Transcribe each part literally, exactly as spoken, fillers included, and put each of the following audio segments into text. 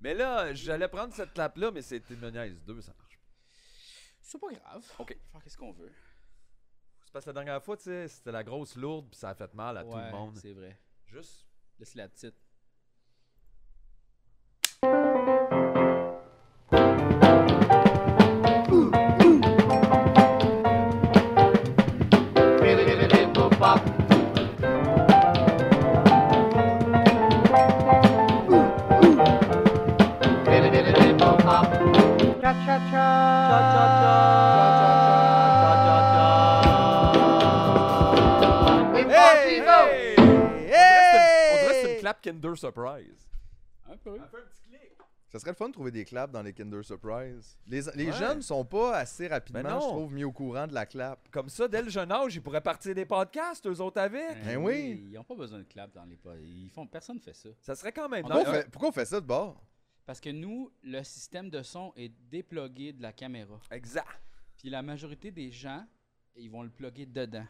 Mais là, j'allais prendre cette clap-là, mais c'était une niaise deux, ça marche pas. C'est pas grave. OK. Faire qu'est-ce qu'on veut. C'est parce que la dernière fois, tu sais, c'était la grosse lourde, puis ça a fait mal à ouais, tout le monde. c'est vrai. Juste. Laisse la petite. Kinder Surprise. Un peu. Ça fait un petit clic. Ça serait le fun de trouver des claps dans les Kinder Surprise. Les, les Ouais. jeunes sont pas assez Ben rapidement, non. je trouve, mis au courant de la clap. Comme ça, dès le jeune âge, ils pourraient partir des podcasts, eux autres avec. Ben oui. Ils n'ont pas besoin de clap dans les pods. Ils font... Personne ne fait ça. Ça serait quand même... On Pourquoi, a- on fait, pourquoi on fait ça de bord? Parce que nous, le système de son est déplugué de la caméra. Exact. Puis la majorité des gens, ils vont le plugger dedans.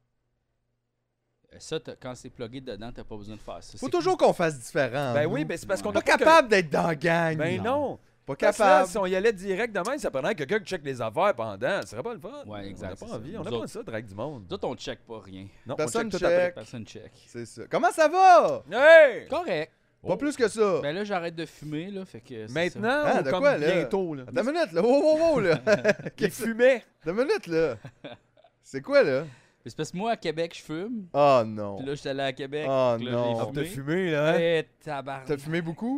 Euh, Ça, t'as- quand c'est plugué dedans, t'as pas besoin de faire ça. Faut C'est toujours qu'on fasse différent. Ben nous. oui, ben c'est parce qu'on Pas a pas capable d'être dans la gang. Que... Ben non. Pas Parce que là, capable. si on y allait direct demain, ça prendrait quelqu'un qui check les affaires pendant. Ce serait pas le fun. Ouais, exact, On n'a c'est pas ça. envie. On Nous n'a pas autres- ça, direct du monde. Nous autres, on check pas rien. Non, Personne on check tout check. après. Personne check. C'est ça. Comment ça va? Hey! Correct. Pas plus que ça. Ben là, j'arrête de fumer, là, fait que... c'est Maintenant Ah, ou de comme quoi, là? bientôt, là? Attends une minute, là. Wow, wow, wow, là. Qui Qu'est-ce que- fumait. Attends une minute, là. C'est quoi, là? ça. Mais c'est parce que moi, à Québec, je fume. Oh non. Puis là, j'étais allé à Québec. Oh puis là, non. j'ai Ah, t'as fumé. fumé, là, hein? Eh, tabarnak. T'as fumé beaucoup?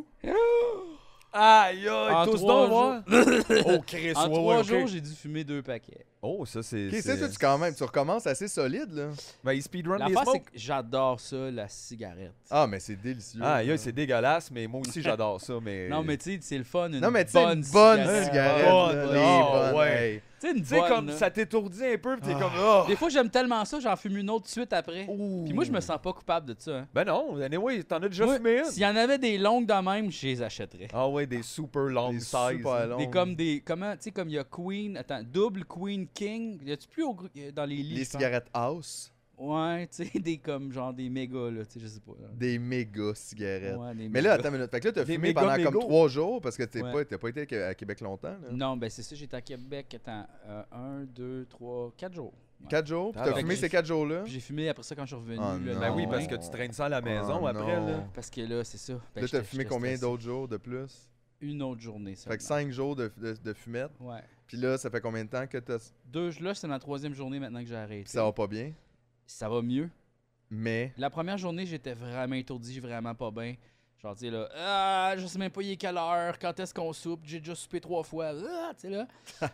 Aïe, En aïe, tous trois donc voir. Oh, Chris, En ouais, trois ouais, ok. jours, j'ai dû fumer deux paquets. Oh, ça, c'est... Ok, c'est- c'est toi, tu quand même, tu recommences assez solide, là. Ben, il speedrun les L'affaire, c'est smokes. que j'adore ça, la cigarette. Ah, mais c'est délicieux. Ah, aïe, c'est dégueulasse, mais moi aussi, j'adore ça, mais... Non, mais tu sais, c'est le fun, une Non, mais tu sais, bonne une bonne cigarette. cigarette, Bonne, là, bonne. les Ah, bonnes, ouais. hey. Tu sais, une Tu sais, bonne, comme là. ça t'étourdit un peu, pis t'es Ah. comme... Oh. Des fois, j'aime tellement ça, j'en fume une autre de suite après. Ouh. Puis moi, je me sens pas coupable de ça. Hein. Ben non, anyway, t'en as déjà Moi, fumé une. S'il y en avait des longues de même, je les achèterais. Ah ouais, des super long Des size. super longues. Des comme des. Comment, tu sais, comme il y a Queen. Attends, double Queen King. Y a-tu plus au, gr- euh, dans les lits? Les je pense? cigarettes house, Ouais, tu sais, des comme genre des méga, là. Tu sais, je sais pas. là. des méga cigarettes. Ouais, des Mais là, méga. attends une minute. Fait que là, t'as Des fumé méga pendant méga. comme trois jours parce que t'es Ouais. pas, t'as pas été à Québec longtemps, là. Non, ben c'est ça, j'étais à Québec. Attends, euh, un, deux, trois, quatre jours. Ouais. Quatre jours? Puis Ah, t'as bah, fumé j'ai- ces quatre jours-là? Puis j'ai fumé après ça quand je suis revenu. Oh le non. Ben oui, lendemain. parce que tu traînes ça à la maison Oh après, non. là. Parce que là, c'est ça. Ben, Là, j'étais- t'as fumé j'étais combien stressé. d'autres jours de plus? Une autre journée, ça. Fait que cinq jours de, de, de fumette. Ouais. Puis là, ça fait combien de temps que t'as... Deux, là, c'est ma troisième journée maintenant que j'ai arrêté. Puis ça va pas bien? Ça va mieux. Mais... La première journée, j'étais vraiment étourdi, vraiment pas bien. Genre, tu sais, là, ah, je sais même pas il est quelle heure, quand est-ce qu'on soupe, j'ai déjà soupé trois fois, ah, tu sais, là.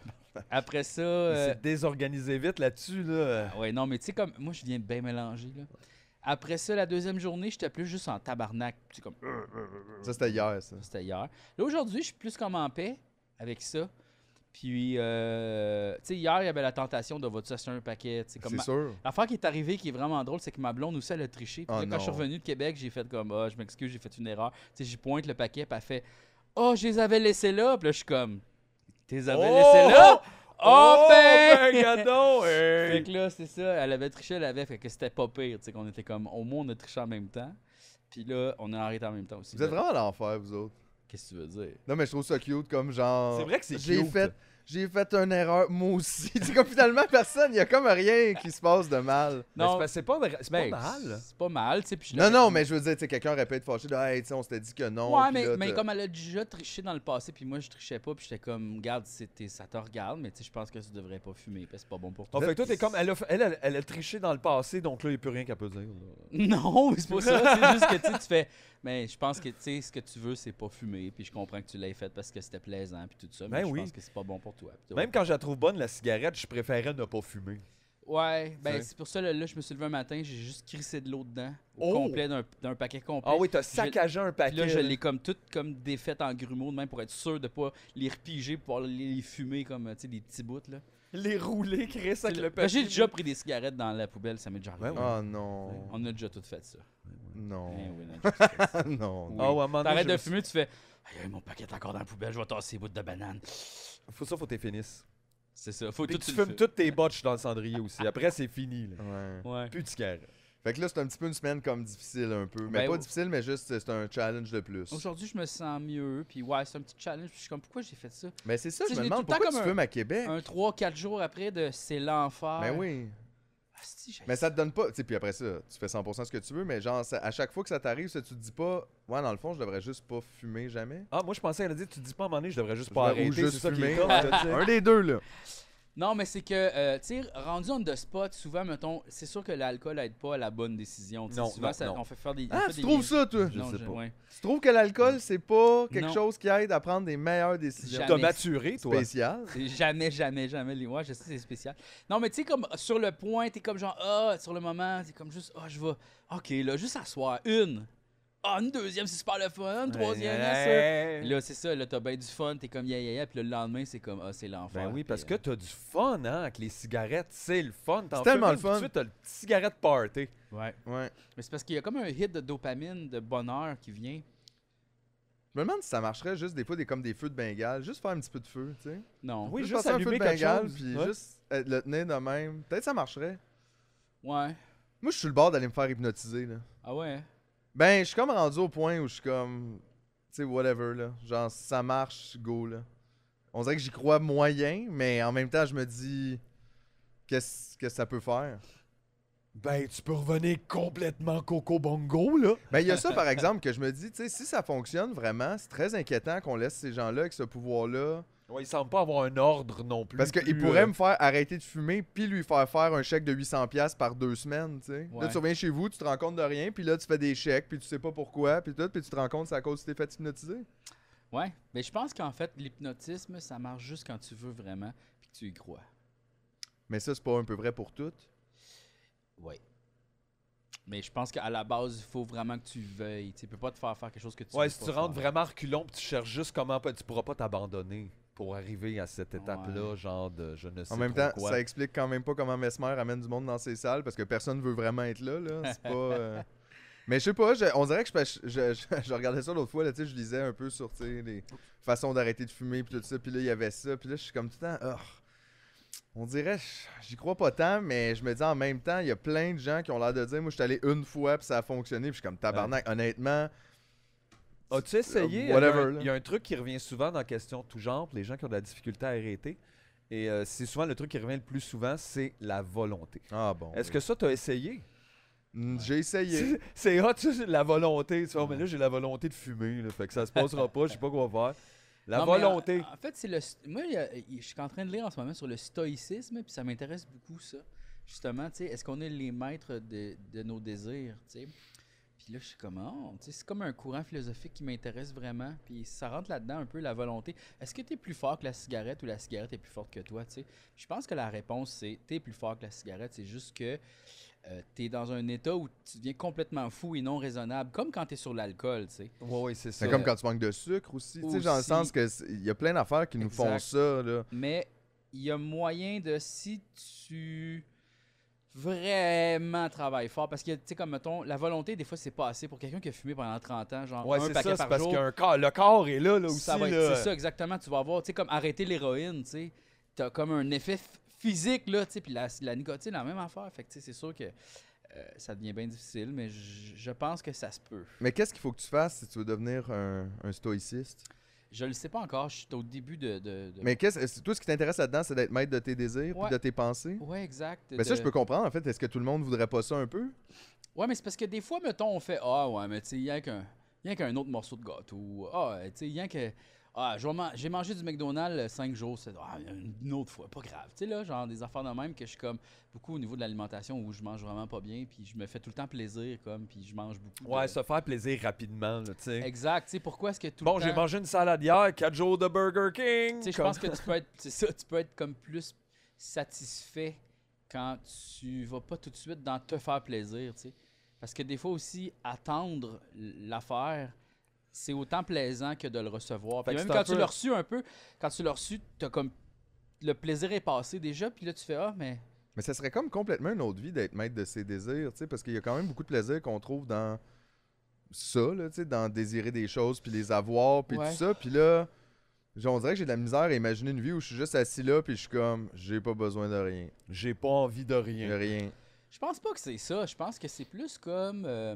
Après ça. Il euh, s'est désorganisé vite là-dessus, là. ah ouais, non, mais tu sais, comme, moi, je viens bien mélanger, là. Après ça, la deuxième journée, j'étais plus juste en tabarnak, tu sais, comme, Ça, c'était hier, ça. c'était hier. Là, aujourd'hui, je suis plus comme en paix avec ça. Puis, euh, tu sais, hier, il y avait la tentation de va-tu acheter un paquet, tu sais, comme. C'est ma- sûr. L'affaire qui est arrivée, qui est vraiment drôle, c'est que ma blonde aussi, elle a triché. Puis Oh là, quand je suis non. revenu de Québec, j'ai fait comme, ah, je m'excuse, j'ai fait une erreur. Tu sais, j'y pointe le paquet, puis elle fait, oh, je les avais laissés là. Puis là, je suis comme, tu les avais Oh! laissés là? Oh, ben! gadon! Fait Hey! que là, c'est ça, elle avait triché, elle avait, fait que c'était pas pire, tu sais, qu'on était comme, au moins, on a triché en même temps. Puis là, on a arrêté en même temps aussi. Vous êtes vraiment à l'enfer, vous autres. Qu'est-ce que tu veux dire? Non, mais je trouve ça cute comme genre... C'est vrai que c'est J'ai cute. fait... J'ai fait une erreur, moi aussi. C'est comme finalement, personne, il y a comme rien qui se passe de mal. Ben, c'est parce- c'est pas, vrai- c'est pas Ben, mal. C'est pas mal, tu sais. puis je Non, l'aurais- non, mais je veux dire, tu sais, quelqu'un aurait pu être fâché de « Hey, tu sais, on s'était dit que non. » Ouais, puis mais, là, mais t'as- comme elle a déjà triché dans le passé, puis moi je trichais pas, puis j'étais comme, regarde, c'était- ça te regarde, mais tu sais, je pense que tu devrais pas fumer, parce que c'est pas bon pour Oh, toi. fait que toi, t'es comme. Elle a, elle, a, elle a triché dans le passé, donc là, il n'y a plus rien qu'elle peut dire. là. Non, c'est pas ça, c'est juste que tu sais, tu fais, mais je pense que tu sais, ce que tu veux, c'est pas fumer, puis je comprends que tu l'aies fait parce que c'était plaisant, puis tout ça, mais Ben je oui. pense que c'est pas bon pour toi. puis Même quand je la trouve bonne, la cigarette, je préférais ne pas fumer. Ouais, ben sais. c'est pour ça, là, là, je me suis levé un matin, j'ai juste crissé de l'eau dedans, au Oh! complet, d'un d'un paquet complet. Ah oui, t'as saccagé un Puis paquet. là, je l'ai comme tout comme défaite en grumeaux, de même pour être sûr de pas les repiger, pour pouvoir les, les fumer comme, tu sais, des petits bouts, là. Les rouler, Chris, avec le Ben, paquet. j'ai déjà pris des cigarettes dans la poubelle, ça m'est déjà arrivé. Ouais, ouais. Oh non. On a déjà tout fait ça. Non. Eh oui, on a déjà tout fait ça. non. Oui. Ah ouais, à un moment donné, T'arrêtes je de me suis- fumer, tu fais Aïe, aïe, mon paquet est encore dans la poubelle, je vais tasser les bouts de banane. Faut ça, faut que t'es finisses. C'est ça, faut Puis tout que tu tu le fumes fais. toutes tes botches dans le cendrier aussi. Après, c'est fini. Là. Ouais. Ouais. Plus de cigarette. Fait que là, c'est un petit peu une semaine comme difficile un peu. Mais Ben, pas oh. difficile, mais juste c'est un challenge de plus. Aujourd'hui, je me sens mieux. Puis ouais, c'est un petit challenge. Puis je suis comme, pourquoi j'ai fait ça? Mais c'est ça, Tu je sais, me je l'ai demande tout le temps pourquoi tu comme fumes à Québec. Un trois quatre jours après de c'est l'enfer. Ben oui. Asti, j'ai- Mais ça te donne pas. Tu sais, puis après ça, tu fais cent pour cent ce que tu veux, mais genre, ça- à chaque fois que ça t'arrive, ça, tu te dis pas, ouais, dans le fond, je devrais juste pas fumer jamais. Ah, moi, je pensais, elle a dit, tu te dis pas à un moment donné, je devrais juste Je pas devrais- ou arrêter. juste C'est ça qui est fumer. tough, là, tu sais. Un des deux, là. Non, mais c'est que, euh, tu sais, rendu on the spot, souvent, mettons, c'est sûr que l'alcool aide pas à la bonne décision. tu sais. Non, souvent, non, ça- non. on fait faire des. on Ah, fait tu des trouves liens. ça, toi? Je Non, sais je- pas. ouais. Tu trouves que l'alcool, c'est pas quelque Non. chose qui aide à prendre des meilleures décisions Jamais. T'as maturé, toi. spéciales? C'est jamais, jamais, jamais les mois. Je sais, c'est spécial. Non, mais tu sais, comme sur le point, t'es comme genre, ah, sur le moment, t'es comme juste, ah, je vais, ok, là, juste asseoir. Une. Ah, une deuxième, c'est super le fun. Une troisième, bien sûr. Ouais. Puis là, c'est ça, là, t'as bien du fun, t'es comme, yeah, yeah, yeah. Puis le lendemain, c'est comme, ah, c'est l'enfer. Ben oui, parce Puis, que t'as du fun, hein, avec les cigarettes. C'est le fun. T'en C'est tellement fumes le une, fun. puis Tout de suite, t'as le petit cigarette party. euh, Ouais. Ouais. Mais c'est parce qu'il y a comme un hit de dopamine, de bonheur qui vient. Je me demande si ça marcherait juste des fois des, comme des feux de Bengale, juste faire un petit peu de feu, tu sais. Non. Oui, juste juste passer un feu de allumer quelque Bengale, chose. puis Ouais. juste euh, le tenir de même. Peut-être ça marcherait. Ouais. Moi, je suis sur le bord d'aller me faire hypnotiser, là. Ah ouais. hein? Ben, je suis comme rendu au point où je suis comme, tu sais, whatever, là. Genre, si ça marche, go, là. On dirait que j'y crois moyen, mais en même temps, je me dis, qu'est-ce que ça peut faire? Ben, tu peux revenir complètement coco bongo, là. Ben, il y a ça, par exemple, que je me dis, tu sais, si ça fonctionne vraiment, c'est très inquiétant qu'on laisse ces gens-là avec ce pouvoir-là. Ouais, il semble pas avoir un ordre non plus. Parce qu'il plus, pourrait euh, me faire arrêter de fumer, puis lui faire faire un chèque de huit cents dollars par deux semaines, tu sais. Ouais. Là, tu reviens chez vous, tu te rends compte de rien, puis là, tu fais des chèques, puis tu sais pas pourquoi, puis tout, puis tu te rends compte que c'est à cause que tu t'es fait hypnotiser. Ouais. Mais je pense qu'en fait, l'hypnotisme, ça marche juste quand tu veux vraiment, puis que tu y crois. Mais ça, c'est pas un peu vrai pour toutes. Oui. Mais je pense qu'à la base, il faut vraiment que tu veuilles. Tu peux pas te faire faire quelque chose que tu Ouais, veux si pas tu rentres faire. vraiment reculons pis tu cherches juste comment pas- tu pourras pas t'abandonner pour arriver à cette étape-là, Ouais. genre de je ne sais En même trop temps, quoi. ça explique quand même pas comment Mesmer amène du monde dans ses salles, parce que personne veut vraiment être là, là. C'est pas... euh, Mais je sais pas, je- on dirait que je, je, je, je regardais ça l'autre fois, là, tu sais, je lisais un peu sur, tu sais, les façons d'arrêter de fumer, puis tout ça, puis là, il y avait ça, puis là, je suis comme tout le temps, ah, on dirait, j'y crois pas tant, mais je me dis en même temps, il y a plein de gens qui ont l'air de dire, moi, je suis allé une fois, puis ça a fonctionné, puis je suis comme tabarnak, honnêtement, As-tu essayé? Il y, a whatever, un- là. il y a un truc qui revient souvent dans la question de tout genre, pour les gens qui ont de la difficulté à arrêter. Et euh, c'est souvent le truc qui revient le plus souvent, c'est la volonté. ah bon. Est-ce que ça, t'as essayé? Mm, J'ai essayé. C'est hot, ça, c'est la volonté. Tu vois, mais là, j'ai la volonté de fumer, là, fait que ça se passera pas, je sais pas quoi faire. La Non, mais en- volonté. En, fait, c'est le. Moi, il y a- il- je suis en train de lire en ce moment sur le stoïcisme, puis ça m'intéresse beaucoup, ça. Justement, tu sais, est-ce qu'on est les maîtres de, de nos désirs, tu sais? Puis là, je suis comme, oh, tu sais, c'est comme un courant philosophique qui m'intéresse vraiment. Puis ça rentre là-dedans un peu la volonté. Est-ce que tu es plus fort que la cigarette ou la cigarette est plus forte que toi, tu sais? Je pense que la réponse, c'est tu es plus fort que la cigarette. C'est juste que tu es dans un état où tu deviens complètement fou et non raisonnable, comme quand tu es sur l'alcool, tu sais. Ouais, ouais, c'est ça. C'est comme quand tu manques de sucre aussi, tu sais, dans le Aussi. sens que c'est- il y a plein d'affaires qui nous font Exact. ça, là. Mais il y a moyen de, si tu vraiment travailles fort, parce que, tu sais, comme mettons, la volonté, des fois, c'est pas assez pour quelqu'un qui a fumé pendant trente ans, genre Ouais, un c'est paquet ça, c'est par parce jour. que corps, le corps est là, là aussi. ça va être- là. C'est ça, exactement. Tu vas avoir, tu sais, comme arrêter l'héroïne, tu sais, t'as comme un effet f- physique, là, tu sais, puis la, la nicotine, la même affaire. Fait que, tu sais, c'est sûr que euh, ça devient bien difficile, mais je je pense que ça se peut. Mais qu'est-ce qu'il faut que tu fasses si tu veux devenir un, un stoïciste? Je le sais pas encore, je suis au début de... de, de- Mais qu'est-ce, est-ce- toi, ce qui t'intéresse là-dedans, c'est d'être maître de tes désirs Ouais. puis de tes pensées? Ouais, exact. Mais ça, de- je peux comprendre, en fait. Est-ce que tout le monde voudrait pas ça un peu? Ouais, mais c'est parce que des fois, mettons, on fait ah ouais, mais tu sais, il y a qu'un y a qu'un autre morceau de gâteau. Ah, tu sais, il y a que ah, je vais man- j'ai mangé du McDonald's cinq jours, c'est ah, une autre fois, pas grave. Tu sais là, genre des affaires de même que je suis comme beaucoup au niveau de l'alimentation où je mange vraiment pas bien, puis je me fais tout le temps plaisir comme, puis je mange beaucoup. Ouais, de- se faire plaisir rapidement, là, tu sais. Exact, tu sais pourquoi est-ce que tout Bon, le j'ai temps mangé une salade hier, quatre jours de Burger King. Tu sais, je comme- pense que tu peux être c'est ça, tu peux être comme plus satisfait quand tu vas pas tout de suite dans te faire plaisir, tu sais. Parce que des fois aussi, attendre l'affaire, c'est autant plaisant que de le recevoir. Puis Fait que même c'est un quand tu peu- l'as reçu un peu, quand tu l'as reçu, t'as comme le plaisir est passé déjà, puis là tu fais ah mais Mais ça serait comme complètement une autre vie d'être maître de ses désirs, tu sais, parce qu'il y a quand même beaucoup de plaisir qu'on trouve dans ça, là, tu sais, dans désirer des choses, puis les avoir, puis Ouais. tout ça. Puis là, genre, on dirait que j'ai de la misère à imaginer une vie où je suis juste assis là, puis je suis comme, j'ai pas besoin de rien. J'ai pas envie de De rien. rien. Je pense pas que c'est ça. Je pense que c'est plus comme... euh,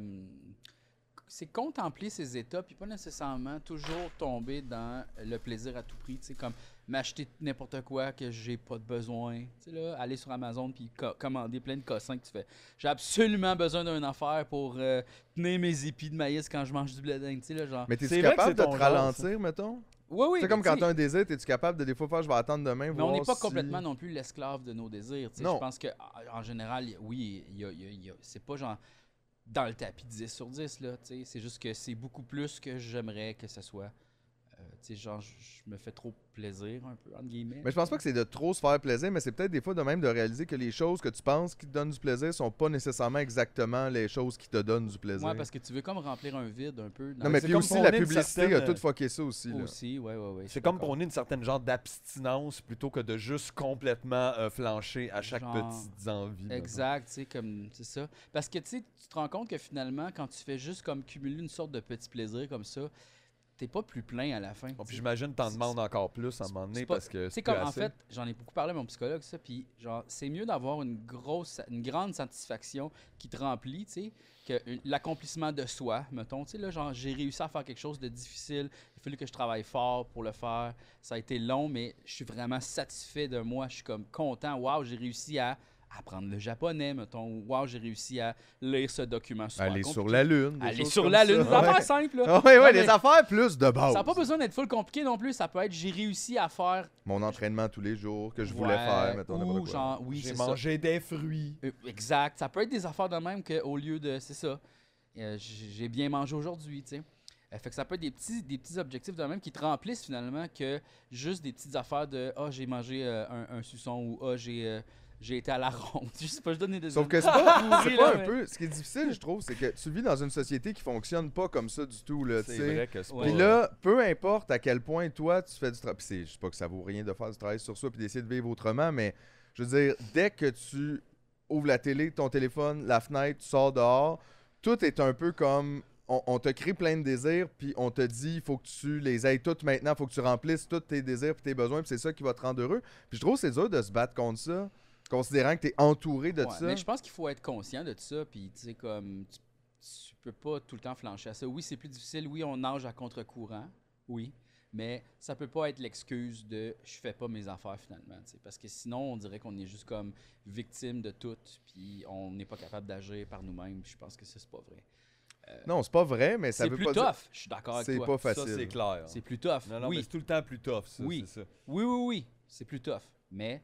c'est contempler ces états, puis pas nécessairement toujours tomber dans le plaisir à tout prix. Tu sais, comme m'acheter n'importe quoi que j'ai pas de besoin. Tu sais, là, aller sur Amazon puis co- commander plein de cossins que tu fais. J'ai absolument besoin d'une affaire pour euh, tenir mes épis de maïs quand je mange du blé d'Inde. Tu sais, là, genre... Mais t'es-tu C'est vrai que capable c'est de ton te genre, ralentir, mettons? Oui, oui. C'est comme mais quand tu t'as sais, un désir, t'es-tu capable de des fois faire, je vais attendre demain, Mais on n'est voir pas si- complètement non plus l'esclave de nos désirs. tu sais. Non. Je pense que en général, y- oui, il y a- il y a- il y a- c'est pas genre dans le tapis dix sur dix. Là, tu sais. C'est juste que c'est beaucoup plus que j'aimerais que ce soit. Euh, tu sais, genre, je je me fais trop plaisir, un peu, entre guillemets. Mais je pense pas que c'est de trop se faire plaisir, mais c'est peut-être des fois de même de réaliser que les choses que tu penses qui te donnent du plaisir sont pas nécessairement exactement les choses qui te donnent du plaisir. Ouais, parce que tu veux comme remplir un vide un peu. dans Non, mais c'est puis comme aussi, prôner la une publicité certaine, a tout euh, fucké ça aussi. Là. aussi, ouais, ouais, ouais. je C'est suis comme d'accord. prôner une certaine genre d'abstinence plutôt que de juste complètement euh, flancher à chaque Genre, petite envie. mettons. Exact, tu sais, comme, c'est ça. Parce que, tu sais, tu te rends compte que finalement, quand tu fais juste comme cumuler une sorte de petit plaisir comme ça, t'es pas plus plein à la fin. Bon, tu puis sais. j'imagine que t'en C'est- demandes encore plus à un c'est- moment donné c'est pas- parce que Tu sais, c'est comme plus en assez. fait, j'en ai beaucoup parlé à mon psychologue, ça, puis genre, c'est mieux d'avoir une grosse, une grande satisfaction qui te remplit, tu sais, que une- l'accomplissement de soi, mettons, tu sais, là, genre, j'ai réussi à faire quelque chose de difficile, il a fallu que je travaille fort pour le faire, ça a été long, mais je suis vraiment satisfait de moi, je suis comme content, waouh, j'ai réussi à apprendre le japonais, mettons, ou waouh, j'ai réussi à lire ce document super Aller sur compliqué. la Lune. des Aller choses sur comme la ça. lune, des Ouais. affaires simples, là. Ah ouais, ouais, Non, des mais affaires plus de base. Ça n'a pas besoin d'être full compliqué non plus, ça peut être j'ai réussi à faire Mon entraînement tous les jours que je voulais Ouais, faire, mettons, ou n'importe quoi. genre, oui, J'ai c'est ça. mangé des fruits. Euh, Exact. Ça peut être des affaires de même qu'au lieu de. C'est ça. euh, j- j'ai bien mangé aujourd'hui, tu sais. Euh, fait que ça peut être des petits, des petits objectifs de même qui te remplissent finalement que juste des petites affaires de Ah, j'ai mangé euh, un, un suçon ou Ah, j'ai euh, j'ai été à la ronde. Je sais pas, je donne des Sauf que c'est exemples pas, c'est pourris, pas là, un mais- peu. Ce qui est difficile, je trouve, c'est que tu vis dans une société qui fonctionne pas comme ça du tout, là, tu C'est sais. vrai que c'est Ouais. Puis pas- là, peu importe à quel point toi tu fais du travail. Puis c'est- je sais pas que ça vaut rien de faire du travail sur soi puis d'essayer de vivre autrement, mais je veux dire, dès que tu ouvres la télé, ton téléphone, la fenêtre, tu sors dehors, tout est un peu comme. On, on te crée plein de désirs, puis on te dit il faut que tu les aies toutes maintenant, il faut que tu remplisses tous tes désirs puis tes besoins, puis c'est ça qui va te rendre heureux. Puis je trouve que c'est dur de se battre contre ça, considérant que tu es entouré de Ouais, ça. Mais je pense qu'il faut être conscient de ça, puis tu sais, comme tu, tu peux pas tout le temps flancher à ça. Oui, c'est plus difficile, oui, on nage à contre-courant, oui, mais ça peut pas être l'excuse de je fais pas mes affaires finalement, tu sais, parce que sinon on dirait qu'on est juste comme victime de tout, puis on n'est pas capable d'agir par nous-mêmes. Puis je pense que ça c'est pas vrai. Non, c'est pas vrai, mais ça C'est veut plus pas tough, dire. je suis d'accord avec C'est toi. pas Ça, facile. c'est clair. C'est plus tough. Non, non, mais oui. c'est tout le temps plus tough, ça. Oui. C'est ça. oui, oui, oui, c'est plus tough, mais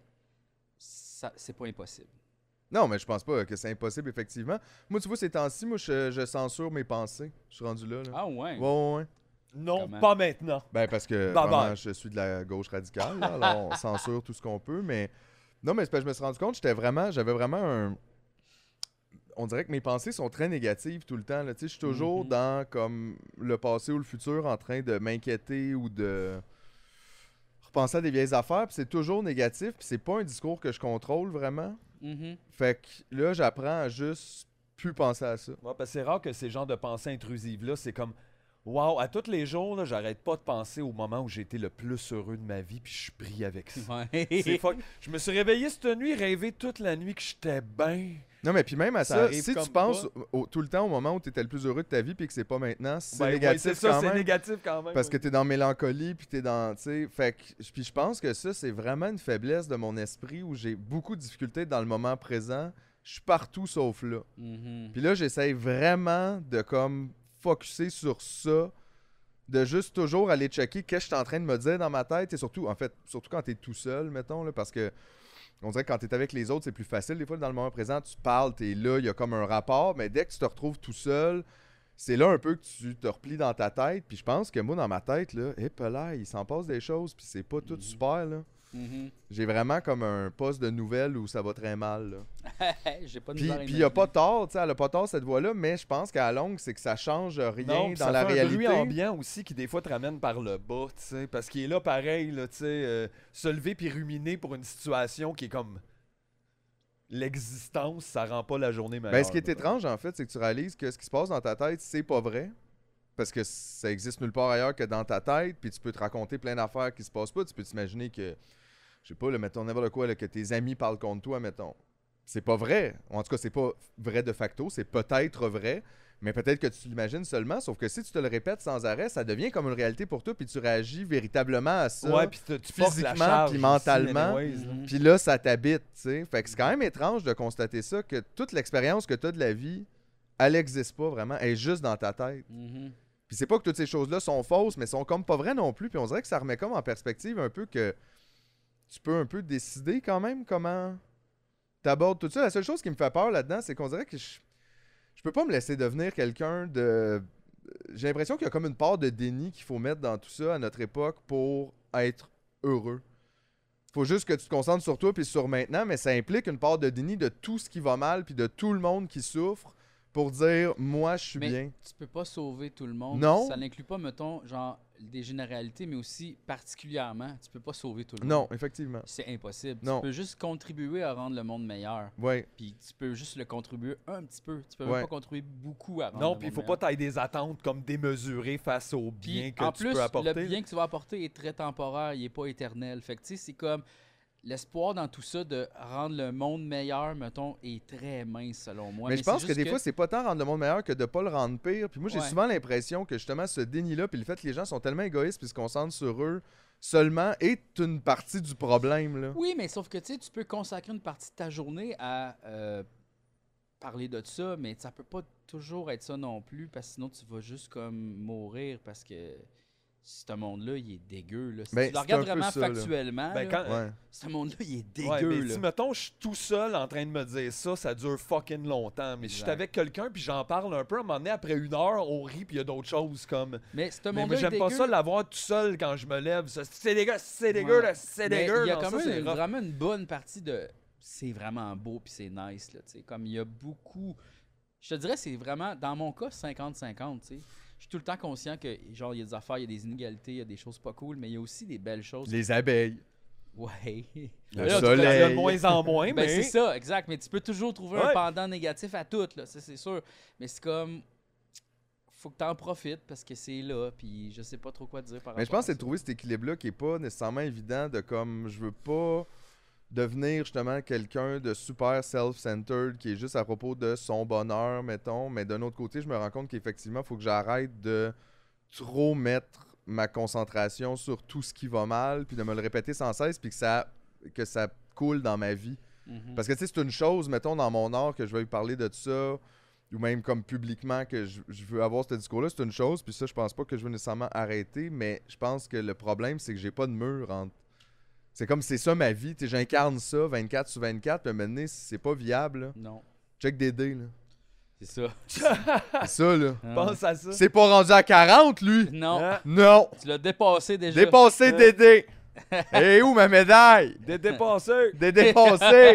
ça c'est pas impossible. Non, mais je pense pas que c'est impossible, effectivement. Moi, tu vois, ces temps-ci, moi, je, je censure mes pensées. Je suis rendu là. là. Ah ouais. Ouais, ouais, ouais. Non, Comment? pas maintenant. Ben, parce que Bye vraiment, bye. je suis de la gauche radicale. là, alors, on censure tout ce qu'on peut. Mais non, mais c'est parce que je me suis rendu compte, j'étais vraiment, j'avais vraiment un. On dirait que mes pensées sont très négatives tout le temps. Là. Tu sais, je suis toujours Mhm. dans comme le passé ou le futur en train de m'inquiéter ou de repenser à des vieilles affaires. Puis c'est toujours négatif. Puis c'est pas un discours que je contrôle vraiment. Mhm. Fait que là, j'apprends à juste plus penser à ça. Ouais, parce que c'est rare que ces genres de pensées intrusives-là, c'est comme Wow, à tous les jours, là, j'arrête pas de penser au moment où j'ai été le plus heureux de ma vie, puis je suis pris avec ça. Ouais. C'est fuck. Je me suis réveillé cette nuit, rêvé toute la nuit que j'étais bien. Non, mais puis même à Ça ça, arrive si comme tu penses pas. au- tout le temps au moment où tu étais le plus heureux de ta vie puis que c'est pas maintenant, c'est Ben, ouais, négatif c'est ça, quand c'est même. négatif quand même. Parce oui. que t'es dans mélancolie puis t'es dans, tu sais, fait que, puis je pense que ça c'est vraiment une faiblesse de mon esprit où j'ai beaucoup de difficultés dans le moment présent. Je suis partout sauf là. Mhm. Puis là, j'essaye vraiment de comme focusser sur ça, de juste toujours aller checker qu'est-ce que je suis en train de me dire dans ma tête et surtout, en fait, surtout quand t'es tout seul, mettons, là, parce que on dirait que quand t'es avec les autres, c'est plus facile. Des fois, dans le moment présent, tu parles, t'es là, il y a comme un rapport, mais dès que tu te retrouves tout seul, c'est là un peu que tu te replies dans ta tête. Puis je pense que moi, dans ma tête, là, hé, là, il s'en passe des choses, puis c'est pas tout Mhm. super, là. Mhm. J'ai vraiment comme un poste de nouvelles où ça va très mal, là. J'ai pas de Puis misère à puis il n'y a pas imaginer. tort, tu sais, elle a pas tort cette voix-là, mais je pense qu'à la longue, c'est que ça change rien Non, puis dans ça la fait un bruit réalité. ambiant aussi qui des fois te ramène par le bas, tu sais, parce qu'il est là pareil, là, tu sais, euh, se lever puis ruminer pour une situation qui est comme l'existence, ça rend pas la journée meilleure. Ben, ce qui est là. étrange, en fait, c'est que tu réalises que ce qui se passe dans ta tête, c'est pas vrai. Parce que ça existe nulle part ailleurs que dans ta tête, puis tu peux te raconter plein d'affaires qui se passent pas. Tu peux t'imaginer que, je sais pas, là, mettons n'importe quoi, là, que tes amis parlent contre toi, mettons. c'est pas vrai. En tout cas, c'est pas vrai de facto, c'est peut-être vrai, mais peut-être que tu l'imagines seulement, sauf que si tu te le répètes sans arrêt, ça devient comme une réalité pour toi, puis tu réagis véritablement à ça. Ouais, puis tu, tu portes la physiquement, charge puis aussi, mentalement. anyways, là. Mhm. Puis là, ça t'habite, tu sais. Fait que c'est quand même étrange de constater ça, que toute l'expérience que tu as de la vie, elle n'existe pas vraiment, elle est juste dans ta tête. Mhm. Puis c'est pas que toutes ces choses-là sont fausses, mais sont comme pas vraies non plus. Puis on dirait que ça remet comme en perspective un peu que tu peux un peu décider quand même comment t'abordes tout ça. La seule chose qui me fait peur là-dedans, c'est qu'on dirait que je, je peux pas me laisser devenir quelqu'un de... J'ai l'impression qu'il y a comme une part de déni qu'il faut mettre dans tout ça à notre époque pour être heureux. Faut juste que tu te concentres sur toi puis sur maintenant, mais ça implique une part de déni de tout ce qui va mal puis de tout le monde qui souffre pour dire « moi, je suis Mais bien ». tu peux pas sauver tout le monde. Non. Ça n'inclut pas, mettons, genre des généralités, mais aussi particulièrement, tu peux pas sauver tout le monde. Non, effectivement. C'est impossible. Non. Tu peux juste contribuer à rendre le monde meilleur. Ouais. Puis tu peux juste le contribuer un petit peu. Tu peux Ouais. même pas contribuer beaucoup à rendre Non, le puis il monde faut meilleur. pas tailler des attentes comme démesurées face au Puis, bien que en tu plus, peux apporter. le bien que tu vas apporter est très temporaire, il est pas éternel. Fait que tu sais, c'est comme l'espoir dans tout ça de rendre le monde meilleur, mettons, est très mince selon moi. mais je c'est pense que juste des fois, c'est pas tant rendre le monde meilleur que de pas le rendre pire. Puis moi, j'ai Ouais. souvent l'impression que justement, ce déni-là, puis le fait que les gens sont tellement égoïstes puis se concentrent sur eux seulement est une partie du problème, là. Oui, mais sauf que tu sais, tu peux consacrer une partie de ta journée à euh, parler de ça, mais ça peut pas toujours être ça non plus, parce que sinon tu vas juste comme mourir parce que ce monde-là, il est dégueu. Là. Si Ben, tu le c'est regardes un peu vraiment ça, là. factuellement, Ben, là, quand- Ouais. ce monde-là, il est dégueu. Ouais, mais là. si, mettons, je suis tout seul en train de me dire ça, ça dure fucking longtemps. Mais si je suis Exact. avec quelqu'un puis j'en parle un peu, à un moment donné, après une heure, on rit puis il y a d'autres choses comme... Mais ce Mais monde-là moi, est j'aime pas dégueu. ça l'avoir tout seul quand je me lève. Ça, C'est dégueu, c'est dégueu, Ouais. là, c'est Mais dégueu. il y a Non, quand ça, même c'est une- rough. vraiment une bonne partie de c'est vraiment beau puis c'est nice là, tu sais, comme il y a beaucoup, je te dirais c'est vraiment dans mon cas cinquante cinquante, tu sais. Je suis tout le temps conscient que genre il y a des affaires, il y a des inégalités, il y a des choses pas cool, mais il y a aussi des belles choses. Les abeilles. Ouais. Le Là, tu soleil. fais ça de moins en moins, Ben, mais... c'est ça, exact, mais tu peux toujours trouver un Ouais. pendant négatif à tout là, ça c'est sûr. Mais c'est comme faut que tu en profites parce que c'est là, puis je sais pas trop quoi dire par rapport Mais je pense que c'est à de ça. trouver cet équilibre-là qui est pas nécessairement évident de comme je veux pas devenir justement quelqu'un de super self-centered qui est juste à propos de son bonheur, mettons. Mais d'un autre côté, je me rends compte qu'effectivement, il faut que j'arrête de trop mettre ma concentration sur tout ce qui va mal, puis de me le répéter sans cesse, puis que ça, que ça coule dans ma vie. Mhm. Parce que tu sais, c'est une chose, mettons, dans mon art, que je vais parler de ça, ou même comme publiquement que je, je veux avoir ce discours-là, c'est une chose, puis ça, je pense pas que je veux nécessairement arrêter, mais je pense que le problème, c'est que j'ai pas de mur entre. C'est comme c'est ça ma vie, tu sais, j'incarne ça vingt-quatre sur vingt-quatre, puis maintenant, c'est pas viable, là. Non, Check des dés, là. c'est ça. C'est ça, là. Pense à ça. C'est pas rendu à quarante, lui! Non, Hein? Non! tu l'as dépassé déjà. Dépassé Hein? Dédé! Et où ma médaille? Des dépassés. Des dépassés! Aïe,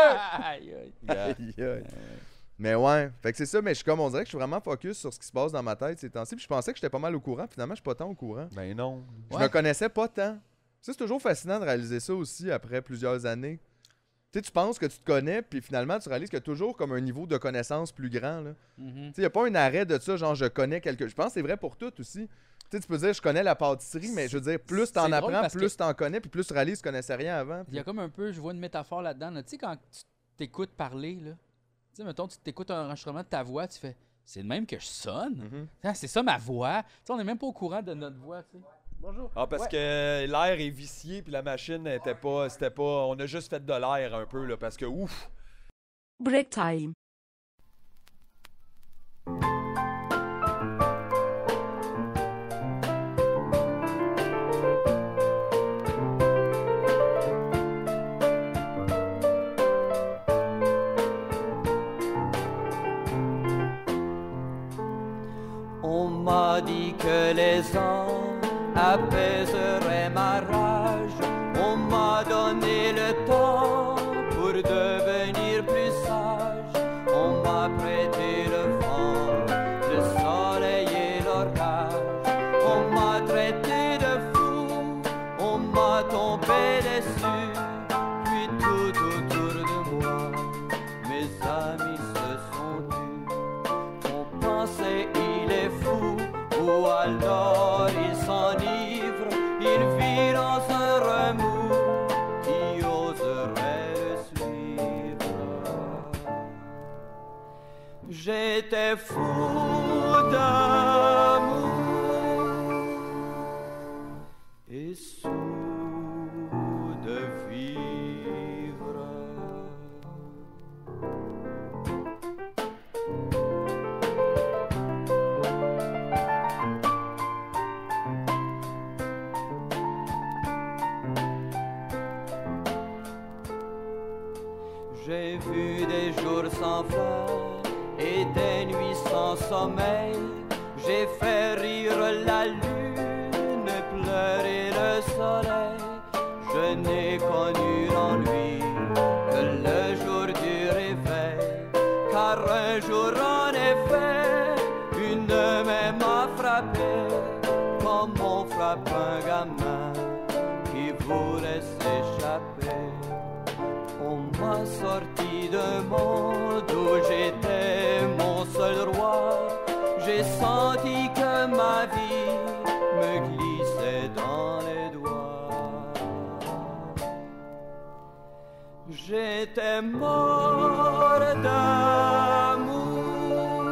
aïe. Aïe, aïe. Mais ouais, fait que c'est ça, mais je suis comme on dirait que je suis vraiment focus sur ce qui se passe dans ma tête ces temps-ci. Puis je pensais que j'étais pas mal au courant, finalement je suis pas tant au courant. Ben non. Je Ouais. me connaissais pas tant. Ça, c'est toujours fascinant de réaliser ça aussi après plusieurs années. Tu sais, tu penses que tu te connais, puis finalement tu réalises qu'il y a toujours comme un niveau de connaissance plus grand. Là. Mhm. Tu sais, il n'y a pas un arrêt de ça, genre je connais quelque. Je pense que c'est vrai pour tout aussi. Tu sais, tu peux dire je connais la pâtisserie, mais je veux dire, plus t'en C'est drôle apprends, parce plus que- t'en connais, puis plus tu réalises que tu connaissais rien avant. Il y a comme un peu, je vois une métaphore là-dedans. là. Tu sais, quand tu t'écoutes parler, là, tu sais, mettons, tu t'écoutes un enregistrement de ta voix, tu fais, c'est le même que je sonne. Mhm. Ah, c'est ça ma voix. Tu sais, on n'est même pas au courant de notre voix, tu sais. Bonjour. Ah, parce Ouais. que l'air est vicié, puis la machine était pas... C'était pas... On a juste fait de l'air un peu, là, parce que ouf. Break time. On m'a dit que les ans apaiseraient ma rage. On m'a donné le temps pour devenir plus sage. On m'a prêté le vent, le soleil et l'orage. On m'a traité de fou, on m'a tombé dessus. Puis tout autour de moi, mes amis se sont tus. On pensait il est fou, ou alors il s'enivre, il vit dans un remous qui oserait le suivre. est fou d'amour et sourd de vivre. J'ai vu des jours sans fin et des nuits sans sommeil. J'ai fait rire la lune, pleurer le soleil. Je n'ai connu l'ennui que le jour du réveil. Car un jour en effet, une main m'a frappé, comme on frappe un gamin qui voulait s'échapper. On m'a sorti d'un monde où j'étais mon seul roi. J'ai senti que ma vie me glissait dans les doigts. J'étais mort d'amour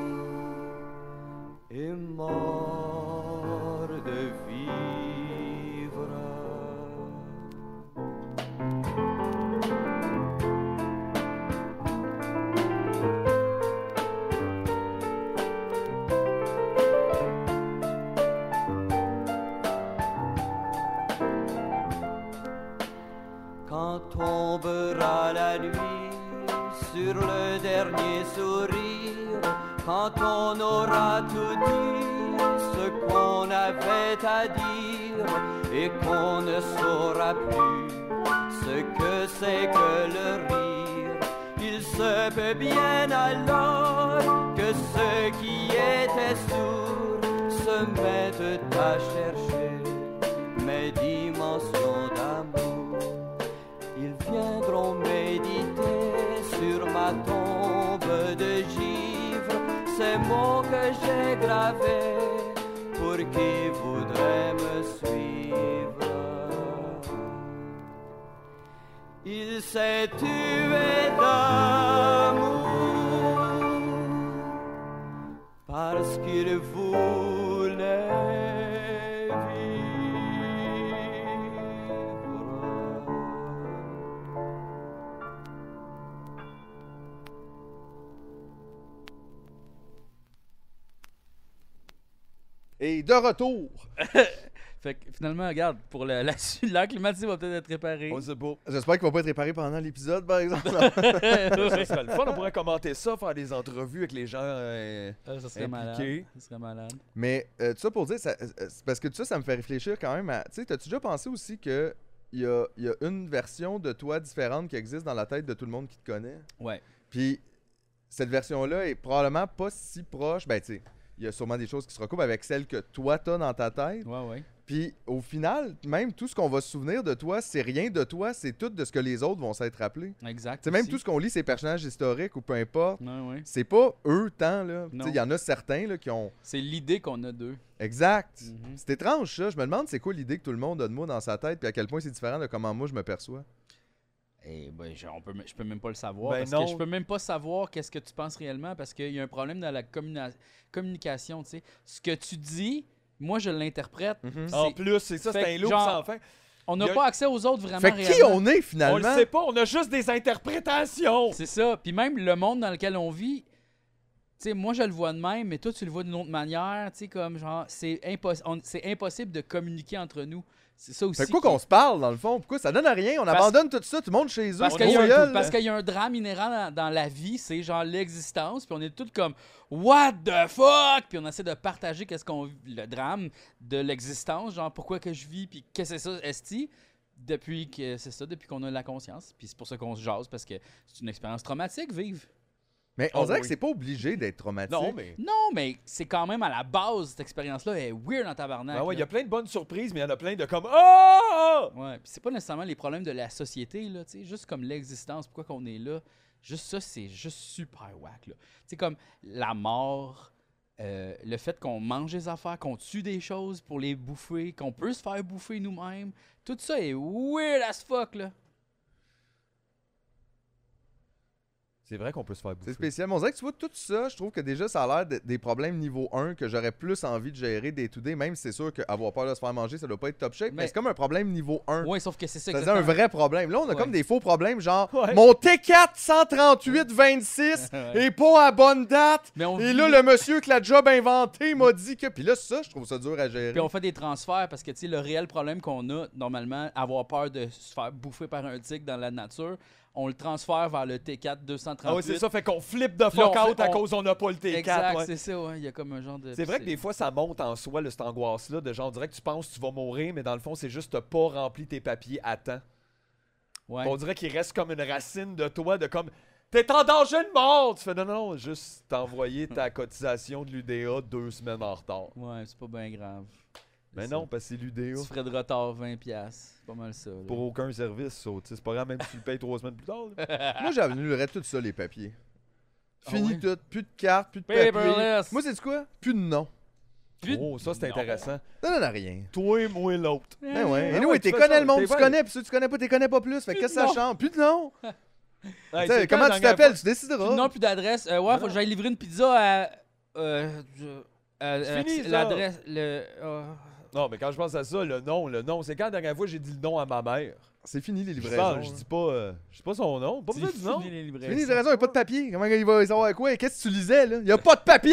et mort de vivre. Quand tombera la nuit sur le dernier sourire, quand on aura tout dit ce qu'on avait à dire et qu'on ne saura plus ce que c'est que le rire, il se peut bien alors que ceux qui étaient sourds se mettent à chercher mes dimensions d'amour. Ils viendront méditer sur ma tombe de givre ces mots que j'ai gravés pour qui voudrait me suivre. Il s'est tué d'amour parce qu'il voulait Et de retour. Fait que finalement, regarde, pour le, la suite, l'air climatique va peut-être être réparé. On sait pas. J'espère qu'il va pas être réparé pendant l'épisode, par exemple. Ça serait le fun, on pourrait commenter ça, faire des entrevues avec les gens euh, Ah, ça serait malade. impliqués. Ça serait malade. Mais euh, tout ça pour dire, ça, euh, c'est parce que tout ça, ça me fait réfléchir quand même à... Tu sais, t'as-tu déjà pensé aussi que il y a, y a une version de toi différente qui existe dans la tête de tout le monde qui te connaît? Ouais. Puis cette version-là est probablement pas si proche. Ben, tu sais, il y a sûrement des choses qui se recoupent avec celle que toi t'as dans ta tête. Ouais, ouais. Puis au final, même tout ce qu'on va se souvenir de toi, c'est rien de toi, c'est tout de ce que les autres vont s'être rappelés. Exact. Tu sais, même aussi. tout ce qu'on lit, ces personnages historiques ou peu importe, Ouais, ouais. c'est pas eux tant, là. Tu Non. sais, il y en a certains, là, qui ont... C'est l'idée qu'on a d'eux. Exact. Mhm. C'est étrange, ça. Je me demande c'est quoi l'idée que tout le monde a de moi dans sa tête, puis à quel point c'est différent de comment moi je me perçois. Eh ben, je, on peut, je peux même pas le savoir. Ben parce non. que je peux même pas savoir qu'est-ce que tu penses réellement parce qu'il y a un problème dans la communa- communication, tu sais. Ce que tu dis, moi, je l'interprète. Mhm. En C'est- plus, c'est ça, fait c'est un que loop genre, sans fin. On n'a il y a- pas accès aux autres vraiment Fait que qui réellement. on est, On finalement? le sait pas, on a juste des interprétations. C'est ça. Puis même le monde dans lequel on vit, tu sais, moi, je le vois de même, mais toi, tu le vois d'une autre manière. Tu sais, comme genre, c'est impos- on- c'est impossible de communiquer entre nous. C'est ça aussi. Fait quoi qui- qu'on se parle, dans le fond? Pourquoi ça donne à rien? On Parce- abandonne tout ça, tout le monde chez eux. Parce on qu'il y, a est un- gueule. parce qu'il y a un drame inhérent dans, dans la vie, c'est genre l'existence, puis on est tous comme What the fuck? Puis on essaie de partager qu'est-ce qu'on vit- le drame de l'existence, genre pourquoi que je vis, puis qu'est-ce que c'est ça, esti? Depuis que c'est ça, depuis qu'on a la conscience, puis c'est pour ça qu'on se jase parce que c'est une expérience traumatique, vivre. Mais on Oh, dirait oui. que c'est pas obligé d'être traumatique. Non, mais. Non, mais c'est quand même à la base cette expérience-là, elle est weird en tabarnak. Ben ouais, il y là. a plein de bonnes surprises, mais il y en a plein de comme Ah! Ouais, puis c'est pas nécessairement les problèmes de la société, là, tu sais, juste comme l'existence, pourquoi qu'on est là. Juste ça, c'est juste super whack, là. Tu sais, comme la mort, euh, le fait qu'on mange des affaires, qu'on tue des choses pour les bouffer, qu'on peut se faire bouffer nous-mêmes, tout ça est weird as fuck, là. C'est vrai qu'on peut se faire bouffer. C'est spécial. Mais on dirait que tu vois, tout ça, je trouve que déjà, ça a l'air de- des problèmes niveau un que j'aurais plus envie de gérer day to day, même si c'est sûr qu'avoir peur de se faire manger, ça doit pas être top shape, mais, Mais- c'est comme un problème niveau un. Ouais, sauf que c'est ça C'est un vrai problème. Là, on a Ouais. comme des faux problèmes, genre Ouais. mon T quatre cent trente-huit vingt-six Ouais. est pas à bonne date. Mais on Et vit- là, le monsieur que la job inventé m'a dit que. Puis là, ça, je trouve ça dur à gérer. Puis on fait des transferts parce que, tu sais, le réel problème qu'on a, normalement, avoir peur de se faire bouffer par un tigre dans la nature, on le transfère vers le T quatre deux cent trente-huit. Ah oui, c'est ça, fait qu'on flippe de Puis là, fuck on out fait- à on- cause on n'a pas le T quatre. Exact, ouais. c'est ça, ouais. Il y a comme un genre de... C'est vrai que des fois, ça monte en soi, là, cette angoisse-là, de genre, on dirait que tu penses que tu vas mourir, mais dans le fond, c'est juste que t'as pas rempli tes papiers à temps. Ouais. On dirait qu'il reste comme une racine de toi, de comme, t'es en danger de mort! Tu fais, non, non, juste t'envoyer ta cotisation de l'U D A deux semaines en retard. Ouais, c'est pas bien grave. Mais C'est non, ça. parce que c'est l'U D A. Tu ferais de retard vingt piastres. C'est pas mal ça. là. Pour aucun service, ça. Tu sais, c'est pas grave, même si tu le payes trois semaines plus tard. là. Moi, j'annulerais tout ça, les papiers. Ah Fini ouais? tout. Plus de cartes, plus de papiers. Paperless. Moi, c'est quoi? Plus de nom. Plus de- Oh, ça, c'est Non. intéressant. Ça donne à rien. Toi, moi, et l'autre. Ben ouais. Ben Et nous, ouais, t'es tu fais connais ça, le monde, t'es tu vrai. connais, puis ceux que tu connais pas, t'es connais pas plus. Fait que Plus qu'est-ce de que ça nom. change? Plus de nom. Hey, T'sais, c'est comment quand tu la dernière t'appelles? fois- Tu décideras. Plus de nom, plus d'adresse. Euh, ouais, Non, faut que non. j'aille livrer une pizza à... Euh... je- à- C'est à- fini, ça. L'adresse... Le... euh, Non, mais quand je pense à ça, le nom, le nom, c'est quand la dernière fois j'ai dit le nom à ma mère. C'est fini, les Je livraisons. pense, je dis pas, euh, je dis pas son nom, pas besoin c'est du nom. fini les C'est livraisons. fini, les livraisons, il n'y a pas de papier. Comment il va savoir quoi? Qu'est-ce que tu lisais, là? Il n'y a pas de papier!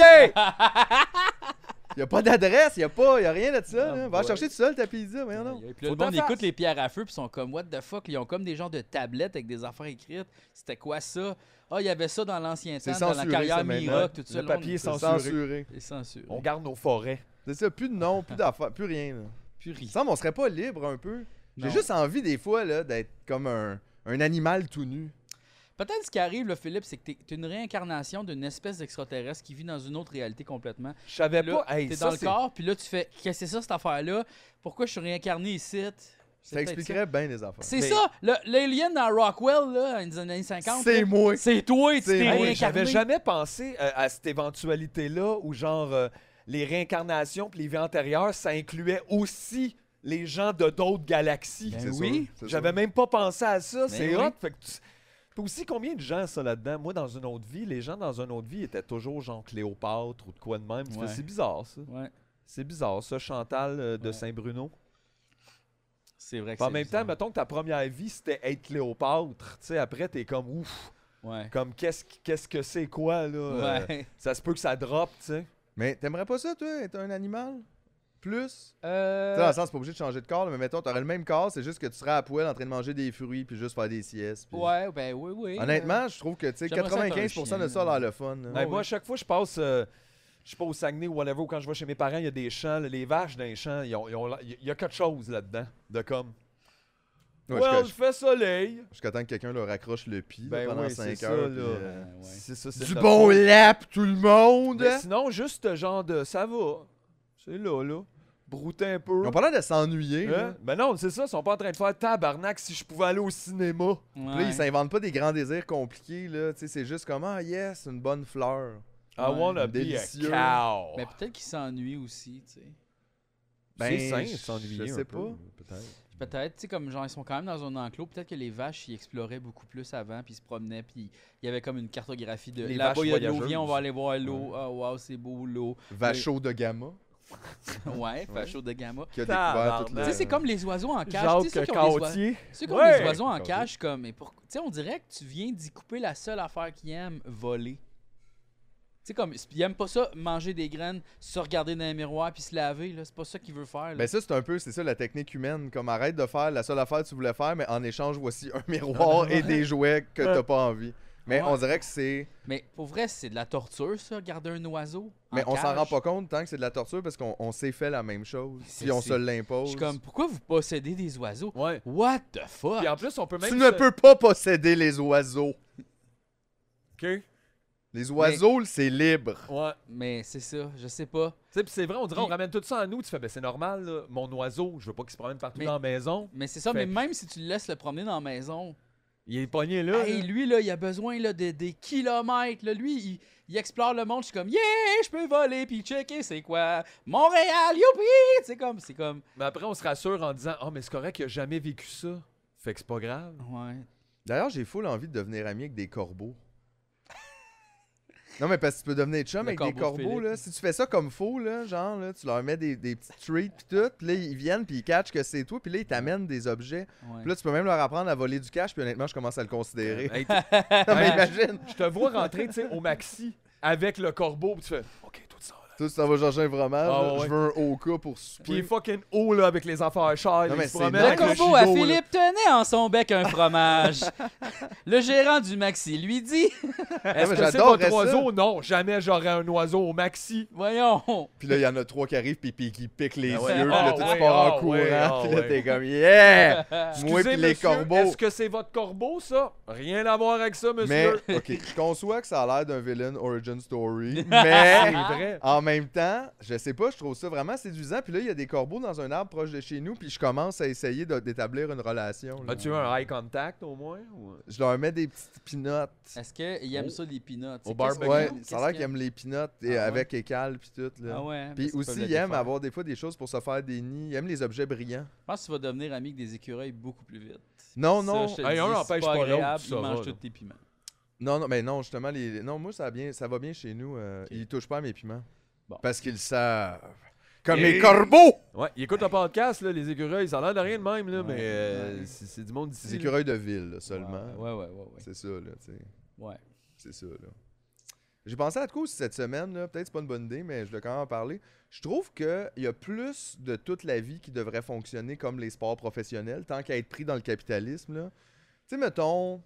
Il n'y a pas d'adresse, il n'y a pas, il y a rien de ça. Ah, là. Va ouais. chercher tout seul ta pizza, voyons non. Et puis là, Faut le monde ta face. écoute les pierres à feu puis sont comme what the fuck, ils ont comme des genres de tablettes avec des affaires écrites. C'était quoi ça? Ah, il y avait ça dans l'ancien C'est temps, dans la censuré, carrière ça, maintenant. Miracle, tout ça. Le monde- papier C'est censuré. censuré. C'est censuré. On garde nos forêts. C'est ça, plus de nom, plus d'affaires, plus rien. Là. Plus Il rien. me semble on serait pas libre un peu. J'ai Non. juste envie des fois là d'être comme un, un animal tout nu. Peut-être ce qui arrive, là, Philippe, c'est que t'es t'es une réincarnation d'une espèce d'extraterrestre qui vit dans une autre réalité complètement. Je savais Puis là, pas. Hey, t'es ça, dans le c'est- corps, puis là, tu fais qu'est-ce que c'est ça, cette affaire-là? Pourquoi je suis réincarné ici? C'est Ça peut-être expliquerait bien les affaires. C'est Mais- ça! le- L'alien dans Rockwell, là, dans les années cinquante. C'est là, moi. C'est toi, tu C'est t'es moi. Hey, réincarné. j'avais jamais pensé euh, à cette éventualité-là où, genre, euh, les réincarnations puis les vies antérieures, ça incluait aussi les gens de d'autres galaxies. Ben C'est oui. sûr, c'est J'avais sûr. même pas pensé à ça. Ben C'est oui. hot. Fait que tu... Puis aussi, combien de gens, ça, là-dedans? Moi, dans une autre vie, les gens dans une autre vie étaient toujours genre Cléopâtre ou de quoi de même. Tu fais, Ouais. C'est bizarre, ça. Ouais, C'est bizarre, ça, Chantal euh, de Ouais. Saint-Bruno. c'est vrai que Puis en c'est même bizarre. temps, mettons que ta première vie, c'était être Cléopâtre. Tu sais, après, t'es comme ouf. Ouais. Comme qu'est-ce qu'est-ce que c'est quoi, là? Euh, Ouais. ça se peut que ça drop, tu sais. Mais t'aimerais pas ça, toi, être un animal? Plus? Euh... Tu sais, dans le sens, c'est pas obligé de changer de corps, là, mais mettons, t'aurais le même corps, c'est juste que tu serais à la poêle en train de manger des fruits puis juste faire des siestes. puis- Ouais, ben oui, oui. Honnêtement, je trouve que tu sais, j'aimerais ça être un quatre-vingt-quinze pour cent de chien, ça a là. l'air le fun. là. Ben, Ouais, moi, ouais. à chaque fois, je passe, euh, je sais pas, au Saguenay ou whatever, ou quand je vais chez mes parents, il y a des champs, là, les vaches dans les champs, ils ont- ils ont la- il y a quelque chose là-dedans, de comme, Ouais, well, jusqu'à- je fais soleil. Jusqu'à temps que quelqu'un leur accroche le pied là, Ben pendant oui, cinq c'est heures. ça, puis, là. euh, Ouais, ouais. C'est ça, c'est Du notre bon faute. lap, tout le monde! Mais sinon, juste ce genre de, ça va, c'est là, là, brouter un peu. Ils ont pas l'air de s'ennuyer. là. Hein? Ben non, c'est ça, ils sont pas en train de faire tabarnak si je pouvais aller au cinéma. Puis là, Ouais. ils s'inventent pas des grands désirs compliqués. Là. Tu sais, c'est juste comme, ah yes, une bonne fleur. I Ouais, wanna be délicieux. a cow. Mais peut-être qu'ils s'ennuient aussi, tu sais. Ben, c'est sain, je- s'ennuyer je un sais peu, pas. peut-être. Peut-être, tu sais, comme genre, ils sont quand même dans un enclos. Peut-être que les vaches, ils exploraient beaucoup plus avant, puis ils se promenaient, puis il y avait comme une cartographie de Les là-bas, vaches il y a de l'eau, voyageuses. viens, on va aller voir l'eau. Ah, wow, c'est beau, l'eau. Vachot de gamma Ouais, facho de gamma. qui a découvert Tabarnak. toute Tu la... sais, c'est comme les oiseaux en cage. Tu sais, ceux Jacques qui ont des oiseaux- Cartier. ceux qui ont Ouais. des oiseaux en Cartier. cage, comme, mais pour... tu sais, on dirait que tu viens d'y couper la seule affaire qu'ils aiment, voler. Tu sais, comme, ils aiment pas ça, manger des graines, se regarder dans un miroir puis se laver, là. C'est pas ça qu'ils veulent faire, là. Ben ça, c'est un peu, c'est ça la technique humaine. Comme arrête de faire la seule affaire que tu voulais faire, mais en échange, voici un miroir et des jouets que t'as pas envie. Mais Ouais. on dirait que c'est... Mais pour vrai, c'est de la torture, ça, garder un oiseau. en Mais on s'en cage. rend pas compte tant que c'est de la torture parce qu'on on s'est fait la même chose. C'est- Puis on c'est- se Je l'impose. suis comme, pourquoi vous possédez des oiseaux? Ouais. What the fuck? Puis en plus, on peut même. Tu ne se- peux pas posséder les oiseaux. OK. Les oiseaux, c'est libre. Ouais. Mais c'est ça, je sais pas. Tu sais, puis c'est vrai, on dirait, on Puis- ramène tout ça à nous. Tu fais, ben c'est normal, là. Mon oiseau, je veux pas qu'il se promène partout Mais- dans la maison. Mais c'est ça, Fait- mais même si tu le laisses le promener dans la maison, Il est pogné là. hey, là. lui, là, il a besoin là, de, des kilomètres. Là. Lui, il, il explore le monde. Je suis comme, yeah, je peux voler, puis checker, c'est quoi? Montréal, youpi! C'est comme, c'est comme, Mais après, on se rassure en disant, ah, mais c'est correct, il a jamais vécu ça. Fait que c'est pas grave. ouais. D'ailleurs, j'ai full envie de devenir ami avec des corbeaux. Non, mais parce que tu peux devenir chum Le avec des corbeau corbeaux, Philippe. là. Si tu fais ça comme faux, là, genre, là, tu leur mets des, des petits treats pis tout, pis là, ils viennent pis ils catchent que c'est toi, pis là, ils t'amènent des objets. Ouais. Pis là, tu peux même leur apprendre à voler du cash, puis honnêtement, je commence à le considérer. Hey, t- Non, mais Hey, imagine, je te vois rentrer, tu sais, au maxi avec le corbeau, puis tu fais OK, tout ça là. toi, tu t'en vas chercher un fromage, Ah, là, ouais. je veux un Oka pour Puis il souper. est fucking haut là avec les affaires chères, Non, il mais se c'est promène Le nice. avec corbeau à gigot, là. Philippe tenait en son bec un fromage. Le gérant du Maxi lui dit Est-ce mais que c'est j'adorerais votre ça. oiseau? Non, jamais j'aurais un oiseau au maxi. Voyons. Puis là, il y en a trois qui arrivent, puis, puis qui piquent les Ben yeux, ouais. puis là, Ah, toi, ouais, tu pars en ah, courant, ouais, ah, puis là, ouais. t'es comme « Yeah! » Moi Excusez, puis les monsieur, corbeaux. Est-ce que c'est votre corbeau, ça? Rien à voir avec ça, Mais, monsieur. OK, je conçois que ça a l'air d'un villain origin story, C'est mais vrai. en même temps, je sais pas, je trouve ça vraiment séduisant. Puis là, il y a des corbeaux dans un arbre proche de chez nous, puis je commence à essayer de- d'établir une relation. là. As-tu eu un eye contact au moins? Ou... Je leur mets des petites pinottes. Est-ce qu'il aime Oh. ça, les peanuts? C'est Au qu'est-ce barbecue. qu'il Ouais, aime? ça a l'air Qu'est-ce qu'ils aiment les pinottes et Ah ouais? avec écale puis tout. Là. Ah ouais. Puis parce qu'ils aussi, peuvent ils le aiment défaire. avoir des fois des choses pour se faire des nids. Ils aiment les objets brillants. Je pense que tu vas devenir ami avec des écureuils beaucoup plus vite. Non, Ça, non, je te Hey, le un dis, n'empêche c'est pas l'autre, agréable, tu ils sauras, mangent là. tous tes piments. non, non, mais non, justement, les... non, moi, ça, a bien... ça va bien chez nous. euh, Ok. Ils touchent pas à mes piments. Bon. Parce qu'ils le savent. Comme Et- les corbeaux! Ouais, ils écoutent le podcast, là, les écureuils. Ça a l'air de rien de même, là, Ouais, mais euh, ouais. c'est c'est du monde Les d'ici. là. écureuils de ville, là, seulement. Ouais, ouais, ouais, ouais. ouais. C'est ça, là, tu sais. Ouais. C'est ça, là. J'ai pensé à de quoi aussi cette semaine, là. Peut-être c'est pas une bonne idée, mais je dois quand même en parler. Je trouve qu'il y a plus de toute la vie qui devrait fonctionner comme les sports professionnels, tant qu'à être pris dans le capitalisme, là. Tu sais, mettons...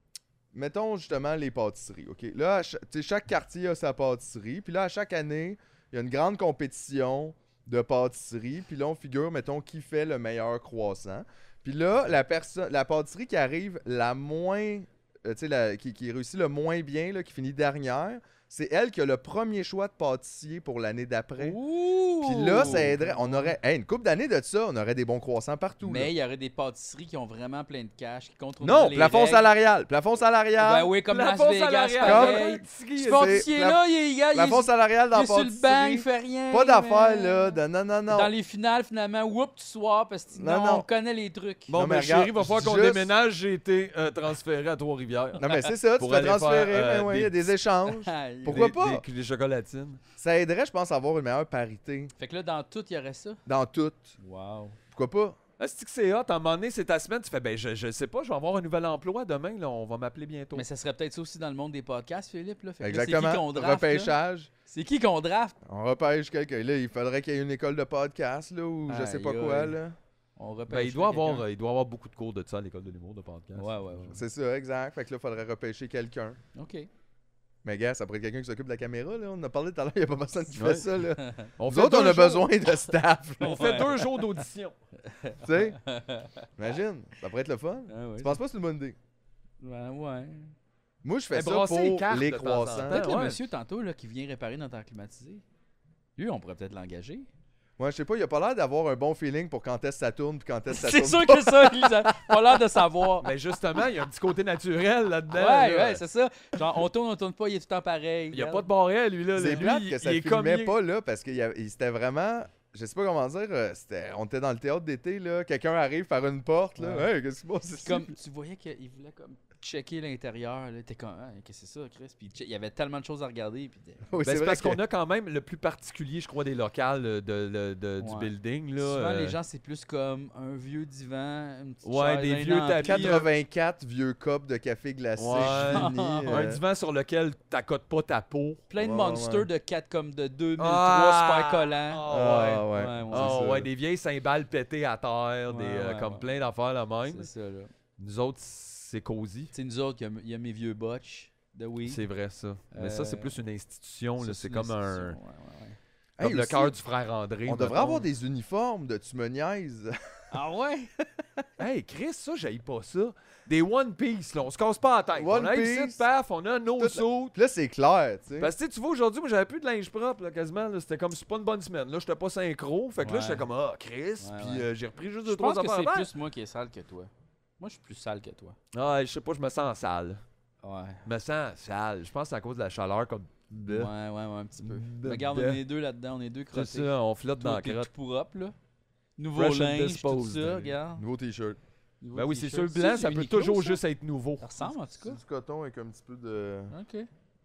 Mettons justement les pâtisseries, OK? Là, à cha- tu sais, chaque quartier a sa pâtisserie, puis là, à chaque année, il y a une grande compétition de pâtisserie, puis là, on figure, mettons, qui fait le meilleur croissant. Puis là, la personne, la pâtisserie qui arrive la moins... euh, tu sais, la- qui, qui réussit le moins bien, là, qui finit dernière, c'est elle qui a le premier choix de pâtissier pour l'année d'après. Ouh! Puis là, ça aiderait. On aurait... Hey, une couple d'années de ça, on aurait des bons croissants partout. là. Mais il y aurait des pâtisseries qui ont vraiment plein de cash, qui contrôlent Non, les plafond règles. salarial. Plafond salarial. Ben oui, comme Las Plafond Vegas, salarial. pareil. Comme- Ce c'est- pâtissier-là, il est, il est, Plafond salarial dans il la est sur le banc, pâtisserie. il fait rien. Pas d'affaire, mais- là. De... Non, non, non. Dans les finales, finalement, whoop, tu sois, parce que Non, non, non. on connaît les trucs. Bon, Non, mais mais regarde, chérie, va falloir je dis qu'on juste- déménage. J'ai été euh, transféré à Trois-Rivières. Non, mais c'est ça, tu Pour peux aller transférer. faire, euh, mais ouais, il y a des des échanges. Aïe. Pourquoi Des- pas? Des, des chocolatines. Ça aiderait, je pense, à avoir une meilleure parité Fait que là, dans tout, il y aurait ça. dans tout. Wow. Pourquoi pas? Est-ce que c'est hot? À un moment donné, c'est ta semaine, tu fais, ben, je, je sais pas, je vais avoir un nouvel emploi demain, là, on va m'appeler bientôt. Mais ça serait peut-être ça aussi dans le monde des podcasts, Philippe. Là. Fait que là, Exactement. C'est qui qu'on draft? là? Repêchage. C'est qui qu'on draft? On repêche quelqu'un. Là, il faudrait qu'il y ait une école de podcast, là, ou je sais pas Aïe, quoi, aïe. là. On repêche Ben, il, doit avoir, quelqu'un. euh, il doit avoir beaucoup de cours de ça à l'école de l'humour, de podcast. Ouais, ouais, ouais. C'est ça, exact. Fait que là, il faudrait repêcher quelqu'un. OK. Mais gars, ça pourrait être quelqu'un qui s'occupe de la caméra, là. On en a parlé tout à l'heure, il n'y a pas personne qui Ouais. fait ça, là. On Nous fait autres, on deux a jours- besoin de staff, là, On fait Ouais. deux jours d'audition. tu sais. Imagine, ça pourrait être le fun. Ah ouais. Tu penses pas que c'est une bonne idée? Ouais, ouais. Moi, je fais Mais ça brasser les pour cartes les de temps en temps. croissants. Peut-être ouais. le monsieur tantôt là, qui vient réparer notre air climatisé. Lui, on pourrait peut-être l'engager. Moi, je sais pas, il a pas l'air d'avoir un bon feeling pour quand est-ce que ça tourne puis quand est-ce que ça C'est tourne sûr pas. que ça, il a pas l'air de savoir. Mais justement, il y a un petit côté naturel là-dedans. Ouais, là. ouais, c'est ça. Genre, on tourne, on tourne pas, il est tout le temps pareil. Il n'y a regarde. pas de barrière, lui, là. C'est Lui, plate il- que ça il est comme filmait il- pas, là, parce qu'il y avait- il- c'était vraiment... Je sais pas comment dire, euh, c'était, on était dans le théâtre d'été, là, quelqu'un arrive par une porte, là, Ouais. hey, qu'est-ce qui se passe ici? Comme, tu voyais qu'il voulait comme checker l'intérieur. là. T'es comme, ah, qu'est-ce que c'est ça, Chris? Puis il y avait tellement de choses à regarder. Puis t'es- Oui, Ben, c'est vrai parce que- qu'on a quand même le plus particulier, je crois, des locales euh, de, de- de- du Ouais. building. Là, Souvent, euh, les gens, c'est plus comme un vieux divan, une petite Ouais, chaise, des un vieux ampli. tapis. quatre-vingt-quatre vieux copes de café glacé Ouais. finis, Un euh, divan sur lequel t'accotes pas ta peau. Plein de Ouais, monsters ouais. de quatre comme de deux mille trois Ah! super collants. Ah, Ah, ouais. ouais. Ouais, ouais, Ah, c'est ça, ouais, là. des vieilles cymbales pétées à terre, des, Ouais, euh, ouais, comme ouais. plein d'affaires la même. C'est ça, là. Nous autres, c'est cosy. Tu sais, nous autres, il y a- il y, a mes vieux botch de oui. C'est vrai, ça. Mais ça, c'est Euh, plus une institution. Ça, là. C'est une comme un. institution, ouais, ouais, ouais. Comme Hey, le aussi, cœur du frère André. On devrait mettons. avoir des uniformes de tu me niaises. Ah ouais? Hey, Chris, ça, j'aille pas ça. Des One Piece, là. On se casse pas la tête. One on a Piece. ici, paf, on a nos Toute la- sauts. Puis là, c'est clair, tu sais. Parce que tu sais, tu vois, aujourd'hui, moi, j'avais plus de linge propre, là, quasiment. là. C'était comme, c'est pas une bonne semaine. Là, j'étais pas synchro. Fait que là, Ouais. j'étais comme, ah, Chris. Ouais, Puis ouais. euh, j'ai repris juste Je deux, trois pense que affaires. c'est à faire. plus moi qui est sale que toi. Moi, je suis plus sale que toi. Ah, je sais pas, je me sens sale. Ouais. Je me sens sale. Je pense que c'est à cause de la chaleur, comme. Ouais, ouais, ouais, un petit peu. De- Regarde, de- on est deux là-dedans, on est deux C'est crottés. ça, on flotte dans Toi, la t'es crotte. tout pour up, là. Nouveau Fresh and linge, tout disposed. ça, regarde. Nouveau t-shirt. Nouveau Ben oui, c'est t-shirt. sûr, le blanc, c'est ça du peut Uniqlo, toujours ça? juste être nouveau. Ça ressemble, en tout C'est cas. du coton avec un petit peu de... OK.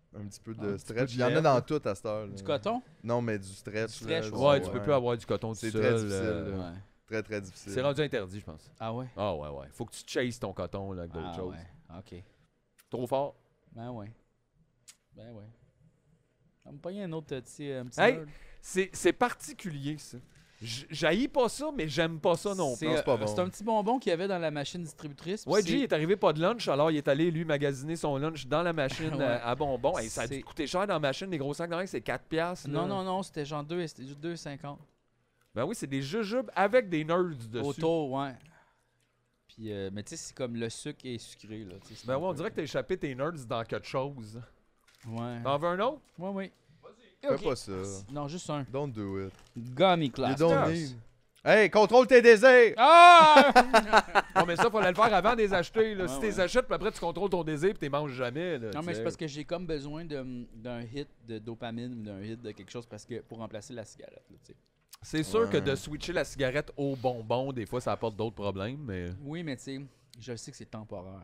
Un petit peu Ah, de un petit peu stretch. de Il y en a laine. dans tout à cette heure. là. Du coton? Non, mais du stretch. Du stretch, là, Ouais, ouais, tu ouais. peux plus avoir du coton tout C'est seul. très difficile, euh, là. Ouais. Très, très difficile. C'est rendu interdit, je pense. Ah ouais? Ah ouais, ouais. Faut que tu chases ton coton là, avec d'autres Ah choses. ouais, ok. Trop fort. Ben ouais. Ben ouais. On me pogner un autre petit, un petit Hey! nerd. C'est c'est particulier, ça. J- J'haïs pas ça, mais j'aime pas ça non C'est plus. Non, c'est pas euh, bon. c'est un petit bonbon qu'il y avait dans la machine distributrice. puis Ouais, c'est- G est arrivé pas de lunch, alors il est allé, lui, magasiner son lunch dans la machine Ouais. à, à bonbons. Hey, ça a dû C'est- coûter cher dans la machine, les gros sacs d'oreilles, c'est quatre piastres. Non, là. non, non, c'était genre deux, c'était juste deux cinquante. Ben oui, c'est des jujubes avec des nerds dessus. Autour, ouais. Puis, euh, mais tu sais, c'est comme le sucre est sucré, là. tu sais, c'est Ben un ouais, on peu- dirait que t'as échappé tes nerds dans quelque chose. Ouais. T'en veux un autre? Ouais, oui. Fais Ok. pas ça. Non, juste un. Don't do it. Gummy You Clusters. don't need. Hey, contrôle tes désirs! Ah! Non, mais ça, fallait le faire avant de les acheter. Là. Ouais, si ouais. t'es achètes, puis après, tu contrôles ton désir, puis tu manges jamais. Là, Non, mais tu sais. c'est parce que j'ai comme besoin de- d'un hit de dopamine ou d'un hit de quelque chose parce que pour remplacer la cigarette, là, tu sais. C'est sûr que Ouais. de switcher la cigarette au bonbon, des fois, ça apporte d'autres problèmes, mais... Oui, mais tu sais, je sais que c'est temporaire.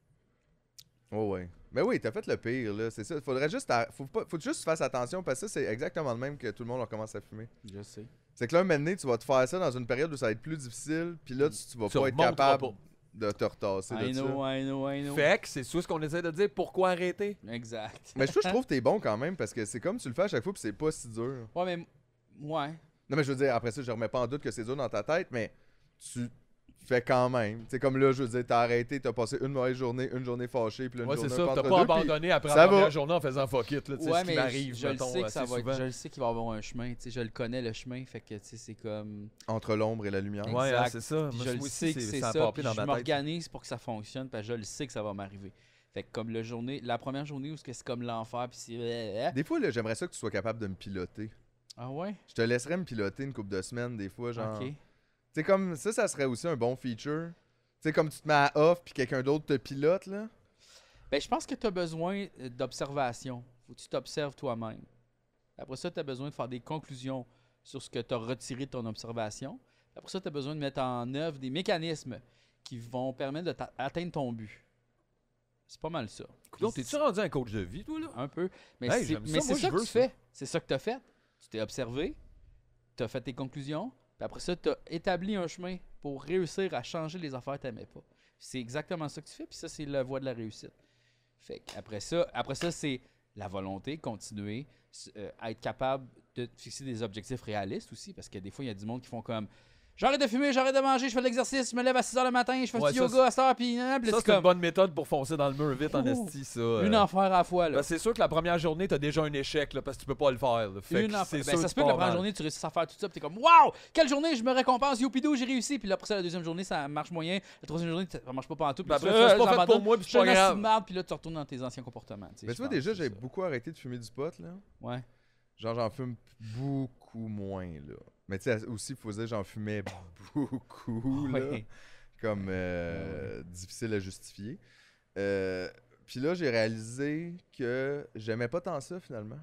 Oh ouais. Mais oui, t'as fait le pire, là. C'est ça. Faudrait juste. à- Faut, pas... Faut juste que tu fasses attention parce que ça, c'est exactement le même que tout le monde recommence à fumer. Je sais. C'est que là, un moment donné, tu vas te faire ça dans une période où ça va être plus difficile, puis là, tu, tu vas Tu pas être remonteras capable pas. de te retasser I de ça. know, I know, I know. Fait que c'est ça ce qu'on essaie de dire. Pourquoi arrêter? Exact. Mais je trouve, je trouve que t'es bon quand même parce que c'est comme tu le fais à chaque fois, puis c'est pas si dur. Ouais, mais. m- Ouais. Non, mais je veux dire, après ça, je remets pas en doute que c'est dur dans ta tête, mais tu fais quand même. C'est comme là, je veux dire, t'as arrêté, t'as passé une mauvaise journée, une journée fâchée, puis là, une Ouais, c'est journée ça. un peu T'as entre pas deux, puis abandonné après ça la va. première journée en faisant fuck it. Là, tu sais, Ouais, ce qui mais m'arrive, je, je le mettons, sais que ça assez va être, souvent. je le sais qu'il va y avoir un chemin, tu sais, je le connais le chemin, fait que tu sais c'est comme Entre l'ombre et la lumière. Exact. Ouais, hein, c'est ça. puis Moi, je le moi sais aussi, que c'est ça a ça, popé puis dans je ma tête. m'organise pour que ça fonctionne, parce que je le sais que ça va m'arriver. Fait que comme le journée, la première journée où c'est c'est comme l'enfer puis c'est Des fois, là, j'aimerais ça que tu sois capable de me piloter. Ah ouais. Je te laisserais me piloter une couple de semaines, des fois, genre. OK. Tu sais, comme ça, ça serait aussi un bon feature. Tu sais, comme tu te mets à off puis quelqu'un d'autre te pilote, là. Ben je pense que tu as besoin euh, d'observation. Faut que tu t'observes toi-même. Après ça, tu as besoin de faire des conclusions sur ce que tu as retiré de ton observation. Après ça, tu as besoin de mettre en œuvre des mécanismes qui vont permettre d'atteindre ton but. C'est pas mal ça. Donc, t'es-tu rendu un coach de vie, toi, là? Un peu. Mais Hey, c'est j'aime ça. mais Moi, c'est je ça que veux tu ça. fais. C'est ça que tu as fait. Tu t'es observé, tu as fait tes conclusions, puis après ça, tu as établi un chemin pour réussir à changer les affaires que tu n'aimais pas. C'est exactement ça que tu fais, puis ça, c'est la voie de la réussite. Fait après ça, après ça c'est la volonté, continuer, s- euh, être capable de te fixer des objectifs réalistes aussi, parce que des fois, il y a du monde qui font comme j'arrête de fumer, j'arrête de manger, je fais de l'exercice, je me lève à six heures le matin, je fais Ouais, du ça, yoga à cette heure, puis nan, nan, puis là, Ça, c'est c'est une comme bonne méthode pour foncer dans le mur vite en Ouh. esti, ça. euh. une enfer à la fois. Là. Ben, c'est sûr que la première journée, t'as déjà un échec, là, parce que tu peux pas le faire. Là. Fait Une que enfer- c'est ben, sûr ça que se tu peut que la pars première mal. journée, tu réussis à faire tout ça, puis t'es comme waouh, quelle journée, je me récompense, youpidou, j'ai réussi. Puis là, après ça, la deuxième journée, ça marche moyen. La troisième journée, ça marche pas partout. Puis Ben, tu après fais, ça, c'est euh, pas fait j'abandonne. pour moi, puis Je c'est suis pas un grave. assis de marde, puis là, tu retournes dans tes anciens comportements. tu sais, Mais je tu vois, pense, déjà, c'est j'ai ça. beaucoup arrêté de fumer du pot, là. Ouais. Genre, j'en fume beaucoup moins, là. Mais tu sais, aussi, il faut dire, j'en fumais beaucoup, là. Ouais. Comme euh, difficile à justifier. Euh, Puis là, j'ai réalisé que j'aimais pas tant ça, finalement.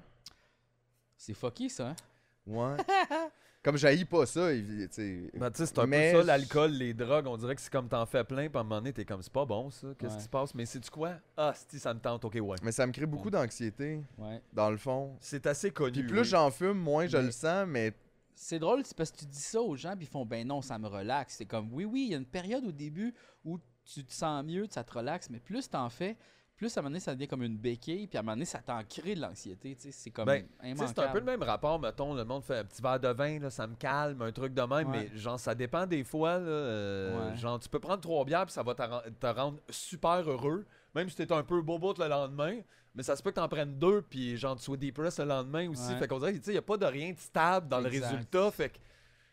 C'est fucky, ça, hein? Ouais. Comme j'haïs pas ça, évi- tu sais. Ben, tu sais, c'est un Mais peu ça, je- l'alcool, les drogues. On dirait que c'est comme t'en fais plein, puis à un moment donné, t'es comme, c'est pas bon, ça. Qu'est-ce Ouais. qui se passe? Mais c'est du quoi? Ah, si, ça me tente, ok, ouais. Mais ça me crée beaucoup d'anxiété, Ouais. dans le fond. C'est assez connu. Puis plus oui. j'en fume, moins je Mais- le sens, mais C'est drôle, c'est parce que tu dis ça aux gens, puis ils font ben non, ça me relaxe. C'est comme oui, oui, il y a une période au début où tu te sens mieux, ça te relaxe, mais plus t'en fais, plus à un moment donné, ça devient comme une béquille, puis à un moment donné, ça t'en crée de l'anxiété. Tu sais, c'est comme Ben, Tu sais, immanquable. c'est un peu le même rapport, mettons, le monde fait un petit verre de vin, là, ça me calme, un truc de même, Ouais. mais genre, ça dépend des fois, là, euh, Ouais. genre, tu peux prendre trois bières, puis ça va te, ren- te rendre super heureux, même si t'es un peu bobo le lendemain, mais ça se peut que t'en prennes deux, puis genre, tu sois depressed le lendemain aussi, Ouais. fait qu'on dirait, tu sais, il y a pas de rien de stable dans Exact. le résultat, fait que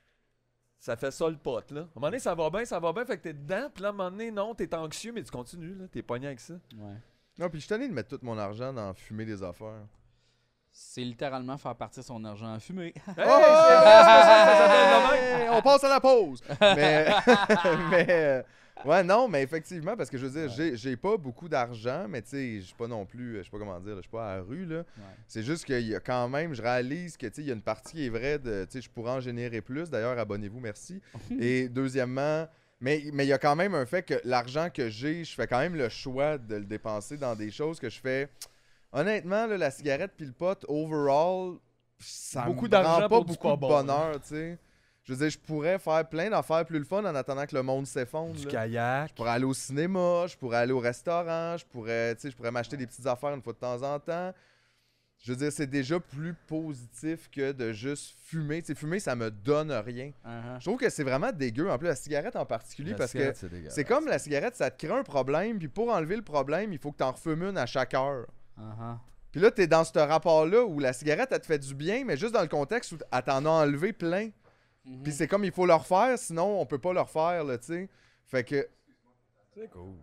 ça fait ça le pote, là. À un moment donné, ça va bien, ça va bien, fait que t'es dedans, puis là, à un moment donné, non, t'es anxieux, mais tu continues, là, t'es pogné avec ça. Ouais. non, puis je suis tanné de mettre tout mon argent dans fumer des affaires. C'est littéralement faire partir son argent à fumer. Hey, c'est vrai, c'est ça, ça s'appelle de même. Hey, on passe à la pause. mais, mais euh, ouais, non, mais effectivement, parce que je veux dire, j'ai- j'ai pas beaucoup d'argent, mais tu sais, je suis pas non plus, je sais pas comment dire, je suis pas à la rue, là. Ouais. C'est juste qu'il y a quand même, je réalise que tu sais, il y a une partie qui est vraie de, tu sais, je pourrais en générer plus. D'ailleurs, abonnez-vous, merci. Et deuxièmement, mais mais il y a quand même un fait que l'argent que j'ai, je fais quand même le choix de le dépenser dans des choses que je fais. honnêtement, là, la cigarette puis le pot, overall, ça Beaucoup me d'argent rend pas pour du beaucoup pas de bon, bonheur, tu sais. Je veux dire, je pourrais faire plein d'affaires plus le fun en attendant que le monde s'effondre. Du là. kayak. Je pourrais aller au cinéma, je pourrais aller au restaurant, je pourrais, tu sais, je pourrais m'acheter des petites affaires une fois de temps en temps. Je veux dire, c'est déjà plus positif que de juste fumer. Tu sais, fumer, ça me donne rien. Uh-huh. Je trouve que c'est vraiment dégueu. En plus, la cigarette en particulier, La parce cigarette, que c'est dégueulasse. c'est comme la cigarette, ça te crée un problème, puis pour enlever le problème, il faut que tu en refumes une à chaque heure. Uh-huh. Puis là, t'es dans ce rapport-là où la cigarette, elle te fait du bien, mais juste dans le contexte où elle t'en a enlevé plein. Mhm. Puis c'est comme, il faut le refaire, sinon on peut pas le refaire, là, tu sais. Fait que... C'est cool.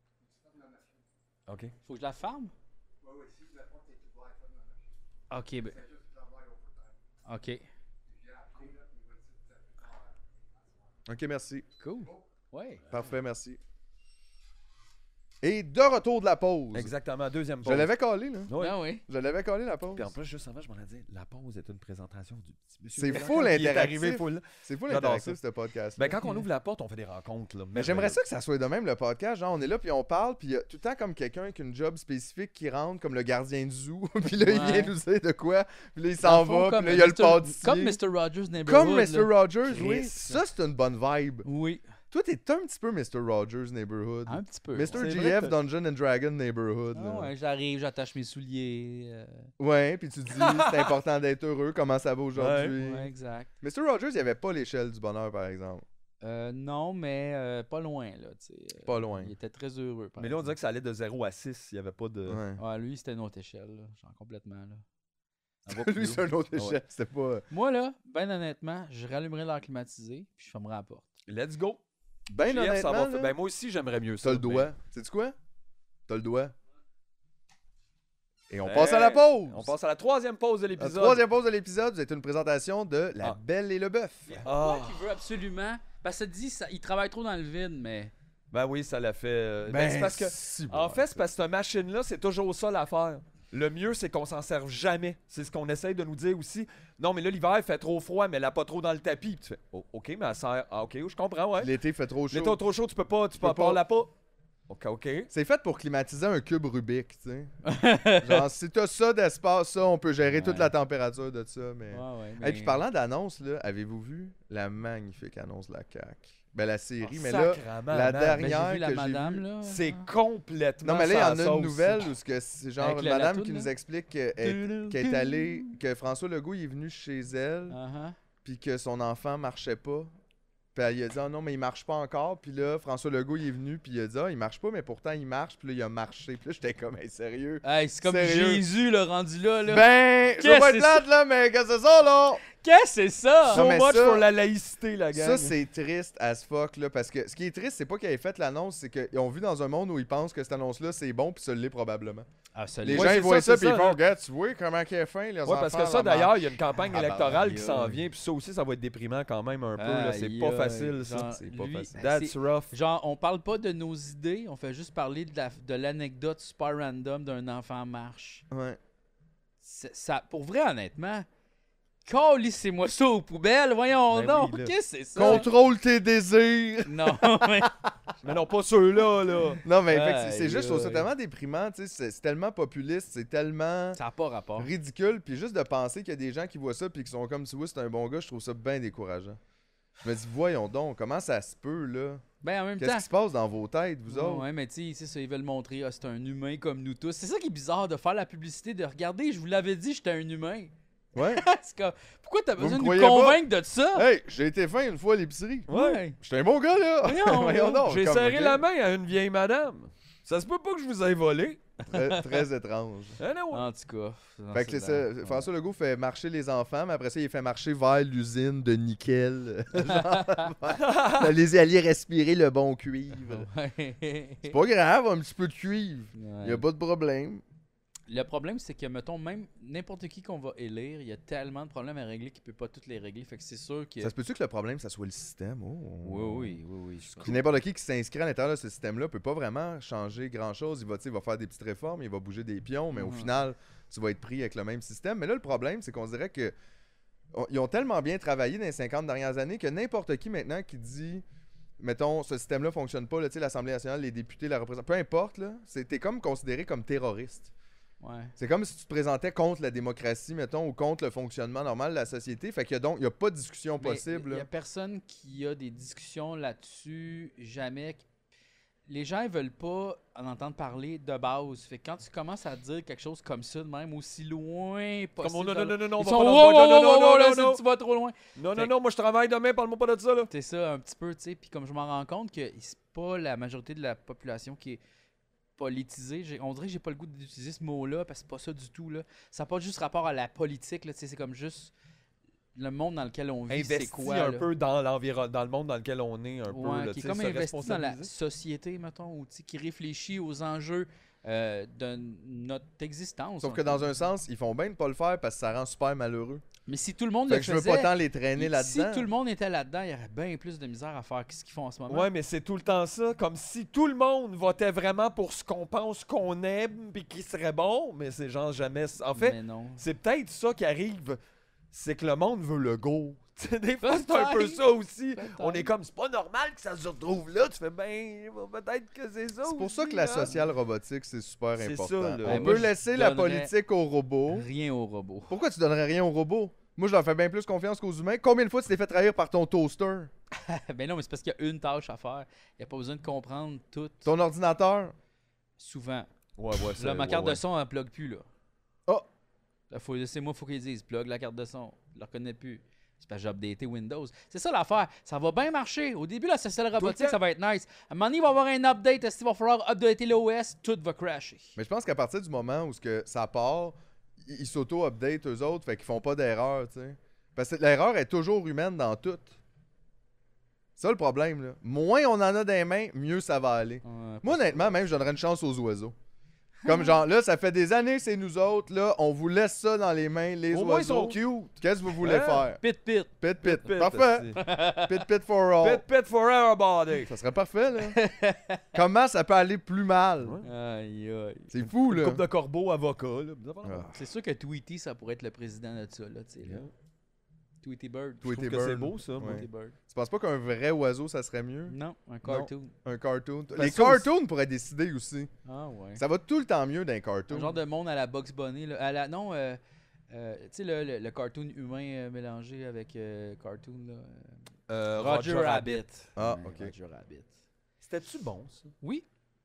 OK. Faut que je la ferme? Ok, ben. Ok. OK, merci. Cool. Ouais. Parfait, merci. Et de retour de la pause. Exactement, deuxième Je pause. l'avais collé, là. Oui. Ah oui. Je l'avais collé, la pause. Puis en plus, juste avant, je m'en ai dit, la pause est une présentation du petit monsieur. C'est Blanc full qui est interactif. arrivé full. C'est fou J'adore l'interactif, ça. ce podcast. Ben, quand on ouvre la porte, on fait des rencontres. Là, Mais j'aimerais ça que ça soit de même, le podcast. Genre, on est là, puis on parle, puis il y a tout le temps comme quelqu'un avec une job spécifique qui rentre, comme le gardien du zoo. Puis là, il Ouais. vient nous dire de quoi. Puis là, il Dans s'en le fond, va, comme puis là, il y a le mister pâtissier. Comme mister Rogers Neighborhood. Comme mister là. Rogers, oui. Chris. Ça, c'est une bonne vibe. Oui. Toi, t'es un petit peu mister Rogers Neighborhood. Un petit peu. mister C'est G vrai F que- Dungeon and Dragon Neighborhood. Ah là. ouais, j'arrive, j'attache mes souliers. euh, Ouais, puis tu dis, c'est important d'être heureux, comment ça va aujourd'hui. Ouais, exact. mister Rogers, il n'y avait pas l'échelle du bonheur, par exemple. Euh, non, mais euh, pas loin, là, tu sais. euh, Pas loin. Il était très heureux. par Mais là, on exemple. dirait que ça allait de zéro à six. Il n'y avait pas de. Ouais. Ouais, lui, c'était une autre échelle, là. Genre complètement, là. Ça va plus Lui, haut. c'est une autre Ah ouais. échelle. C'était pas. Moi, là, ben honnêtement, je rallumerais l'air climatisé, puis je fermerais la porte. Let's go. Ben, J F, ça honnêtement, va là, fa- ben, moi aussi, j'aimerais mieux ça. t'as le mais- doigt. Sais-tu quoi? T'as le doigt. Et on Hey, passe à la pause. On passe à la troisième pause de La l'épisode. troisième pause de l'épisode, vous êtes une présentation de La Ah. Belle et le Bœuf. Ah. Moi qui veux absolument. Parce que ça dit, ça, il travaille trop dans le vide, mais. Ben oui, ça l'a fait. euh, ben, c'est parce que. si En bon, fait, c'est parce que cette machine-là, c'est toujours ça l'affaire. Le mieux, c'est qu'on s'en serve jamais. C'est ce qu'on essaye de nous dire aussi. Non, mais là, l'hiver, il fait trop froid, mais elle a pas trop dans le tapis. Puis tu fais, oh, OK, mais elle sert. Ah, OK, je comprends, ouais. L'été fait trop chaud. L'été trop chaud, tu peux pas. Tu peux peux pas. pas. la pas. OK, OK. C'est fait pour climatiser un cube Rubik, tu sais. Genre, si t'as ça d'espace, ça, on peut gérer toute Ouais. la température de ça, mais... Ouais, ouais. Et mais- puis parlant d'annonce, là, avez-vous vu la magnifique annonce de la C A Q? Ben la série, Oh, mais là, sacrament, la man. Ben, dernière j'ai vu la que j'ai madame, vue- là. C'est hein. complètement. Non, mais là, il y en a sans une sauce. nouvelle où ce que c'est genre Avec une la- la madame toune, qui là? nous explique qu'elle qu'elle est allée, que François Legault il est venu chez elle, Uh-huh. puis que son enfant marchait pas. Puis elle il a dit ah non mais il marche pas encore. Puis là François Legault il est venu puis il a dit ah il marche pas mais pourtant il marche. Puis là il a marché. Puis là j'étais comme hey, sérieux. Hey, c'est comme Sérieux? Jésus, le rendu là, là. Ben je veux Qu'est-ce pas que être c'est plate là mais qu'est-ce que c'est ça là? Qu'est-ce que c'est ça? So Non, mais much ça- pour la laïcité, la gang. Ça c'est triste as fuck là parce que ce qui est triste c'est pas qu'ils aient fait l'annonce c'est qu'ils ont vu dans un monde où ils pensent que cette annonce là c'est bon puis ça l'est probablement. Ah, ça Les Ouais, gens c'est ils voient ça, ça c'est puis ils ça, font là. regarde tu vois comment qu'il est fin les Ouais, parce que enfants, ça, la d'ailleurs, il y a une campagne Ah, bah, électorale qui aïe, s'en aïe. vient, puis ça aussi, ça va être déprimant quand même un peu. là. C'est Aïe, pas aïe. facile, ça. Genre, C'est pas lui, facile. That's c'est- rough. Genre, on parle pas de nos idées, on fait juste parler de la- de l'anecdote super random d'un enfant en marche. Ouais. C'est- Ça, pour vrai, honnêtement, calissez-moi ça aux poubelles, voyons Ben donc. oui, là. Qu'est-ce que c'est ça? Contrôle tes désirs. Non, mais... Mais non, pas ceux-là, là. Non, mais Aïe, effectivement, c'est juste, je trouve ça aïe. tellement déprimant, tu sais, c'est c'est tellement populiste, c'est tellement ça n'a pas rapport. ridicule, puis juste de penser qu'il y a des gens qui voient ça puis qui sont comme, tu vois, c'est un bon gars, je trouve ça bien décourageant. Je me dis, voyons donc, comment ça se peut, là? Ben, en même Qu'est-ce temps... qui se passe dans vos têtes, vous Ouais, autres? ouais, mais tu sais, c'est ça, ils veulent montrer, ah, c'est un humain comme nous tous. C'est ça qui est bizarre de faire la publicité, de regarder, je vous l'avais dit, j'étais un humain. Ouais? C'est comme, pourquoi t'as Vous besoin me de nous croyez pas? convaincre de ça? Hey, j'ai été fin une fois à l'épicerie. Ouais. J'étais un bon gars, là! Voyons, donc, J'ai comme, serré ok. la main à une vieille madame. Ça se peut pas que je vous aille volé. Très, très étrange. Ah non. En tout cas. non, Fait que c'est ça, ouais. François Legault fait marcher les enfants, mais après ça, il fait marcher vers l'usine de nickel. Genre, les aller respirer le bon cuivre. Ouais. C'est pas grave, un petit peu de cuivre. Ouais. Y a pas de problème. Le problème, c'est que, mettons, même n'importe qui qu'on va élire, il y a tellement de problèmes à régler qu'il peut pas toutes les régler. Fait que c'est sûr que. Ça se peut-tu que le problème, ça soit le système? Oh. Oui, oui, oui, oui. je Puis n'importe qui qui s'inscrit à l'intérieur de ce système-là peut pas vraiment changer grand-chose. Il va, tu sais, il va faire des petites réformes, il va bouger des pions, mais au Mhm. final, tu vas être pris avec le même système. Mais là, le problème, c'est qu'on dirait que on- ils ont tellement bien travaillé dans les cinquante dernières années que n'importe qui maintenant qui dit, mettons, ce système-là fonctionne pas, là, tu sais, l'Assemblée nationale, les députés, la représentation, peu importe, là, c'est- t'es comme considéré comme terroriste. Ouais. C'est comme si tu te présentais contre la démocratie, mettons, ou contre le fonctionnement normal de la société. Fait qu'il y a donc, il y a pas de discussion Mais possible. Il n'y là. a personne qui a des discussions là-dessus, jamais. Les gens ne veulent pas en entendre parler de base. Fait que quand tu commences à dire quelque chose comme ça, de même aussi loin possible. Comme on, non, non, non, non, non, on ils va sont pas wow, dans- wow, non, non, wow, non, wow, non, là, non, c'est- non. tu vas trop loin. Non, non, Fait- non, moi je travaille demain, parle-moi pas de ça, là. C'est ça, un petit peu, tu sais. Puis comme je m'en rends compte que c'est pas la majorité de la population qui est politisée. J'ai- On dirait que j'ai pas le goût d'utiliser ce mot-là parce que c'est pas ça du tout, là. Ça n'a pas juste rapport à la politique, là. Tu sais, c'est comme juste le monde dans lequel on vit, c'est Investi quoi, un là. peu dans l'environnement, dans le monde dans lequel on est, un peu. Ouais, là, qui est tu sais, comme se investi dans la responsabiliser. société, mettons, ou tu sais, qui réfléchit aux enjeux euh, de notre existence. Sauf un que peu. dans un sens, ils font bien de pas le faire parce que ça rend super malheureux. Mais si tout le monde Fait le que je veux faisait, pas tant les traîner si là-dedans. tout le monde était là-dedans, il y aurait bien plus de misère à faire ce qu'ils font en ce moment. Ouais, mais c'est tout le temps ça. Comme si tout le monde votait vraiment pour ce qu'on pense qu'on aime puis qui serait bon, mais c'est genre jamais. En fait, Mais non. c'est peut-être ça qui arrive. C'est que le monde veut le go. Tu sais, des fois, c'est un peu Peut-être. ça aussi. Peut-être. On est comme, c'est pas normal que ça se retrouve là. Tu fais, ben, peut-être que c'est ça. C'est pour ça aussi, que la hein. sociale robotique, c'est super C'est important. ça, là. On Ouais, peut moi, je laisser la donnerais- politique aux robots. Rien au robot. Pourquoi tu donnerais rien aux robots? Moi, je leur fais bien plus confiance qu'aux humains. Combien de fois tu t'es fait trahir par ton toaster? Ben non, mais c'est parce qu'il y a une tâche à faire. Il n'y a pas besoin de comprendre tout. Ton ordinateur? Souvent. Ouais, ouais, c'est Là, ma ouais, carte ouais. de son, elle plug plus, là. Oh! Là, faut, c'est moi, il faut qu'ils disent plug la carte de son. Je la reconnais plus. C'est parce que j'ai updaté Windows. C'est ça l'affaire. Ça va bien marcher. Au début, la sociale robotique, temps. ça va être nice. À un moment donné, il va y avoir un update. Est-ce qu'il va falloir updater l'O S? Tout va crasher. Mais je pense qu'à partir du moment où ce que ça part, ils ils s'auto-updatent eux autres, fait qu'ils font pas d'erreur, tu sais. Parce que l'erreur est toujours humaine dans tout. C'est ça le problème, là. Moins on en a dans les mains, mieux ça va aller. Ouais, Moi, honnêtement, même, je donnerais une chance aux oiseaux. Comme genre, là, ça fait des années, c'est nous autres, là, on vous laisse ça dans les mains, les Au moins, ils sont oiseaux. cute. Qu'est-ce que vous voulez Hein? faire? Pit pit. Pit, pit. Pit, Parfait. aussi. Pit, pit for all. Pit, pit for everybody. Ça serait parfait, là. Comment ça peut aller plus mal? Ouais. Aïe, aïe. C'est fou, Une là. coupe de corbeau, avocat. Là. Ah. C'est sûr que Tweety, ça pourrait être le président de ça, là, tu sais, là. Tweety Bird. Je trouve Tweety que c'est Bird. beau, ça. moi. Ouais. Tweety Bird. Tu penses pas qu'un vrai oiseau, ça serait mieux? Non, un cartoon. Un cartoon. Ben, Les ça aussi- cartoons pourraient décider aussi. Ah ouais. Ça va tout le temps mieux d'un cartoon. Un genre de monde à la Bugs Bunny, là. À la, non, euh, euh, tu sais, le, le, le cartoon humain euh, mélangé avec euh, cartoon, là. Euh, Roger, Rabbit. Ah, Ouais, ok. Roger Rabbit. C'était-tu bon, ça? Oui.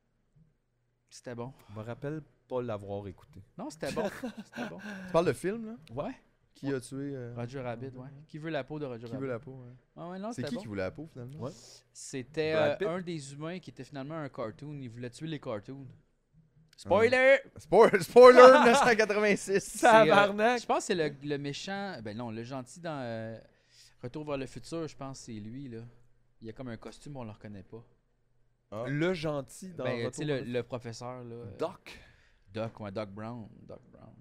C'était bon. Je me rappelle pas l'avoir écouté. Non, c'était bon. C'était bon. Tu parles de film, là? Ouais. Qui a tué... euh, Roger Rabbit, ouais. Qui veut la peau de Roger Qui Rabbit? veut la peau, ouais. Ah ouais, non, C'est c'était qui bon. qui voulait la peau, finalement? Ouais. C'était Brad euh, Pitt? un des humains qui était finalement un cartoon. Il voulait tuer les cartoons. Spoiler! Spoiler, spoiler mille neuf cent quatre-vingt-six! C'est, euh, Tabarnak! je pense que c'est le, le méchant. Ben non, le gentil dans euh, Retour vers le futur, je pense que c'est lui, là. Il a comme un costume, on le reconnaît pas. Ah. Le gentil dans Ben, tu Retour sais, le, vers le- le professeur, là. euh, Doc. Doc, ouais, Doc Brown. Doc Brown.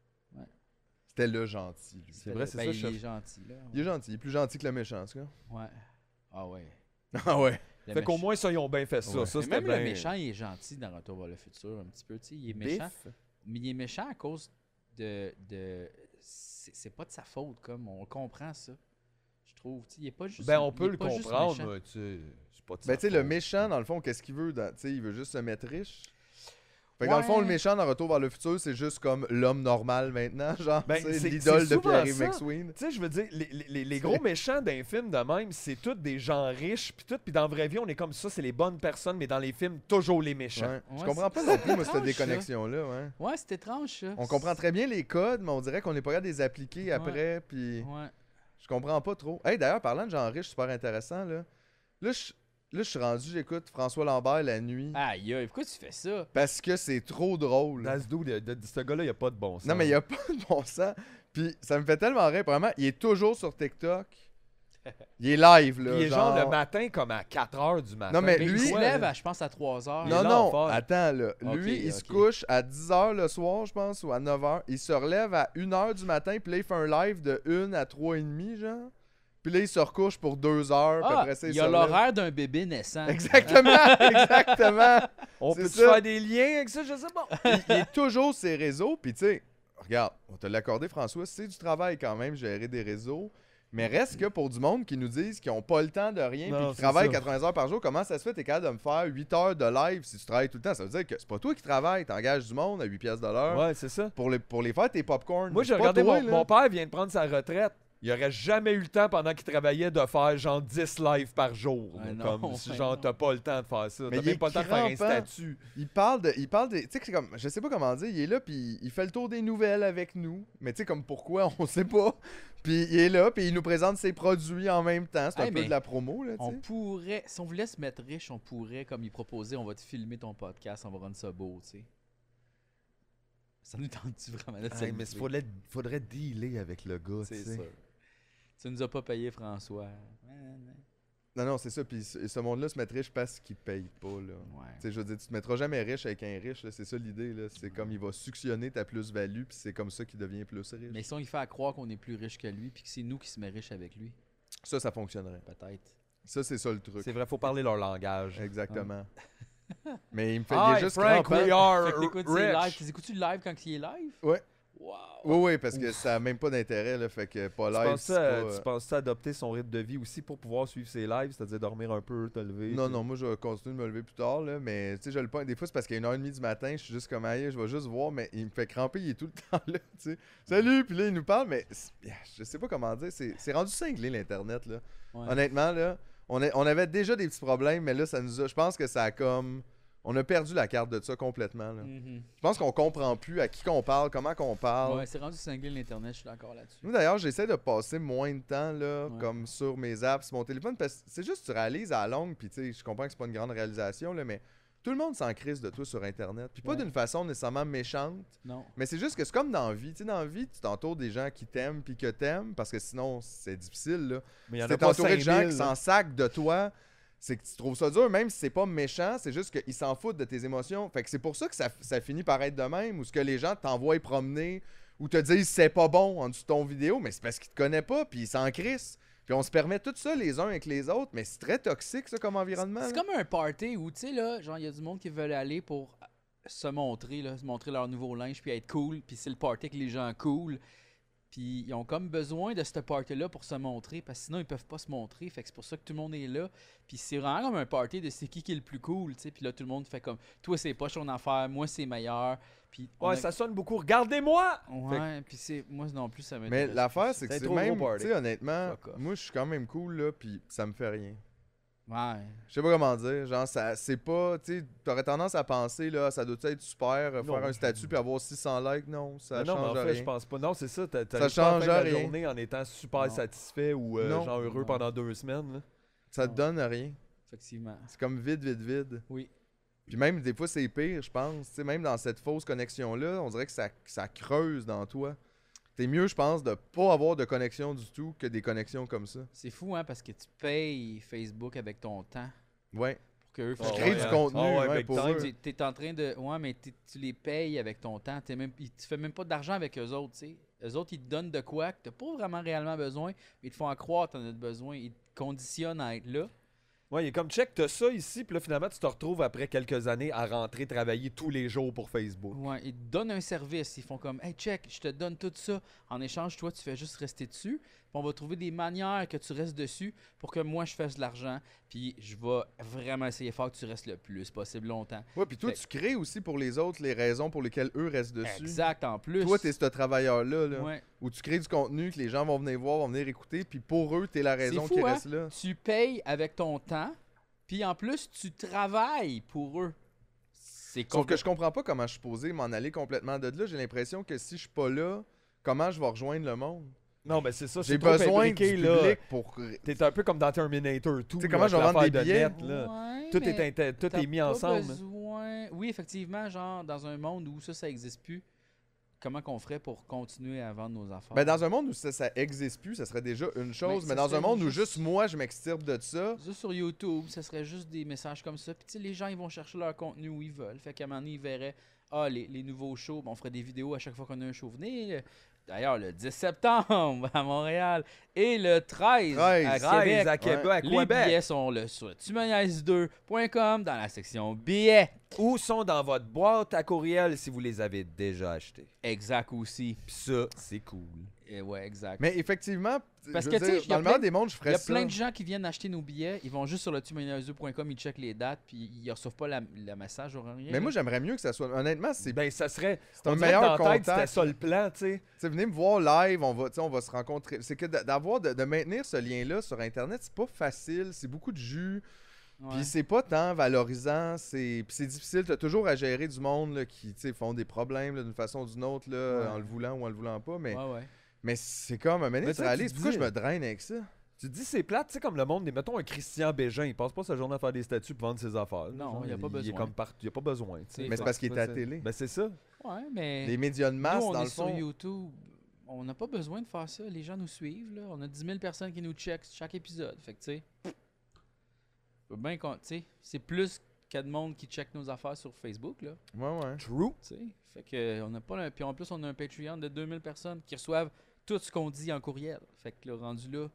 C'était le gentil, lui. C'est vrai, c'est Ben, ça, il chef. est gentil, là. Il est gentil, il est plus gentil que le méchant, en tout cas. Ouais. Ah ouais. Ah ouais. Le Fait qu'au méchant- moins, ça, ils ont bien fait ça. Ouais. Ça, Mais c'était même bien... le méchant, il est gentil dans Retour vers le futur, un petit peu, tu sais. Il est méchant. Biff. Mais il est méchant à cause de. de c'est, c'est pas de sa faute, comme. On comprend ça. Je trouve. Tu sais, il est pas juste. Ben, on il peut est le pas juste comprendre, méchant. mais tu sais, c'est pas de Ben, sa tu sais, le faute. méchant, dans le fond, qu'est-ce qu'il veut? dans- Tu sais, il veut juste se mettre riche. Fait que dans le fond, Ouais. le méchant dans Retour vers le futur, c'est juste comme l'homme normal maintenant, genre, Ben, tu sais, c'est- l'idole c'est de souvent Pierre-Yves ça. McSween. Tu sais, je veux dire, les, les- les- les C'est- gros méchants d'un film de même, c'est tous des gens riches, puis tout, puis dans la vraie vie, on est comme ça, c'est les bonnes personnes, mais dans les films, toujours les méchants. Ouais. Je Ouais, comprends c'est- pas non plus, moi, c'est cette étrange, ça. déconnexion-là, ouais. Ouais, c'est étrange, ça. On comprend très bien les codes, mais on dirait qu'on n'est pas capable de les appliquer après, puis Ouais. je comprends pas trop. Hey, d'ailleurs, parlant de gens riches, super intéressant, là. Là, je là, je suis rendu, j'écoute François Lambert la nuit, Aïe, aïe, pourquoi tu fais ça? parce que c'est trop drôle. Dans ce dude, de, de- de ce gars-là, il n'y a pas de bon sens. Non, mais il n'y a pas de bon sens. Puis ça me fait tellement rire. Premièrement, il est toujours sur TikTok. Il est live, là. Puis il est genre le matin, comme à quatre heures du matin. Non, mais Mais lui- il se quoi, lève, là? à, je pense, à trois heures. Il Non, est non, l'enfer. attends, là. Ok, Lui, il se ok. couche à dix heures le soir, je pense, ou à neuf heures. Il se relève à une heure du matin, puis là, il fait un live de une à trois et demi, genre. Puis là, il se recouche pour deux heures, puis Ah, après ça, il il se y a relève. l'horaire d'un bébé naissant. Exactement, exactement. On c'est peut ça. faire des liens avec ça, je sais pas. il, il est toujours sur ses réseaux, puis tu sais, regarde, on te l'a accordé, François, c'est du travail quand même, gérer des réseaux. Mais reste que pour du monde qui nous disent qu'ils n'ont pas le temps de rien Non, puis qui c'est travaillent ça. quatre-vingts heures par jour, comment ça se fait que t'es capable de me faire huit heures de live si tu travailles tout le temps? Ça veut dire que c'est pas toi qui travailles, t'engages du monde à huit piastres de l'heure Ouais, c'est ça. pour, les, pour les faire tes popcorn. Moi, C'est j'ai pas regardé, toi, mon, là. mon père vient de prendre sa retraite. Il aurait jamais eu le temps pendant qu'il travaillait de faire genre dix lives par jour. Ouais, là, non, comme si ouais, genre non. t'as pas le temps de faire ça. Mais T'as il même est pas le temps de faire un crampant. statut. Il parle de. Il parle des. Tu sais que c'est comme. Je sais pas comment dire. Il est là, puis il fait le tour des nouvelles avec nous. Mais tu sais, comme pourquoi, on sait pas. Puis il est là, puis il nous présente ses produits en même temps. C'est Hey, un peu mais de la promo, là, tu On sais. pourrait, si on voulait se mettre riche, on pourrait, comme il proposait, on va te filmer ton podcast, on va rendre ça beau, tu sais. Ça nous tente-tu vraiment de Hey, mais il faudrait, faudrait dealer avec le gars, tu C'est sais. sûr. Tu nous as pas payé, François. Non, non, c'est ça. Puis ce ce monde-là se met riche parce qu'il paye pas, là. Ouais. Tu sais, je veux dire, tu te mettras jamais riche avec un riche, là. C'est ça l'idée, là. C'est comme il va suctionner ta plus-value, puis c'est comme ça qu'il devient plus riche. Mais si on lui fait à croire qu'on est plus riche que lui, puis que c'est nous qui se met riche avec lui, Ça, ça fonctionnerait. peut-être. Ça, c'est ça le truc. C'est vrai, faut parler leur langage. Exactement. Mais il me fait. Hi, il est juste Frank, crampant. we are Fait que t'écoutes ses lives. rich. Tu écoutes-tu le live quand il est live? Ouais. Wow! Oui, oui, parce que ça a même pas d'intérêt, là. Fait que pas Tu live. penses c'est ça, pas, euh, euh, tu penses ça adopter son rythme de vie aussi pour pouvoir suivre ses lives, c'est-à-dire dormir un peu, te lever? Non, tu- non, moi je vais continuer de me lever plus tard, là, mais tu sais, je le pointe. Des fois, c'est parce qu'à une heure trente du matin, je suis juste comme aïe, je vais juste voir, mais il me fait cramper, il est tout le temps là, tu sais. Salut, puis là, il nous parle, mais c'est- je sais pas comment dire, c'est c'est rendu cinglé l'Internet, là. Ouais. Honnêtement, là, on, est- on avait déjà des petits problèmes, mais là, ça nous a. Je pense que ça a comme. On a perdu la carte de ça complètement, là. Mhm. Je pense qu'on comprend plus à qui qu'on parle, comment qu'on parle. Ouais, c'est rendu cinglé l'Internet, je suis d'accord là-dessus. Nous d'ailleurs, j'essaie de passer moins de temps là, Ouais. comme sur mes apps, sur mon téléphone, parce que c'est juste que tu réalises à la longue, puis tu sais, je comprends que c'est pas une grande réalisation, là, mais tout le monde s'en crise de toi sur Internet. Puis pas Ouais. d'une façon nécessairement méchante, Non. mais c'est juste que c'est comme dans la vie. Tu sais, dans la vie, tu t'entoures des gens qui t'aiment puis que t'aimes, parce que sinon, c'est difficile, là. Mais il y en Si a t'es pas entouré de gens cinq qui mille, s'en là. sacent de toi, c'est que tu trouves ça dur, même si c'est pas méchant, c'est juste qu'ils s'en foutent de tes émotions. Fait que c'est pour ça que ça, ça finit par être de même, ou ce que les gens t'envoient promener, ou te disent c'est pas bon en dessous de ton vidéo, mais c'est parce qu'ils te connaissent pas, puis ils s'en crissent. Puis on se permet tout ça les uns avec les autres, mais c'est très toxique ça comme environnement. C'est là. comme un party où, tu sais, là, genre, il y a du monde qui veulent aller pour se montrer, là, se montrer leur nouveau linge, puis être cool, puis c'est le party que les gens cool. Puis ils ont comme besoin de ce party-là pour se montrer, parce que sinon ils peuvent pas se montrer. Fait que c'est pour ça que tout le monde est là. Puis c'est vraiment comme un party de c'est qui qui est le plus cool, tu sais. Puis là, tout le monde fait comme, toi c'est pas ton affaire, moi c'est meilleur. Puis on Ouais, a- ça sonne beaucoup. Regardez-moi! Ouais, puis c'est moi non plus ça Mais m'intéresse. l'affaire c'est que C'est c'est trop même, gros party. tu sais honnêtement, Fuck off. moi je suis quand même cool là, puis ça me fait rien. Ouais. Je sais pas comment dire, genre ça c'est pas, tu sais, t'aurais tendance à penser là, ça doit être super euh, Non. faire un statut puis avoir six cents likes, non, ça Mais non, mais change en fait, rien. je pense pas. Non, c'est ça. T'as, Ça t'arrives pas à la change fin de la rien. journée en étant super Non. satisfait ou euh, Non. genre heureux Non. pendant deux semaines. là. Ça te Non. donne rien. Effectivement. C'est comme vide, vide, vide. Oui. Puis même des fois c'est pire, je pense. Tu sais, même dans cette fausse connexion-là, on dirait que ça, que ça creuse dans toi. T'es mieux, je pense, de pas avoir de connexion du tout que des connexions comme ça. C'est fou, hein, parce que tu payes Facebook avec ton temps Ouais. pour qu'eux Ah fassent crées ouais, du hein. contenu, Ah ouais, ouais, big pour time. eux. Tu t'es en train de. Ouais, mais t'es- tu les payes avec ton temps. T'es même, ils- tu fais même pas d'argent avec eux autres, tu sais. Eux autres, ils te donnent de quoi que t'as pas vraiment réellement besoin, mais ils te font en croire que t'en as besoin. Ils te conditionnent à être là. Ouais, il est comme check, t'as ça ici, puis là finalement tu te retrouves après quelques années à rentrer travailler tous les jours pour Facebook. Ouais, ils te donnent un service. Ils font comme, hey, check, je te donne tout ça. En échange, toi, tu fais juste rester dessus. Puis on va trouver des manières que tu restes dessus pour que moi, je fasse de l'argent. Puis je vais vraiment essayer fort que tu restes le plus possible longtemps. Ouais, puis toi, Fait- tu crées aussi pour les autres les raisons pour lesquelles eux restent dessus. Exact, en plus. Toi, t'es ce travailleur-là, là, Ouais. où tu crées du contenu que les gens vont venir voir, vont venir écouter, puis pour eux, t'es la raison fou, qu'ils hein? restent là. Tu payes avec ton temps, puis en plus, tu travailles pour eux. C'est Sauf que compl- je comprends pas comment je suis posé m'en aller complètement de là. J'ai l'impression que si je suis pas là, comment je vais rejoindre le monde? Non, mais c'est ça, J'ai c'est trop besoin imbriqué, du là. public pour... T'es un peu comme dans Terminator, tout. Tu sais, là, comment avec je vais vendre l'affaire des de billets? net, là. Ouais, Tout, mais est, inter- tout t'as est mis pas ensemble. besoin- Oui, effectivement, genre, dans un monde où ça, ça existe plus, comment qu'on ferait pour continuer à vendre nos affaires? Ben, dans un monde où ça, ça existe plus, ça serait déjà une chose, Mais mais, ça dans un serait monde où juste- juste moi, je m'extirpe de ça, Juste sur YouTube, ça serait juste des messages comme ça. Puis tu sais, les gens, ils vont chercher leur contenu où ils veulent. Fait qu'à un moment donné, ils verraient, ah, les, les nouveaux shows, ben, on ferait des vidéos à chaque fois qu'on a un show. Venez, euh, d'ailleurs, le dix septembre à Montréal et le treize, à treize, Québec. à Québec, à Les Québec. billets sont là sur tu me niaises deux point com dans la section billets. Ou sont dans votre boîte à courriel si vous les avez déjà achetés. Exact aussi. Puis ça, c'est cool. Et ouais, exact. Mais effectivement, Parce je que, veux tu sais, dire, y a dans le plein meilleur de- des mondes, je Il ferais y a ça. plein de gens qui viennent acheter nos billets, ils vont juste sur le tumainazeux point com, ils checkent les dates, puis ils reçoivent pas la, le message ou rien. Mais là. moi, j'aimerais mieux que ça soit. Honnêtement, c'est Ben, ça serait. c'est un on dirait que meilleur dans la tête, c'était contact. ça le plan, tu sais. Tu sais, venez me voir live, on va, tu sais, on va se rencontrer. C'est que d- d'avoir, de, de maintenir ce lien-là sur Internet, c'est pas facile, c'est beaucoup de jus. Ouais. Puis c'est pas tant valorisant, c'est puis c'est difficile, t'as toujours à gérer du monde là, qui tu sais, font des problèmes là, d'une façon ou d'une autre là, Ouais. en le voulant ou en le voulant pas, mais, Ouais, ouais. mais c'est comme un moment donné, Mais tu ça, tu réalises pourquoi dis- je me draine avec ça. Tu te dis, c'est plate, tu sais, comme le monde, mettons un Christian Bégin, il passe pas sa journée à faire des statuts pour vendre ses affaires. là. Non, Genre, il y a pas Il besoin. est comme partout, il y a pas besoin, tu sais. Mais Mais c'est parce qu'il est à la télé. Ben, c'est ça. Ouais, mais. Les médias de masse, nous, on dans est le sur fond. YouTube. On n'a pas besoin de faire ça. Les gens nous suivent. Là. On a dix mille personnes qui nous checkent chaque épisode. Fait que, tu sais. faut bien qu'on- tu sais, c'est plus qu'il y a de monde qui check nos affaires sur Facebook. Là. Ouais, ouais. True. Tu sais. Fait que, on a pas. un- Puis en plus, on a un Patreon de deux mille personnes qui reçoivent tout ce qu'on dit en courriel. Fait que, le rendu là.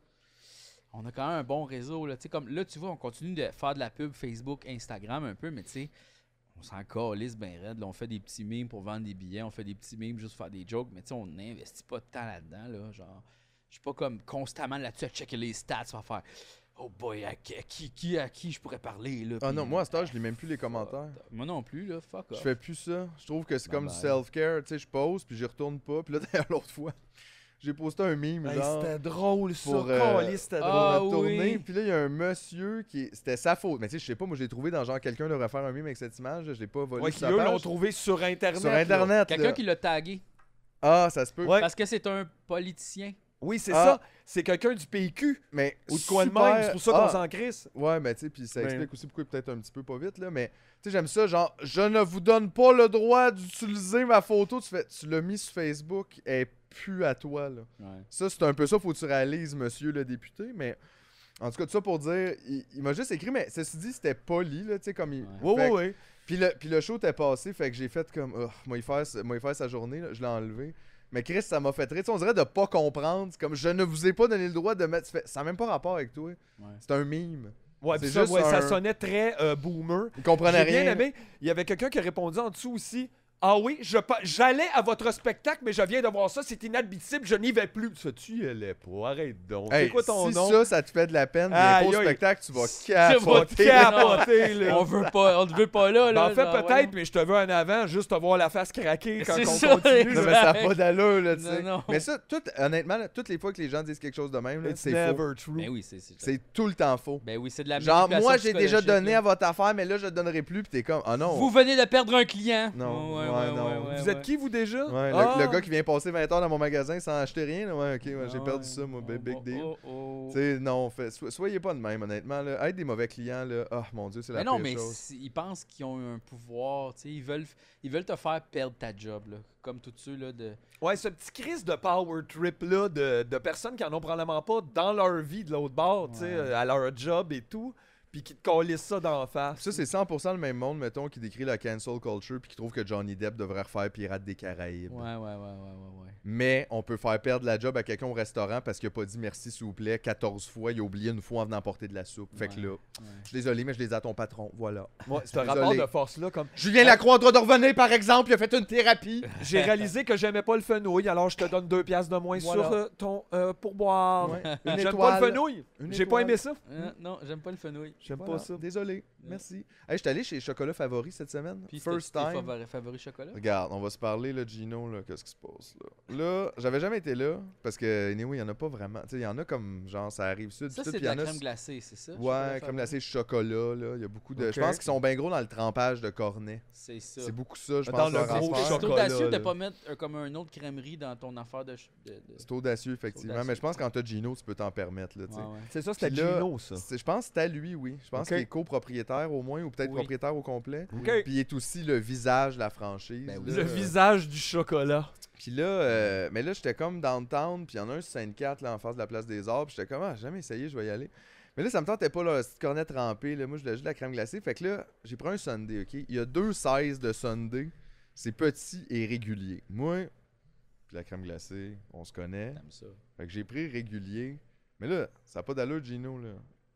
On a quand même un bon réseau. Là. Tu sais, comme, là, tu vois, on continue de faire de la pub Facebook, Instagram un peu, mais tu sais. On s'en calisse ben raide. Là, on fait des petits mimes pour vendre des billets. On fait des petits mimes juste pour faire des jokes. Mais tu sais, on n'investit pas de temps là-dedans. Là, genre, je suis pas comme constamment là-dessus à checker les stats. À faire oh boy, à qui, à qui, qui- à qui je pourrais parler. Là, Ah puis- non, moi à ce temps, je lis même plus les Fuck. commentaires. Moi non plus, là. Fuck Je off. fais plus ça. Je trouve que c'est Bye comme du bye. self-care. Tu sais, je pose, puis j'y retourne pas. Puis là, d'ailleurs, l'autre fois, j'ai posté un meme, Hey, genre, c'était drôle, ça. pour, euh, Caliste, c'était pour drôle. Ah, notre tournée. oui. Puis là, il y a un monsieur qui... C'était sa faute. Mais tu sais, je sais pas, moi, je l'ai trouvé dans genre, quelqu'un devrait faire un meme avec cette image. là, Je l'ai pas volé Ouais, sur qui sa eux page. l'ont trouvé sur Internet. Sur là. Internet, Quelqu'un là. qui l'a tagué. Ah, ça se peut. Ouais. Parce que c'est un politicien. Oui, c'est Ah. ça. C'est quelqu'un du P Q Mais ou de quoi de super- même. C'est pour ça qu'on Ah, s'en crisse. Ouais, mais tu sais, puis ça Ben- explique aussi pourquoi il est peut-être un petit peu pas vite, là. Mais tu sais, j'aime ça, genre, je ne vous donne pas le droit d'utiliser ma photo. Tu fais, tu l'as mis sur Facebook, elle est plus à toi, là. Ouais. Ça, c'est un peu ça, faut que tu réalises, monsieur le député. Mais en tout cas, tout ça pour dire, il, il m'a juste écrit, mais ceci dit, c'était poli, là, tu sais, comme il. Ouais. Oui, Fait oui, que- oui. Puis le, puis le show était passé, fait que j'ai fait comme, oh, moi, y faire, moi, y faire sa journée, là, je l'ai enlevé. Mais Chris, ça m'a fait rire. Tu sais, on dirait de pas comprendre. C'est comme, je ne vous ai pas donné le droit de mettre. Tu fais, ça n'a même pas rapport avec toi. Ouais. C'est un meme. Ouais, C'est puis ça, juste ouais, ça un- sonnait très euh, boomer. Il comprenait J'ai rien. bien aimé. Il y avait quelqu'un qui a répondu en dessous aussi. Ah oui, je pa- j'allais à votre spectacle, mais je viens de voir ça, c'est inadmissible, je n'y vais plus. Ça, tu y allais pas, arrête donc. Hey, c'est quoi ton si nom? ça, ça te fait de la peine, viens Aïe, pas au aïe. spectacle, tu vas Tu vas capoter. capoter, là. On veut pas, on te veut pas là. Ben, là en fait, genre, peut-être, voyons. mais je te veux en avant, juste te voir la face craquer quand C'est on ça, continue. Non, là. mais ça n'a pas d'allure, là, tu sais. Non, non. Mais ça, tout, honnêtement, là, toutes les fois que les gens disent quelque chose de même, là, It's c'est faux. never true. Ben oui, c'est c'est- C'est tout le temps faux. Ben oui, c'est de la Genre, manipulation moi, j'ai déjà psychologique, donné là. à votre affaire, mais là, je ne donnerai plus, puis t'es comme, ah non. Vous venez de perdre un client. Non, Ouais, ouais, ouais, non. ouais, ouais, Vous ouais. êtes qui, vous, déjà? Ouais, le, Ah! le gars qui vient passer vingt heures dans mon magasin sans acheter rien, là, ouais, ok, ouais, j'ai Ah perdu ouais. ça, moi, big, big Oh, deal. oh, oh. Tu sais, non, fait, so- soyez pas de même, honnêtement, là. Être des mauvais clients, là, oh mon dieu, c'est la Mais non, pire mais chose. si- ils pensent qu'ils ont un pouvoir, tu sais, ils veulent, ils veulent te faire perdre ta job, là, comme tous ceux là de. Ouais, ce petit crise de power trip-là de, de personnes qui en ont probablement pas dans leur vie de l'autre bord, tu sais, Ouais. euh, à leur job et tout, puis qui te calissent ça d'en face. Ça, c'est cent pour cent le même monde, mettons, qui décrit la cancel culture puis qui trouve que Johnny Depp devrait refaire Pirates des Caraïbes. Ouais, ouais, ouais, ouais, ouais, ouais. Mais on peut faire perdre la job à quelqu'un au restaurant parce qu'il a pas dit merci s'il vous plaît quatorze fois, il a oublié une fois en venant porter de la soupe. Fait que Ouais. là, ouais. je suis désolé, mais je les ai à ton patron, voilà. Ouais, ce Désolé. rapport de force-là, comme Julien Lacroix doit de revenir, par exemple, il a fait une thérapie. j'ai réalisé que j'aimais pas le fenouil, alors je te donne deux piastres de moins Voilà. sur euh, ton euh, pourboire. Ouais, une J'aime étoile. pas le fenouil. Une J'ai pas étoile. aimé ça. Euh, non, j'aime pas le fenouil. J'aime Voilà, pas ça. Désolé, merci. Hey, je suis allé chez Chocolat Favori cette semaine. Puis First c'était tes time. favori- favoris chocolat. Regarde, on va se parler, là, Gino, là, qu'est-ce qui se passe, là. Là, j'avais jamais été là, parce que, anyway, il y en a pas vraiment. Tu sais, il y en a comme, genre, ça arrive sud, Ça, tout, c'est puis de il y la en a... crème glacée, c'est ça? Ouais, chocolat crème favori? glacée chocolat, là, il y a beaucoup de... Ok. Je pense qu'ils sont bien gros dans le trempage de cornet. C'est ça. C'est beaucoup ça, je Dans pense, le leur gros affaire. C'est chocolat, audacieux de là. pas mettre euh, comme un autre crèmerie dans ton affaire de. ch- de, de- C'est audacieux, effectivement, audacieux. mais je pense que quand t'as Gino, tu peux t'en permettre, là, tu sais. Ouais, ouais. C'est ça, c'était Puis là, Gino, ça. c'est- Je pense que c'est à lui, oui. Je pense Ok. qu'il est copropriétaire au moins, ou peut-être Oui. propriétaire au complet. OK. Puis il est aussi le visage de la franchise. Ben oui. là. Le visage du chocolat. Puis là, euh, mais là, j'étais comme downtown, puis il y en a un sur Sainte-Catherine, là, en face de la place des Arts, puis j'étais comme, ah, j'ai jamais essayé, je vais y aller. Mais là, ça me tentait pas, là, le petit cornet trempé, là, moi, je voulais juste de la crème glacée. Fait que là, j'ai pris un sundae, OK? Il y a deux sizes de sundae, c'est petit et régulier. Moi, puis la crème glacée, on se connaît. T'aimes ça. Fait que j'ai pris régulier. Mais là, ça n'a pas d'allure, Gino, là.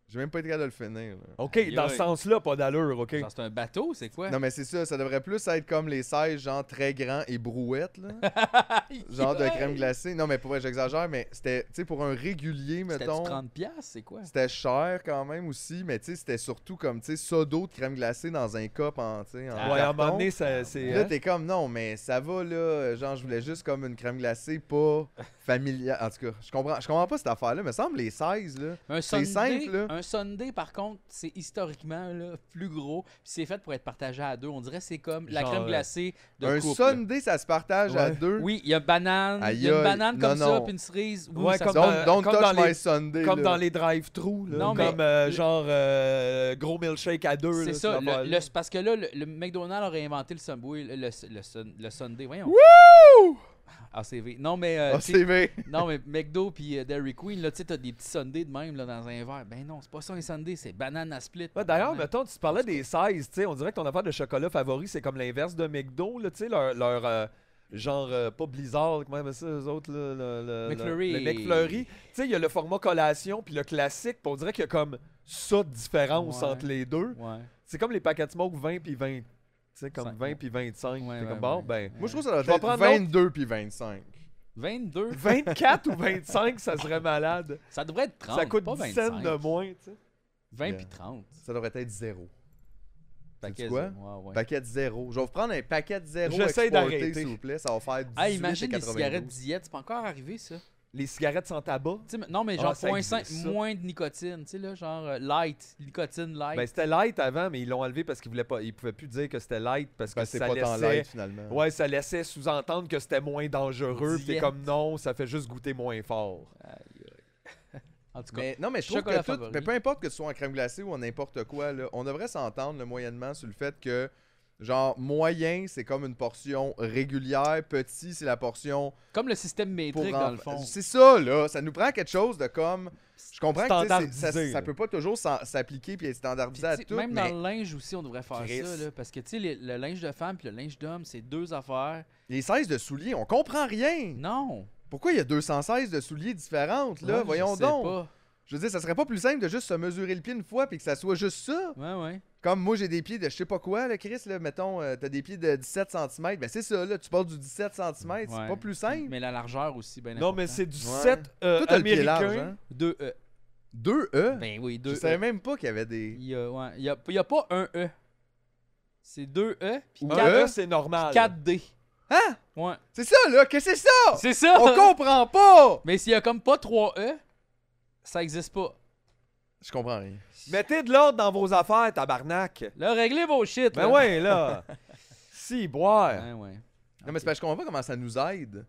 J'ai même pas été capable de le finir. là. OK, Aïe, dans aïe. ce sens-là, pas d'allure, OK. Genre, c'est un bateau, c'est quoi? Non, mais c'est ça, ça devrait plus être comme les seize, genre très grands et brouettes, là. Genre de crème glacée. Non, mais pour vrai, j'exagère, mais c'était, tu sais, pour un régulier, C'était mettons. trente piastres, c'est quoi? C'était cher quand même aussi, mais tu sais, c'était surtout comme, tu sais, ça d'eau de crème glacée dans un cup en, tu sais, en Ouais, à un moment carton. donné, ça- c'est... Là, hein? t'es comme, non, mais ça va, là. Genre, je voulais juste comme une crème glacée, pas familiale. En tout cas, je comprends, je comprends pas cette affaire-là. Mais semble les seize, là. Un C'est sundae, simple, là. un sundae, par contre, c'est historiquement là, plus gros. Puis c'est fait pour être partagé à deux. On dirait que c'est comme la Genre, crème euh, glacée de Un couple. là. sundae, ça se partage à Ouais. deux. Oui, il y a banane, il y a Aïe, une banane aïe. comme Non, ça, non. puis une cerise. Oui, Ouais, ça comme se- dans- Don't, don't comme touch dans my les- sundae. Comme là. dans les drive-thru, là. Non, mais- Comme euh, genre euh, gros milkshake à deux. C'est là, ça, cette le- affaire-là. le- parce que là, le, le McDonald's aurait inventé le Subway, le, le, le, sun- le Sunday. Voyons. Wouh! A C V. Non, mais, euh, Ah, tu sais, c'est vrai. non, mais McDo puis euh, Dairy Queen, là, tu sais, t'as des petits sundaes de même là, dans un verre. Ben non, c'est pas ça un sundae, c'est banane à split. Ouais, D'ailleurs, Ouais. mettons, tu parlais des seize, tu sais, on dirait que ton affaire de chocolat favori, c'est comme l'inverse de McDo, là, tu sais, leur, leur euh, genre, euh, pas Blizzard, comment on appelle ça, eux autres, là, le, le, McFlurry. le, le McFlurry. Tu sais, il y a le format collation, puis le classique, puis on dirait qu'il y a comme ça de différence Ouais. entre les deux. Ouais. C'est comme les paquets de smoke vingt puis vingt, tu sais, comme Cinq, vingt ouais. puis vingt-cinq. Ouais, T'es ouais, comme, bon, ouais. ben, Moi, je trouve que ça Je vais doit être prendre vingt-deux puis vingt-cinq. vingt-deux. vingt-quatre ou vingt-cinq, ça serait malade. Ça devrait être trente, ça coûte pas dix vingt-cinq. cents de moins, tu sais. vingt Yeah. puis trente. Ça devrait être zéro. Paquet quoi? zéro, ouais, ouais. Paquet de zéro. Je vais vous prendre un paquet de zéro J'essaie exporté, d'arrêter. s'il vous plaît. Ça va faire dix-huit Ah, imagine les quatre-vingt-douze. cigarettes diète, c'est pas encore arrivé ça. Les cigarettes sans tabac. Tu sais, non, mais Ah, genre ça zéro virgule cinq, existe, ça. moins de nicotine, tu sais là, genre euh, light, nicotine light. Ben, c'était light avant, mais ils l'ont enlevé parce qu'ils voulaient pas. Ils pouvaient plus dire que c'était light parce que Ben, c'est ça pas tant laissait. light, finalement. Ouais, ça laissait sous-entendre que c'était moins dangereux. Puis t'es Diète. comme non, ça fait juste goûter moins fort. Aïe, aïe. En tout cas, Mais non, mais je trouve Chocolat que tout, favori. mais peu importe que ce soit en crème glacée ou en n'importe quoi, là, on devrait s'entendre là, moyennement sur le fait que, genre, moyen, c'est comme une portion régulière, petit, c'est la portion comme le système pour métrique en- dans le fond. C'est ça, là. Ça nous prend quelque chose de comme. Je comprends que tu sais, c'est- Standardisé, ça, ça là. peut pas toujours s'en- s'appliquer puis être Puis, standardisé à tu sais, tout, même mais dans le linge aussi, on devrait faire Chris. ça là, parce que tu sais les- le linge de femme puis le linge d'homme, c'est deux affaires. les seize de souliers, on comprend rien. Non. Pourquoi il y a deux cent seize de souliers différentes, là? Ouais, je Voyons sais donc. pas. Je veux dire, ça serait pas plus simple de juste se mesurer le pied une fois puis que ça soit juste ça. Ouais, ouais. Comme moi, j'ai des pieds de je sais pas quoi, là, Chris, là, mettons, euh, t'as des pieds de dix-sept centimètres. Ben, c'est ça, là, tu parles du dix-sept centimètres, c'est Ouais. pas plus simple. Mais la largeur aussi, ben Non, mais c'est du Ouais. set euh, Toi, t'as le pied américain. large, hein? deux E. Deux E? Ben oui, deux je E. savais même pas qu'il y avait des. Il y a, ouais, il y a, il y a pas un E. C'est deux E puis Un quatre E, c'est normal. quatre D. Hein? Ouais. C'est ça, là, que c'est ça? C'est ça. On comprend pas! Mais s'il y a comme pas trois E, ça existe pas. Je comprends rien. Mettez de l'ordre dans vos affaires, tabarnak. Là, réglez vos shit. Ben là. ouais, là. Si, boire. Ouais, ouais. Non, mais c'est parce que je comprends pas comment ça nous aide.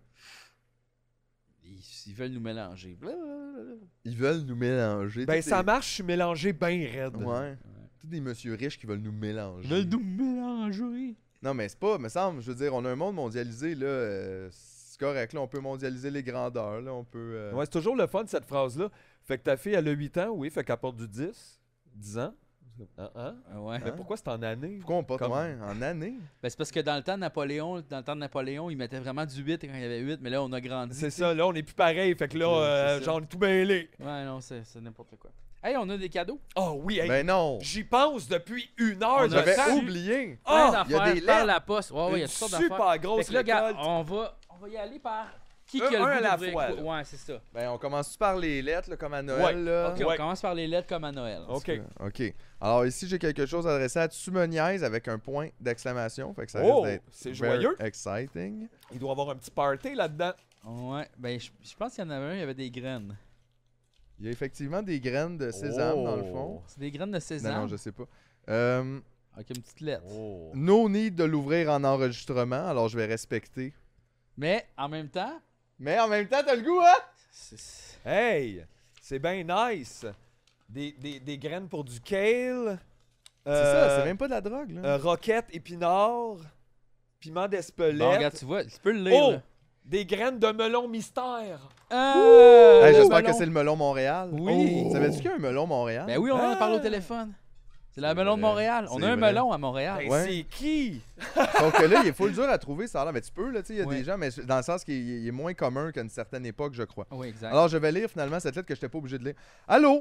Ils, ils veulent nous mélanger. Ils veulent nous mélanger. Ben, Tous ça des- marche, je suis mélangé bien raide. Ouais. Tous des messieurs riches qui veulent nous mélanger. Ils veulent nous mélanger. Non, mais c'est pas, me semble, je veux dire, on a un monde mondialisé, là. euh, c'est correct, là, on peut mondialiser les grandeurs, là, on peut. euh, Ouais, c'est toujours le fun, cette phrase-là. Fait que ta fille, elle a huit ans, oui, fait qu'elle porte du dix. dix ans. Hein, hein? Ah ouais. Mais pourquoi c'est en année? Pourquoi on porte, Comme- ouais, en année? Ben, c'est parce que dans le temps de Napoléon, dans le temps de Napoléon, ils mettaient vraiment du huit quand il y avait huit, mais là, on a grandi. C'est tu sais. ça, là, on est plus pareil. Fait que là, C'est euh, ça. genre, on est tout mêlé. Ouais, non, c'est c'est n'importe quoi. Hey, on a des cadeaux. Oh oui, hey, Ben non! j'y pense depuis une heure On de J'avais temps. oublié! Ah, Plein il y a d'affaires des par lettres. la poste. Ouais, ouais, il y a Une toutes sortes d'affaires. super grosse Fait que là, gars, récolte. on va, on va y aller par qui Un- qui a le un goût à la d'ouvrir fois, quoi? là. Ouais, c'est ça. Ben, on commence par les lettres, là, comme à Noël, Ouais. là. Ok, Ouais. on commence par les lettres comme à Noël. OK. OK. Alors, ici, j'ai quelque chose adressé à Tsumoniaise avec un point d'exclamation. Fait que ça Oh, risque d'être c'est very joyeux. exciting. Il doit y avoir un petit party là-dedans. Ouais, ben je je pense qu'il y en avait un, il y avait des graines. Il y a effectivement des graines de sésame, dans le fond. C'est des graines de Non, sésame non, je sais pas. Euh, avec une petite lettre. Oh. no need de l'ouvrir en enregistrement, alors je vais respecter. Mais en même temps, Mais en même temps, t'as le goût, hein? c'est- c'est- Hey, c'est bien nice. Des, des, des graines pour du kale. C'est euh, ça, c'est même pas de la drogue, là. euh, roquette, épinard, piment d'Espelette. bon, regarde, tu vois, tu peux le lire. Oh! là. Des graines de melon mystère. Ah, Hey, le J'espère melon. que c'est le melon Montréal. Oui. Oh. Savais-tu qu'il y a un melon Montréal? Ben oui, on en a parlé au Ah. téléphone. C'est la C'est melon de vrai, Montréal. On c'est a un vrai. melon à Montréal. Ben, Ouais. c'est qui? Sauf que là, il est full dur à trouver, ça a l'air. Mais tu peux, là, tu sais, il y a Ouais. des gens, mais dans le sens qu'il est- il est moins commun qu'à une certaine époque, je crois. Oui, exact. Alors, je vais lire finalement cette lettre que je n'étais pas obligé de lire. Allô?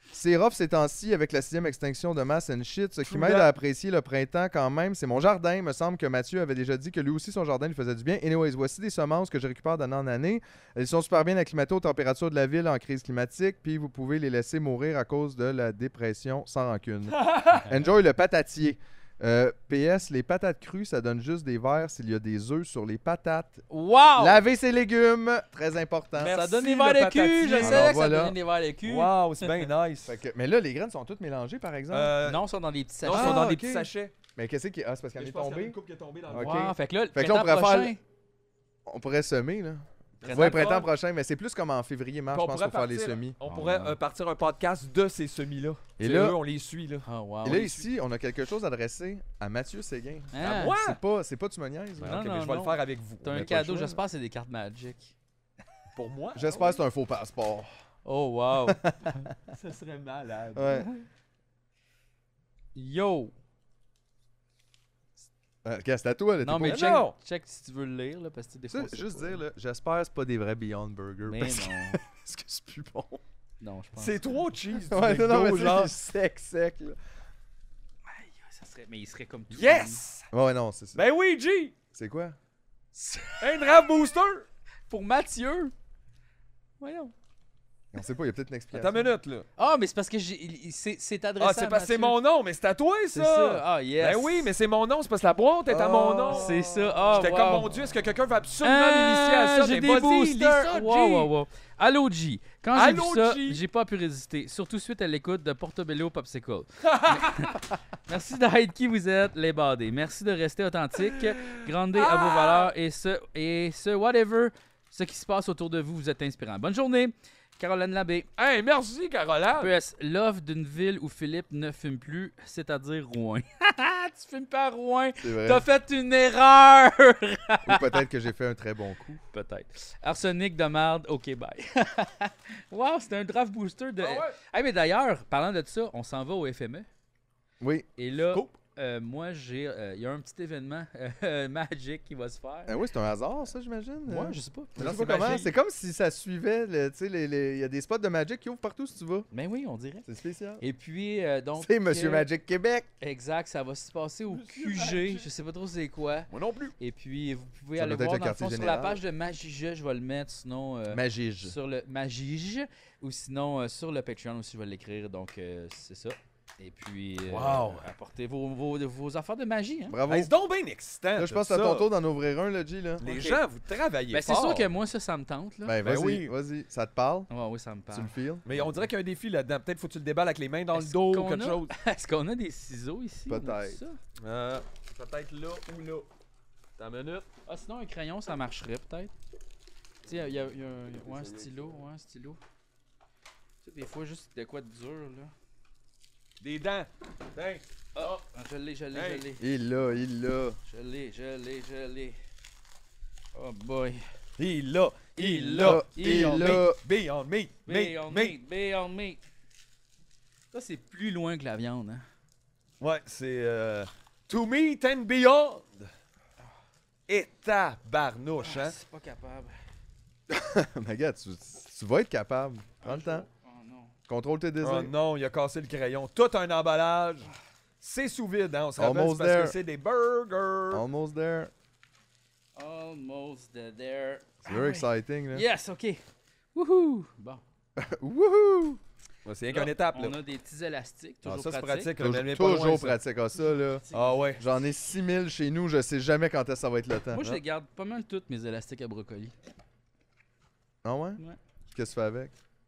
C'est rough ces temps-ci avec la sixième extinction de masse and shit. Ce qui True m'aide that. à apprécier le printemps quand même, c'est mon jardin. Il me semble que Mathieu avait déjà dit que lui aussi, son jardin lui faisait du bien. Anyways, voici des semences que je récupère d'année en année. Elles sont super bien acclimatées aux températures de la ville en crise climatique, puis vous pouvez les laisser mourir à cause de la dépression sans rancune. Enjoy le patatier. Euh, P S, les patates crues, ça donne juste des vers s'il y a des œufs sur les patates. Wow! Laver ses légumes, très important. Merci, Ça donne des le verres de patatier. cul, je Alors, sais que voilà. ça donne des verres de cul. Wow, c'est bien nice. Fait que- mais là, les graines sont toutes mélangées, par exemple. Euh, Non, ils sont dans des petits non, sachets. ils sont dans Ah, des ok. petits sachets. Mais qu'est-ce qui. Ah, c'est parce qu'elle Je est pense qu'il y en a tombée. une couple qui est tombée dans le Ok. bois. Wow, fait que là, le Fait que là, on printemps pourrait faire prochain, On pourrait semer, là. printemps Ouais, prochain, printemps prochain, mais c'est plus comme en février-mars, Puis je on pense, pourrait pour faire les partir- semis. On Ah, pourrait ouais. euh, partir un podcast de ces semis-là. Et C'est là- eux, on les suit, là. Ah, wow. Et là, ici, on a quelque chose adressé à Mathieu Séguin. Ah, à moi? C'est pas, c'est pas tu me niaises, là. Non, Ok, non, mais je vais non. le faire avec vous. T'as On un a pas le cadeau, choix. j'espère que c'est des cartes Magic. Pour moi? J'espère que c'est un faux passeport. Oh, wow. Ça serait malade. Ouais. Yo! Euh, Regarde, c'est à toi, là. Non, t'es mais pas- check, Non! check si tu veux le lire, là, parce que des Ça, fois, c'est juste pas- dire, là, j'espère que c'est pas des vrais Beyond Burger. Mais parce, que, non. parce que c'est plus bon. Non, je pense C'est trop cheese. du Ouais, non, non, mais McDo, genre. c'est sec, sec, là. Aïe, ça serait... Mais il serait comme tout. Yes! Ouais, non, c'est ça. Ben oui, G! C'est quoi? Un draft booster! Pour Mathieu! Voyons. On sait pas, il y a peut-être une explication. Attends une minute, là. Ah, mais c'est parce que j'ai... il- c'est c'est adressé Ah, à c'est parce que c'est Mathieu. mon nom, mais c'est à toi, C'est ça! ça. Ah, yes. Ben oui, mais c'est mon nom, c'est parce que la boîte est à mon Oh. nom. C'est ça. Ah, J'étais wow. comme, mon Dieu, est-ce que quelqu'un veut absolument Ah, m'initier à ça? j'ai Mais des vas-y, lis boosters. ça, G! Wow, wow, wow. Allô, G. Quand j'ai Allô, vu ça, G. j'ai pas pu résister. Surtout suite à l'écoute de Portobello Popsicle. Merci d'être qui vous êtes, les badés. Merci de rester authentique, grandez à vos valeurs et ce, et ce whatever, ce qui se passe autour de vous, vous êtes inspirant. Bonne journée, Caroline Labbé. Hey, merci, Caroline! P S. L'offre d'une ville où Philippe ne fume plus, c'est-à-dire Rouen. Tu fumes pas à Rouen. C'est vrai. T'as fait une erreur. Ou peut-être que j'ai fait un très bon coup. Peut-être. Arsenic de merde, ok, bye. Wow, c'était un draft booster de. Ah ouais? Hey, mais d'ailleurs, parlant de ça, on s'en va au F M E. Oui. Et là, Cool. euh, moi, j'ai. euh, Il y a un petit événement euh, Magic qui va se faire. Ah oui, c'est un hasard, ça, j'imagine. Moi, Euh, je sais pas. je Non, sais c'est pas comment. magique. C'est comme si ça suivait. le- Tu sais, les- les- il y a des spots de Magic qui ouvrent partout si tu vas. Ben oui, on dirait. C'est spécial. Et puis, euh, donc. C'est Monsieur euh, Magic Québec. Exact, ça va se passer au Monsieur Q G. Magic. Je sais pas trop c'est quoi. Moi non plus. Et puis, vous pouvez Ça aller doit être voir le dans le quartier fond, sur la général. page de Magige, je vais le mettre. Sinon. euh, Magige. sur le Magige ou sinon euh, sur le Patreon aussi je vais l'écrire donc euh, c'est ça et puis euh, Wow. apportez vos, vos, vos affaires de magie hein. Bravo. Hey, c'est donc bien excitant. Là, je tout pense que c'est à ça. ton tour d'en ouvrir un, là, G. Là. Les Ok. gens, vous travaillez Ben, c'est fort. sûr que moi ça ça me tente là. Ben, Ben vas-y, oui. vas-y. Ça te parle? Ouais, oui ça me Tu parle. le files? Mais on dirait qu'il y a un défi là-dedans. Peut-être faut que tu le déballes avec les mains dans le Est-ce dos ou qu'on quelque a- chose. Est-ce qu'on a des ciseaux ici? On a Peut-être. ça? Euh, peut-être là ou là. T'as une minute. Ah sinon un crayon ça marcherait peut-être. Tu sais il y a, il y a un, ouais, un stylo, ouais, un stylo. Tu sais des fois juste de quoi de dur là. Des dents. Tiens. Ah, je l'ai, je l'ai, Hey. je l'ai. Il l'a, il l'a. Je l'ai, je l'ai, je l'ai. Oh boy. Il l'a. Il Il l'a. l'a. Il Beyond l'a. meat. Beyond meat. Beyond Meat. meat, beyond meat. Ça, c'est plus loin que la viande, hein? Ouais, c'est euh, To Meat and Beyond. Et tabarnouche, Ah, hein? c'est pas capable. Mais gars, tu, tu vas être capable. Prends le temps. Oh non. Contrôle tes désirs. Oh non, il a cassé le crayon. Tout un emballage. C'est sous vide, hein? On se rappelle, Almost c'est parce there. que c'est des burgers. Almost there. Almost there. C'est very exciting, là. Yes, ok. Wouhou! Bon. Wouhou! Ouais, c'est rien qu'une étape, là. On a des petits élastiques, Ah, toujours ça, c'est pratique. pratique. là, mais Toujours, mais pas loin, toujours ça. pratique. Ah, ça, là. Ah ouais. J'en ai six mille chez nous, je sais jamais quand est-ce que ça va être le temps. Moi, je les garde pas mal toutes mes élastiques à brocoli. Ah ouais? Ouais. Qu'est-ce que tu fais avec?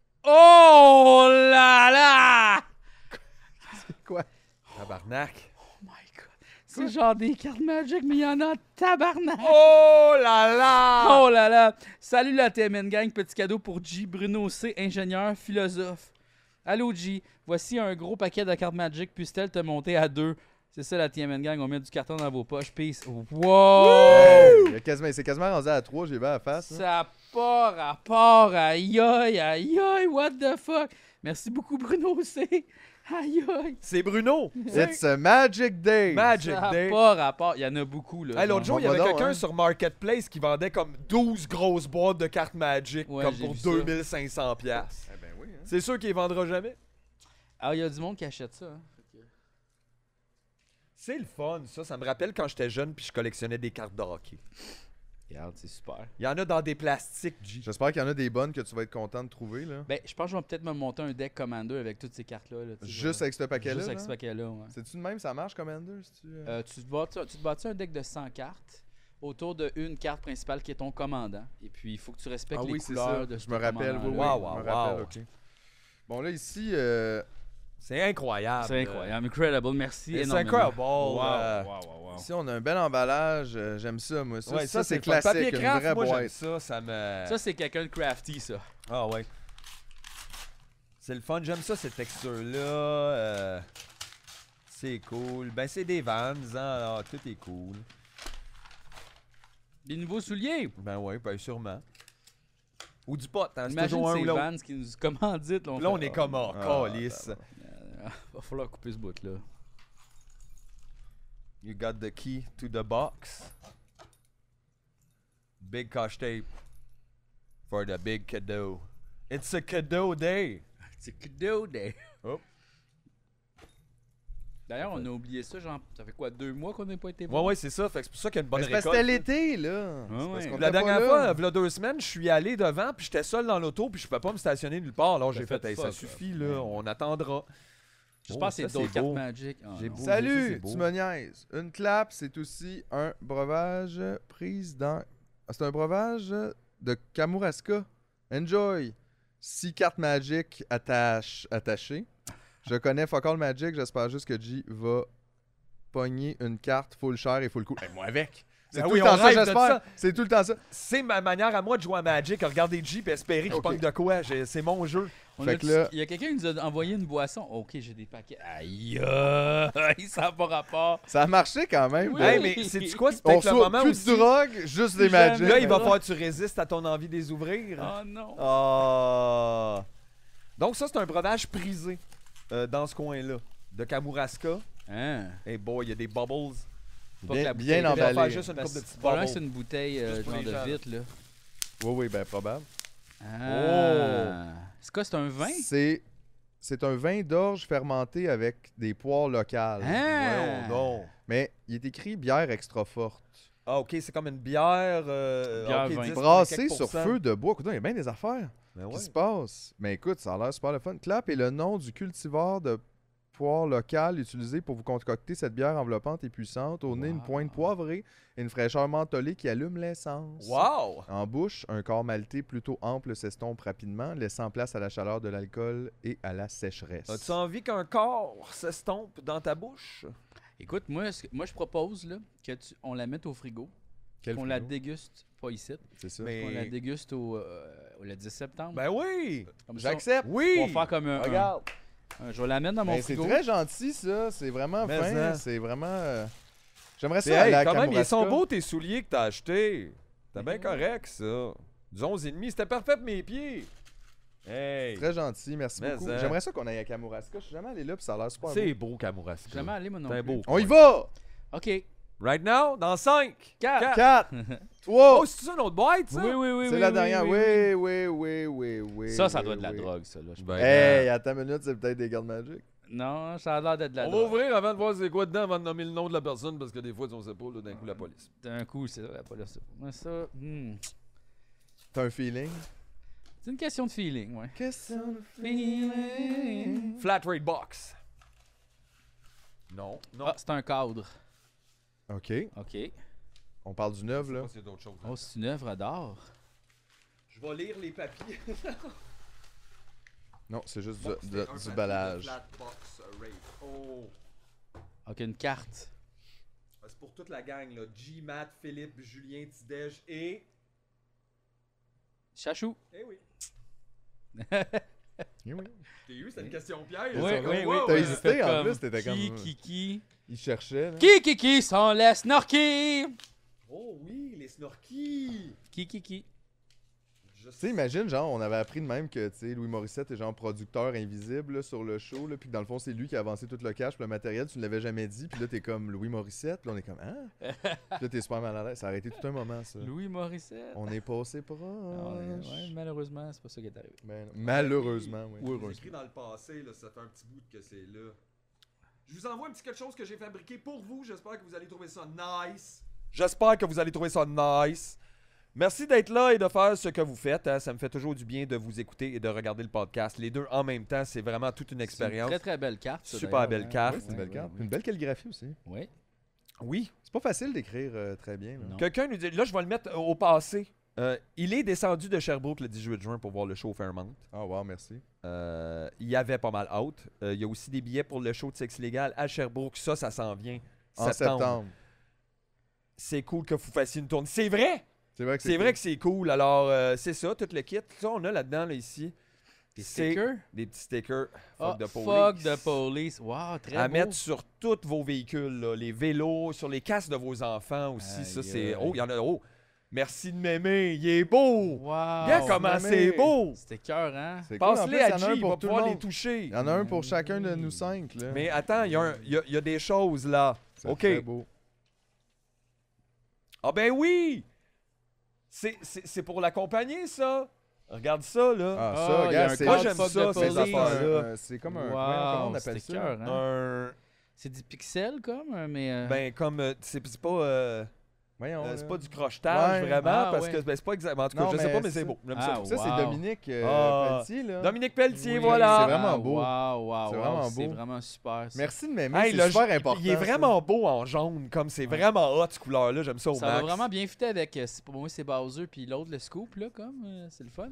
Oh là là! Quoi? Tabarnak. Oh my god. C'est genre des cartes Magic, mais il y en a en tabarnak! Oh là là! Oh là là! Salut la T M N Gang, petit cadeau pour G. Bruno C, ingénieur, philosophe. Allô G, voici un gros paquet de cartes Magic, puisse-t-elle te monter à deux? C'est ça la T M N Gang, on met du carton dans vos poches. Peace. Wow! Hey, il y a quasiment- c'est quasiment rendu à trois, j'ai vu à la face. là. Ça part à part, aïe aïe aïe aïe, what the fuck? Merci beaucoup Bruno C. Aïe aïe. C'est Bruno. It's a Magic Day! Magic Ça Day. part à part. Il y en a beaucoup là. Hey, l'autre jour, il y Montre-moi avait donc, quelqu'un hein. sur Marketplace qui vendait comme douze grosses boîtes de cartes Magic Ouais, comme j'ai pour vu ça. deux mille cinq cents piastres. Eh ben oui, hein. C'est sûr qu'il les vendra jamais. Ah, il y a du monde qui achète ça. Hein. Fait que- C'est le fun, ça. Ça me rappelle quand j'étais jeune puis je collectionnais des cartes de hockey. Regarde, c'est super. Il y en a dans des plastiques, G. J'espère qu'il y en a des bonnes que tu vas être content de trouver, là. Ben, je pense que je vais peut-être me monter un deck Commander avec toutes ces cartes-là. là, tu sais, Juste genre. avec ce paquet-là. Juste avec là? ce paquet-là, ouais. C'est-tu de même, ça marche, Commander? Si tu, euh? Euh, tu te bâtis, tu te bâtis un deck de cent cartes autour de une carte principale qui est ton commandant. Et puis, il faut que tu respectes Ah les oui, c'est couleurs ça. de Je ce me rappelle, oui, oui, Wow, je me wow, rappelle, wow. ok. Bon, là, ici, euh, C'est incroyable. C'est incroyable. Incredible. Merci C'est énormément. incroyable. Wow, euh, wow, wow, wow. ici, on a un bel emballage. euh, J'aime ça, moi. Ça, Ouais, ça, c'est le fun. classique, Papier une craft, vraie moi, j'aime boîte. ça, ça me... Ça, c'est quelqu'un de crafty, ça. Ah ouais. C'est le fun, j'aime ça, cette texture-là. euh, C'est cool. Ben, c'est des Vans, hein, alors tout est cool. Des nouveaux souliers. Ben ouais, ben sûrement. Ou du pot, hein, c'est Imagine toujours un ces ou l'autre. Vans qui nous commanditent. Là, on est comme, oh, Ah, calice. Euh, va falloir couper ce bout-là. You got the key to the box. Big cash tape for the big cadeau. It's a cadeau day. C'est cadeau day. Oh. D'ailleurs, on a oublié ça, genre, ça fait quoi, deux mois qu'on n'a pas été Ouais, voir? ouais, c'est ça. Fait que c'est pour ça qu'il y a une bonne Mais c'est parce que récolte. c'était l'été, là. Ah C'est ouais. parce qu'on La était pas dernière là. fois, il y a deux semaines, je suis allé devant, puis j'étais seul dans l'auto, puis je pouvais pas me stationner nulle part. Alors T'as j'ai fait fait, hey, ça fuck, suffit, là. là, on attendra. J'espère Oh, que c'est ça, d'autres c'est cartes beau. Magic. Ah, J'ai non. beau. ça, Salut, c'est beau. tu me niaises. Une clap, c'est aussi un breuvage prise dans... Ah, c'est un breuvage de Kamouraska. Enjoy. Six cartes Magic attache... attachées. Je connais Fuck All Magic, j'espère juste que G va pogner une carte full cher et full cool. Et moi avec. C'est Ben tout oui, le temps on ça, rêve de j'espère. ça. C'est tout le temps ça. C'est ma manière à moi de jouer à Magic, regarder Jeep et espérer qu'il Ok. pogne de quoi. J'ai- C'est mon jeu. On Fait a que dit- là- Il y a quelqu'un qui nous a envoyé une boisson. Ok, j'ai des paquets. Aïe, aïe, ça n'a pas rapport. Ça a marché quand même. Oui. là. Hey, mais sais-tu quoi? C'est On peut-être le reçoit moment plus aussi. de drogue, juste des Jamais. Magic. Là, il va Ouais. falloir que tu résistes à ton envie de les ouvrir. Oh non. Ah. Donc ça, c'est un breuvage prisé euh, dans ce coin-là. De Kamouraska. Hein? Hey boy, il y a des bubbles. Pas que Bien, la bien bouteille- Il va faire emballé. juste une Parce coupe de que petites probablement que c'est bubbles. une bouteille euh, Juste pour genre les de gens, là. vitre, là. Oui, oui, ben probable. Ah. C'est quoi, c'est un vin? C'est c'est un vin d'orge fermenté avec des poires locales. Hein? Voyons donc. Mais il est écrit bière extra forte. Ah, ok, c'est comme une bière. Euh, Bière ok, vin. dix, Brassée quelques sur pourcents. feu de bois. Écoute, il y a bien des affaires Ben qui ouais. se passent. Mais écoute, ça a l'air super le fun. Clap est le nom du cultivar de poire locale utilisé pour vous concocter cette bière enveloppante et puissante. Au nez, une Wow. pointe poivrée et une fraîcheur mentholée qui allume l'essence. Wow! En bouche, un corps maltais plutôt ample s'estompe rapidement, laissant place à la chaleur de l'alcool et à la sécheresse. As-tu envie qu'un corps s'estompe dans ta bouche? Écoute, moi, ce que- moi je propose là, que tu, on la mette au frigo, Quel qu'on la frigo? déguste, pas ici, C'est ça. Mais- qu'on la déguste au, euh, au- le dix septembre. Ben oui! Comme ça, J'accepte. Oui! on va faire comme un, un- Regarde! un- je vais la mettre dans mon Ben, c'est frigo. très gentil, ça. C'est vraiment Mais fin. ça. C'est vraiment... euh, J'aimerais C'est ça aller hey, à quand même, ils sont Kamouraska. beaux tes souliers que t'as achetés. C'était bien correct, ça. Du onze et demi, c'était parfait pour mes pieds. Hey! Très gentil, merci Mais beaucoup. ça. J'aimerais ça qu'on aille à Kamouraska. Je suis jamais allé là, puis ça a l'air super C'est beau. beau, Kamouraska. Jamais allé, moi non C'est plus. beau. On y va! OK. Right now, dans cinq, Quatre. quatre, trois, Oh, c'est ça notre boîte, ça? Oui, oui, oui. c'est oui, la oui, dernière. oui, Oui, oui, oui, oui, oui. Ça, ça oui, doit être de la oui. drogue, ça. Là, je Ben, Hey, à ta minute, c'est peut-être des gardes magiques. Non, ça a l'air d'être de la on va drogue. ouvrir avant de voir c'est quoi dedans, avant de nommer le nom de la personne, parce que des fois, on sait pas, là, d'un coup, la police. D'un coup, c'est ça, la police. Moi, ça, hmm. T'as un feeling? C'est une question de feeling, ouais. Question de Feeling. Flat rate box. Non, non. Ah, c'est un cadre. OK. OK. On parle du neuf, Je sais là. pas s'il y a d'autres choses. Oh, c'est une œuvre d'art. Je vais lire les papiers. Non, c'est juste Bon, du, c'était de- un du papier de emballage. flat box rate. Oh. OK, une carte. Ah, c'est pour toute la gang, là. G, Matt, Philippe, Julien, Tidej et... Chachou. Eh oui. Oui, oui. T'es eu, c'était une question piège. Oui, ça, oui, comme, oui, wow, t'as euh, hésité. en Comme plus, t'étais qui, comme- Qui, qui, Il cherchait, là. qui, qui, qui sont les snorkies? Oh oui, les snorkies. Qui, qui, qui? Je Je Tu sais, imagine, genre, on avait appris de même que, tu sais, Louis Morissette est genre producteur invisible là, sur le show, là, puis que dans le fond, c'est lui qui a avancé tout le cash, puis le matériel, tu ne l'avais jamais dit, puis là, t'es comme Louis Morissette, puis là, on est comme, hein? Puis là, t'es super mal à l'aise. Ça a arrêté tout un moment, ça. Louis Morissette. On est passé proche. Ah, ouais, ouais, malheureusement, c'est pas ça qui est arrivé. Ben, malheureusement, oui. Ou heureusement. écrit dans le passé, là, ça fait un petit bout que c'est là. Je vous envoie un petit quelque chose que j'ai fabriqué pour vous. J'espère que vous allez trouver ça nice. J'espère que vous allez trouver ça nice. Merci d'être là et de faire ce que vous faites. Hein. Ça me fait toujours du bien de vous écouter et de regarder le podcast. Les deux en même temps, c'est vraiment toute une C'est une expérience. très très belle carte. ça, Super d'ailleurs, belle hein. carte. Ouais, c'est une Ouais, belle carte. ouais, Une belle calligraphie aussi. Oui. Oui. C'est pas facile d'écrire euh, très bien. Là. Non. Quelqu'un nous dit, là je vais le mettre au passé. Euh, il est descendu de Sherbrooke le dix-huit juin pour voir le show Fairmont. Ah, wow, merci. Euh, il y avait pas mal hâte. Euh, il y a aussi des billets pour le show de Sexe Illégal à Sherbrooke. Ça, ça s'en vient. En septembre. C'est cool que vous fassiez une tournée. C'est vrai! C'est vrai que C'est vrai que c'est cool. Alors, euh, c'est ça, tout le kit. Ça, on a là-dedans, là, ici. Des C'est stickers. des petits stickers. Ah, Fuck the police. fuck the police. Wow, très À beau. mettre sur tous vos véhicules, là, les vélos, sur les casques de vos enfants aussi. ça, Aïe, c'est. aïe. Oh, il y en a. Oh! Merci de m'aimer. Il est beau! Wow. Regarde comment m'aimer. c'est beau! C'était cœur, hein? C'est cool. En Passe-les plus, à il y en a G, un il pour va tout le pouvoir les monde. toucher. Il y en a un pour chacun de nous cinq. Là. Mais attends, il y, a un- il y a- il y a des choses là. C'est OK. très beau. Ah ben oui! C'est- C'est c'est pour l'accompagner, ça. Regarde ça, là. Ah, Ah, ça, il y a regarde, un c'est Moi, code j'aime fuck ça, the ces police. affaires-là. Euh, c'est comme un. Wow, comment on appelle c'était ça? cœur, hein? Un... C'est du pixel, comme, euh, mais... euh, Ben, comme... euh, C'est c'est pas... euh, Voyons. euh, là. c'est pas du crochetage, Ouais. vraiment, Ah, parce ouais. que ben, c'est pas exactement... En tout cas, Non, je sais mais pas, mais c'est- c'est beau. J'aime Ah, ça. Ça, c'est wow. Dominique euh, Ah. Pelletier, là. Dominique Pelletier, Oui. voilà! C'est vraiment beau. Wow, wow, C'est wow, vraiment C'est beau. vraiment super. ça. Merci de m'aimer, Hey, c'est le super ja- important. Il est ça. vraiment beau en jaune, comme c'est Ouais. vraiment hot, cette couleur-là. J'aime ça au Ça max. va vraiment bien fitter avec, euh, c'est- pour moi, c'est Bowser, puis l'autre, le scoop, là, comme, euh, c'est le fun.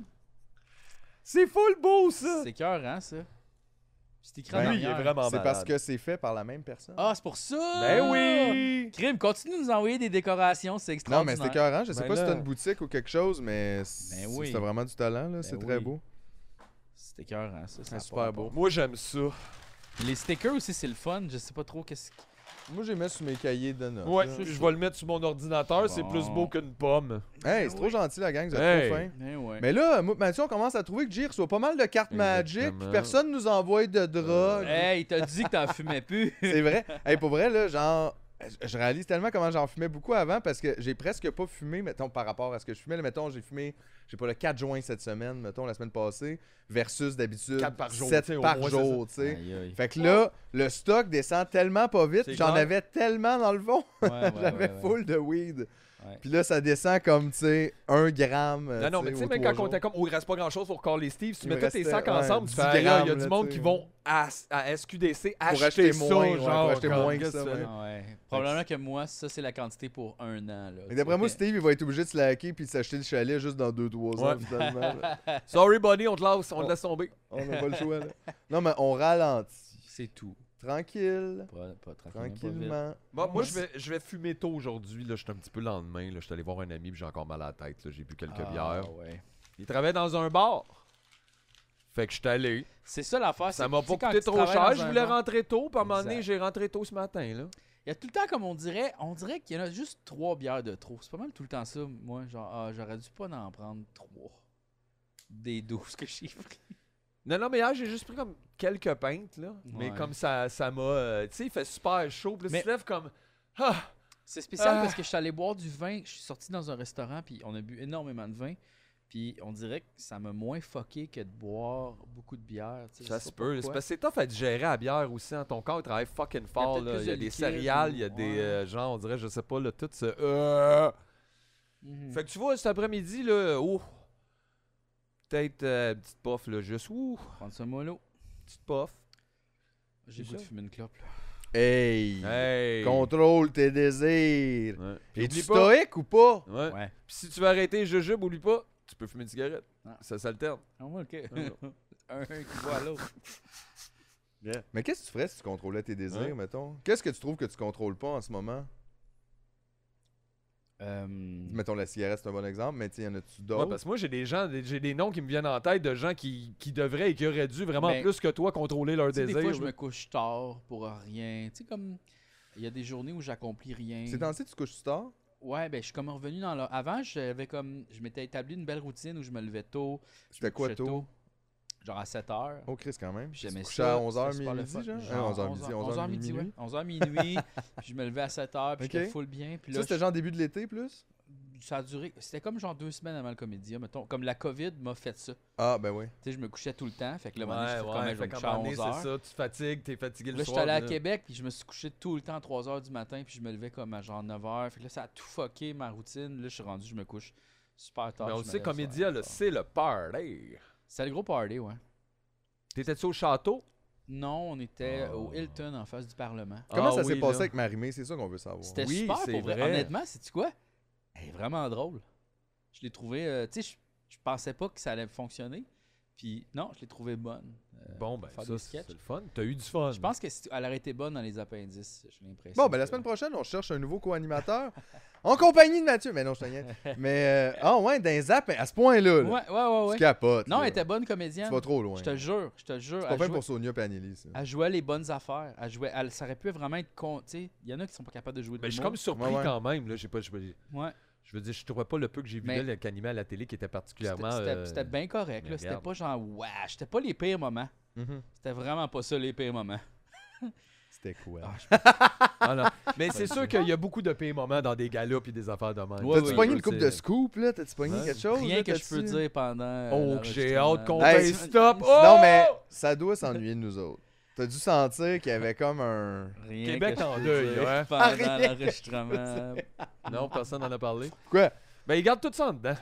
C'est full beau, ça! C'est cœur, hein, ça. C'est écrit en Ben, lui, il est arrière. vraiment C'est malade. parce que c'est fait par la même personne. Ah, c'est pour ça! Ben oui! Crime, continue de nous envoyer des décorations, c'est Non, mais extraordinaire. c'était écœurant. Je sais Ben pas si là. t'as une boutique ou quelque chose, mais c'est Ben oui. c'est vraiment du talent, là. c'est très oui. beau. C'était écœurant, ça. ça C'est a super pas beau. rapport. Moi, j'aime ça. Les stickers aussi, c'est le fun. Je sais pas trop qu'est-ce que... Moi, j'ai mis sur mes cahiers de notes. Ouais, là. je vais le mettre sur mon ordinateur. C'est Bon. plus beau qu'une pomme. Hey, c'est trop gentil, la gang. Vous êtes Hey. trop fins. Ben ouais. Mais là, moi, Mathieu, on commence à trouver que J reçoit pas mal de cartes Magic, Exactement. puis personne nous envoie de drogue. Hey, il t'a dit que t'en fumais plus. C'est vrai. Hey, pour vrai, là, genre, je- je réalise tellement comment j'en fumais beaucoup avant parce que j'ai presque pas fumé, mettons, par rapport à ce que je fumais. Là, mettons, j'ai fumé, je sais pas, le quatre juin cette semaine, mettons, la semaine passée, versus d'habitude Quatre par jour, sept tu sais, au par moins, jour, tu sais. Aïe, aïe. Fait que là, le stock descend tellement pas vite, C'est puis j'en clair. avais tellement dans le fond. Ouais, ouais, J'avais ouais, ouais. full de weed. Ouais. Puis là, ça descend comme, tu sais, un gramme. euh, Non, non, mais tu sais, aux même trois quand on jours. était comme, oh, il reste pas grand chose pour Carl et Steve, si tu Il mets me tous tes restait, sacs ouais, ensemble, tu dix fais, aïe, il y a grammes, du là, monde tu qui sais. vont à, à S Q D C acheter, acheter ça, moins, ouais, genre. pour acheter comme, moins que qu'est-ce ça, tu fais? ouais. Ah ouais. Probablement que moi, ça, c'est la quantité pour un an. Là, Mais d'après moi, tu sais. Steve, il va être obligé de se laquer puis de s'acheter le chalet juste dans deux trois ans, Ouais. finalement. là. Sorry, buddy, on te laisse, on te Oh. laisse tomber. On n'a pas le choix, là. Non, mais on ralentit. C'est tout. Tranquille. Pas, pas tranquillement, pas vite. Tranquillement. Moi, moi je, vais, je vais fumer tôt aujourd'hui. Je suis un petit peu le lendemain. Là. Je suis allé voir un ami puis j'ai encore mal à la tête. là. J'ai bu quelques Ah, bières. ouais. Il travaillait dans un bar. Fait que je suis allé. C'est ça l'affaire. Ça c'est- m'a tu sais, pas quand coûté tu trop travailles cher. dans Je un voulais bar, rentrer tôt. Puis à un moment donné, Exact. j'ai rentré tôt ce matin. Là. Il y a tout le temps, comme on dirait, on dirait qu'il y en a juste trois bières de trop. C'est pas mal tout le temps ça. Moi, genre, ah, j'aurais dû pas en prendre trois. Des douze que j'ai pris. Non, non, mais hier, j'ai juste pris comme quelques pintes. Là. Mais Ouais. comme ça ça m'a. euh, tu sais, il fait super chaud. Puis là, Mais- tu te lèves comme. Ah! C'est spécial Ah. parce que je suis allé boire du vin. Je suis sorti dans un restaurant, puis on a bu énormément de vin. Puis on dirait que ça m'a moins fucké que de boire beaucoup de bière. tu sais, Ça je sais se pas peut. C'est pourquoi. parce que c'est tough à digérer la bière aussi. Hein. Ton corps il travaille fucking fort. peut-être là. plus Il y a de des liquide céréales, ou- il y a des. ouais. euh, genre, on dirait, je sais pas, là, tout ce. Euh... Mhm. Fait que tu vois, cet après-midi, là, oh, peut-être euh, petite puff, là, juste, ouh, Prendre ça mollo. petite puff. J'ai C'est goût de ça. fumer une clope. Là. Hey! Hey! Contrôle tes désirs. Ouais. Puis Es-tu oublie pas. stoïque ou pas? Ouais. Ouais. Puis si tu veux arrêter jujube, oublie pas, tu peux fumer une cigarette. Ah. Ça s'alterne. Ah, ouais, ok. Ouais. Un qui voit l'autre. Mais qu'est-ce que tu ferais si tu contrôlais tes désirs, Ouais. mettons? Qu'est-ce que tu trouves que tu contrôles pas en ce moment? Euh, Mettons, la cigarette, c'est un bon exemple, mais y en a-tu Ouais, d'autres? parce que moi, j'ai des gens, des- j'ai des noms qui me viennent en tête de gens qui, qui devraient et qui auraient dû vraiment Mais- plus que toi contrôler leurs tu sais, désirs. des fois, je là. me couche tard pour rien. Tu sais, comme. Il y a des journées où j'accomplis rien. Ces temps-ci, tu te couches tard? Ouais, ben je suis comme revenu dans le... Avant, j'avais comme... Je m'étais établi une belle routine où je me levais tôt. je C'était me quoi couchais tôt? Genre à sept heures. Oh, Chris, quand même. Puis Tu te j'aimais couchais ça. à onze heures, c'était super le midi, fun. genre? Genre onze heures midi, onze heures midi, ouais. onze heures minuit. Puis je me levais à sept heures, puis Ok. j'étais full bien. Puis là, Ça, c'était genre début de l'été, plus? ça a duré... C'était comme genre deux semaines avant le Comédia, mettons. Comme la COVID m'a fait ça. Tu Ah, ben oui. sais, je me couchais tout le temps. Fait que là, Ouais, ouais, je ouais, quand même, je fait me qu'à un couchais à moment donné, onze heures. c'est ça, tu te fatigues, t'es fatigué le Là, j'étais soir. allé à là. Québec, puis je me suis couché tout le temps à trois heures du matin, puis je me levais comme à genre neuf heures. Fait que là, ça a tout fucké ma routine. Là, je suis rendu, je me couche super tard. Mais on je le me sait, lève Comédia, super là, tard. c'est le party. C'est le gros party, ouais. T'étais-tu au château? Non, on était Oh. au Hilton en face du Parlement. Comment Ah ça s'est oui, passé là. avec Marimé? C'est ça qu'on veut savoir. C'était Oui, super c'est pour vrai. vrai. Honnêtement, sais-tu quoi? Elle est vraiment drôle. Je l'ai trouvé, euh, tu sais, je, je pensais pas que ça allait fonctionner. Puis non, je l'ai trouvée bonne. Euh, Bon, ben, faire ça, des c'est sketchs. c'est le fun. T'as eu du fun. Je pense qu'elle aurait été bonne dans les appendices, j'ai l'impression. Bon, ben la que- semaine prochaine, on cherche un nouveau co-animateur en compagnie de Mathieu. Mais non, je te niaise. Mais, euh, ah ouais, dans les apps, à ce point-là, là, Ouais, ouais, ouais. tu ouais. capotes. Non, là. elle était bonne comédienne. Tu vas trop loin. Je te le jure, je te le jure. C'est Elle pas fait jouait- pour Sonia et Anneli, ça. Elle jouait les bonnes affaires. Elle jouait, elle, ça aurait pu vraiment être con. Tu sais, il y en a qui sont pas capables de jouer de Ben, je suis l'humour. comme surpris Ouais, ouais. quand même. Là. J'ai pas, je, Ouais. je veux dire, je trouvais pas le peu que j'ai vu Mais- d'elle qu'animait à la télé qui était C'était particulièrement. c'était- euh, c'était bien correct. mais là. C'était regarde. pas genre, ouais, c'était pas les pires moments. Mhm. C'était vraiment pas ça les pires moments. C'était quoi? Ah, je- Ah, non. Mais c'est sûr qu'il y a beaucoup de pires moments dans des galas et des affaires de même. Ouais, T'as-tu ouais, pogné je une coupe sais. de scoop, là? T'as-tu pogné Ouais. quelque chose? Rien là? que je peux T'as-tu- dire pendant. euh, Oh, que j'ai hâte qu'on Hey, paye stop. Oh! Non, mais ça doit s'ennuyer de nous autres. T'as dû sentir qu'il y avait comme un... Rien Québec que je en peux deuil, dire ouais. Pendant Rien. l'enregistrement. Non, personne n'en a parlé. Quoi? Ben, ils gardent tout ça en dedans.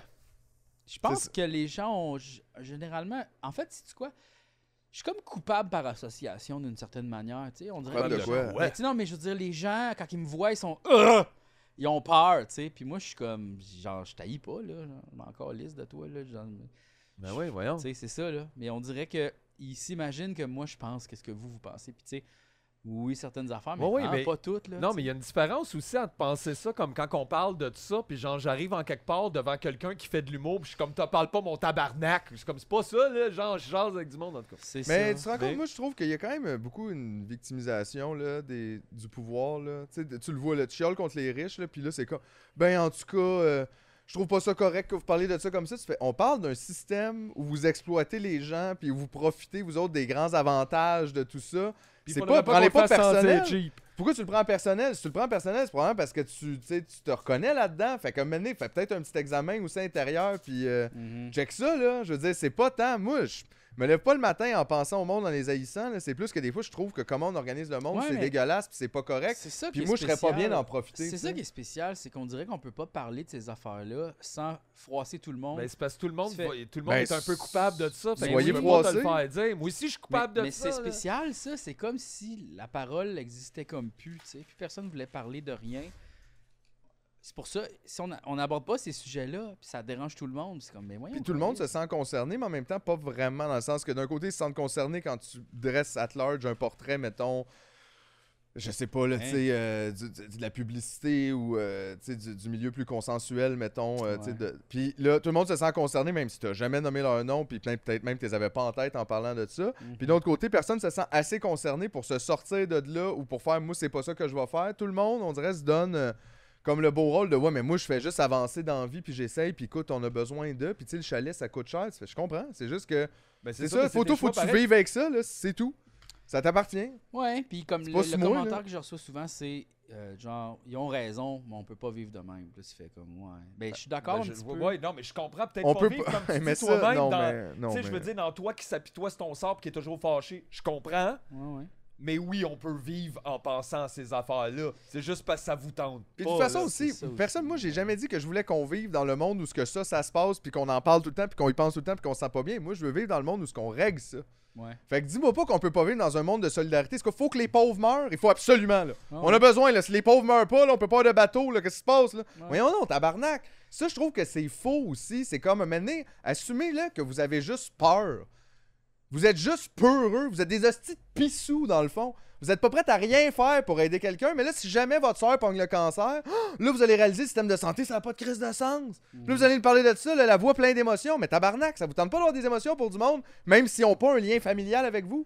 Je pense C'est- que les gens ont g- généralement. En fait, sais-tu quoi? Je suis comme coupable par association d'une certaine manière. Tu sais, on dirait Coupable que de les quoi? gens- Ben, tu sais, non, mais je veux dire, les gens, quand ils me voient, ils sont. Ugh! Ils ont peur, tu sais. Puis moi, je suis comme. Genre, je t'haïs pas, là. Genre, je m'en encore liste de toi, là. Genre, Ben oui, voyons. tu sais, c'est ça, là. Mais on dirait que ils s'imaginent que moi, je pense qu'est-ce que vous, vous pensez. Puis, tu sais, oui, certaines affaires, mais, Ouais, ouais, vraiment mais- pas toutes, là. Non, tu mais il y sais. a une différence aussi entre penser ça comme quand on parle de tout ça, puis genre j'arrive en quelque part devant quelqu'un qui fait de l'humour, puis je suis comme t'en parles pas mon tabarnak. Je suis comme c'est pas ça, là, genre je jase avec du monde en tout cas. C'est Mais ça. tu te rends compte, Mais- moi, je trouve qu'il y a quand même beaucoup une victimisation là, des, du pouvoir. Là. Tu sais, de- tu le vois, là, tu chiales contre les riches, là, puis là, c'est comme... Ben, en tout cas, euh, je trouve pas ça correct que vous parlez de ça comme ça. Tu fais, on parle d'un système où vous exploitez les gens, puis où vous profitez, vous autres, des grands avantages de tout ça. Puis C'est faudrait pas, prends-les qu'on pas fasse sentir personnel. cheap. Pourquoi tu le prends en personnel? Si tu le prends en personnel, c'est probablement parce que tu, tu sais, tu te reconnais là-dedans. Fait comme maintenant, fais peut-être un petit examen aussi intérieur, puis euh, Mhm. check ça, là. Je veux dire, c'est pas tant. Moi, je me lève pas le matin en pensant au monde en les haïssant. là. C'est plus que des fois, je trouve que comment on organise le monde, Ouais, c'est mais- dégueulasse, puis c'est pas correct. C'est ça qui Puis est moi, je serais pas bien spécial. d'en profiter. C'est tu ça sais. qui est spécial, c'est qu'on dirait qu'on peut pas parler de ces affaires-là sans froisser tout le monde. Ben, c'est parce que tout le monde, Tu fais- va- tout le monde Ben, est un peu coupable de ça. Fait que soyez je veux pas te le froissés. faire dire. Moi aussi, je suis mais coupable de mais ça. c'est là. spécial, ça. C'est comme si la parole existait comme plus, tu sais. Puis personne voulait parler de rien. C'est pour ça, si on a- on n'aborde pas ces sujets-là, puis ça dérange tout le monde, c'est comme, mais voyons. Puis tout le monde se câlisse. sent concerné, mais en même temps, pas vraiment, dans le sens que d'un côté, ils se sentent concernés quand tu dresses at large un portrait, mettons, je sais pas, là, Hein? tu sais, euh, du- du- de la publicité ou euh, tu sais, du, du milieu plus consensuel, mettons. euh, tu sais, Ouais. de- Puis là, tout le monde se sent concerné, même si tu n'as jamais nommé leur nom, puis peut- peut-être même tu les avais pas en tête en parlant de ça. Mhm. Puis d'autre côté, personne se sent assez concerné pour se sortir de là ou pour faire, moi, c'est pas ça que je vais faire. Tout le monde, on dirait, se donne. euh, comme le beau rôle de ouais, mais moi je fais juste avancer dans la vie, puis j'essaye, puis écoute, on a besoin d'eux, puis tu sais, le chalet ça coûte cher. Tu fais, je comprends, c'est juste que Ben, c'est mais ça, des photo, faut choix que tu pareils. vives avec ça, là, c'est tout. Ça t'appartient. Ouais, puis comme C'est le, pas le sous moi, commentaire là. que je reçois souvent, c'est euh, genre, ils ont raison, mais on peut pas vivre de même. Puis là, tu fais comme, ouais. Ben, je suis d'accord Ben, un je- petit ouais, peu. ouais, non, mais je comprends peut-être On pas peut vivre pas. comme tu mais dis ça, toi-même non, dans... mais. Non, Tu sais, je mais- veux dire, dans toi qui s'apitoie sur ton sort pis qui est toujours fâché, je comprends. Ouais, ouais. Mais oui, on peut vivre en pensant à ces affaires-là. C'est juste parce que ça vous tente. Puis de pas, toute façon là. aussi, c'est ça aussi. personne, moi j'ai jamais dit que je voulais qu'on vive dans le monde où ce que ça, ça se passe, puis qu'on en parle tout le temps, puis qu'on y pense tout le temps, puis qu'on se sent pas bien. Moi je veux vivre dans le monde où ce qu'on règle ça. Ouais. Fait que dis-moi pas qu'on peut pas vivre dans un monde de solidarité. Est-ce qu'il faut que les pauvres meurent? Il faut absolument, là. Ah On ouais. a besoin, là. Si les pauvres meurent pas, là, on peut pas avoir de bateau, là. Qu'est-ce qui se passe, là? Ouais. Voyons non, tabarnak. Ça, je trouve que c'est faux aussi. C'est comme, maintenant, assumez, là, que vous avez juste peur. Vous êtes juste peureux. Vous êtes des hosties de pissous, dans le fond. Vous êtes pas prêts à rien faire pour aider quelqu'un, mais là, si jamais votre soeur pogne le cancer, là, vous allez réaliser le système de santé, ça n'a pas de crise de sens. Puis là, vous allez nous parler de ça, là, la voix pleine d'émotions. Mais tabarnak, ça vous tente pas d'avoir des émotions pour du monde, même s'ils n'ont pas un lien familial avec vous?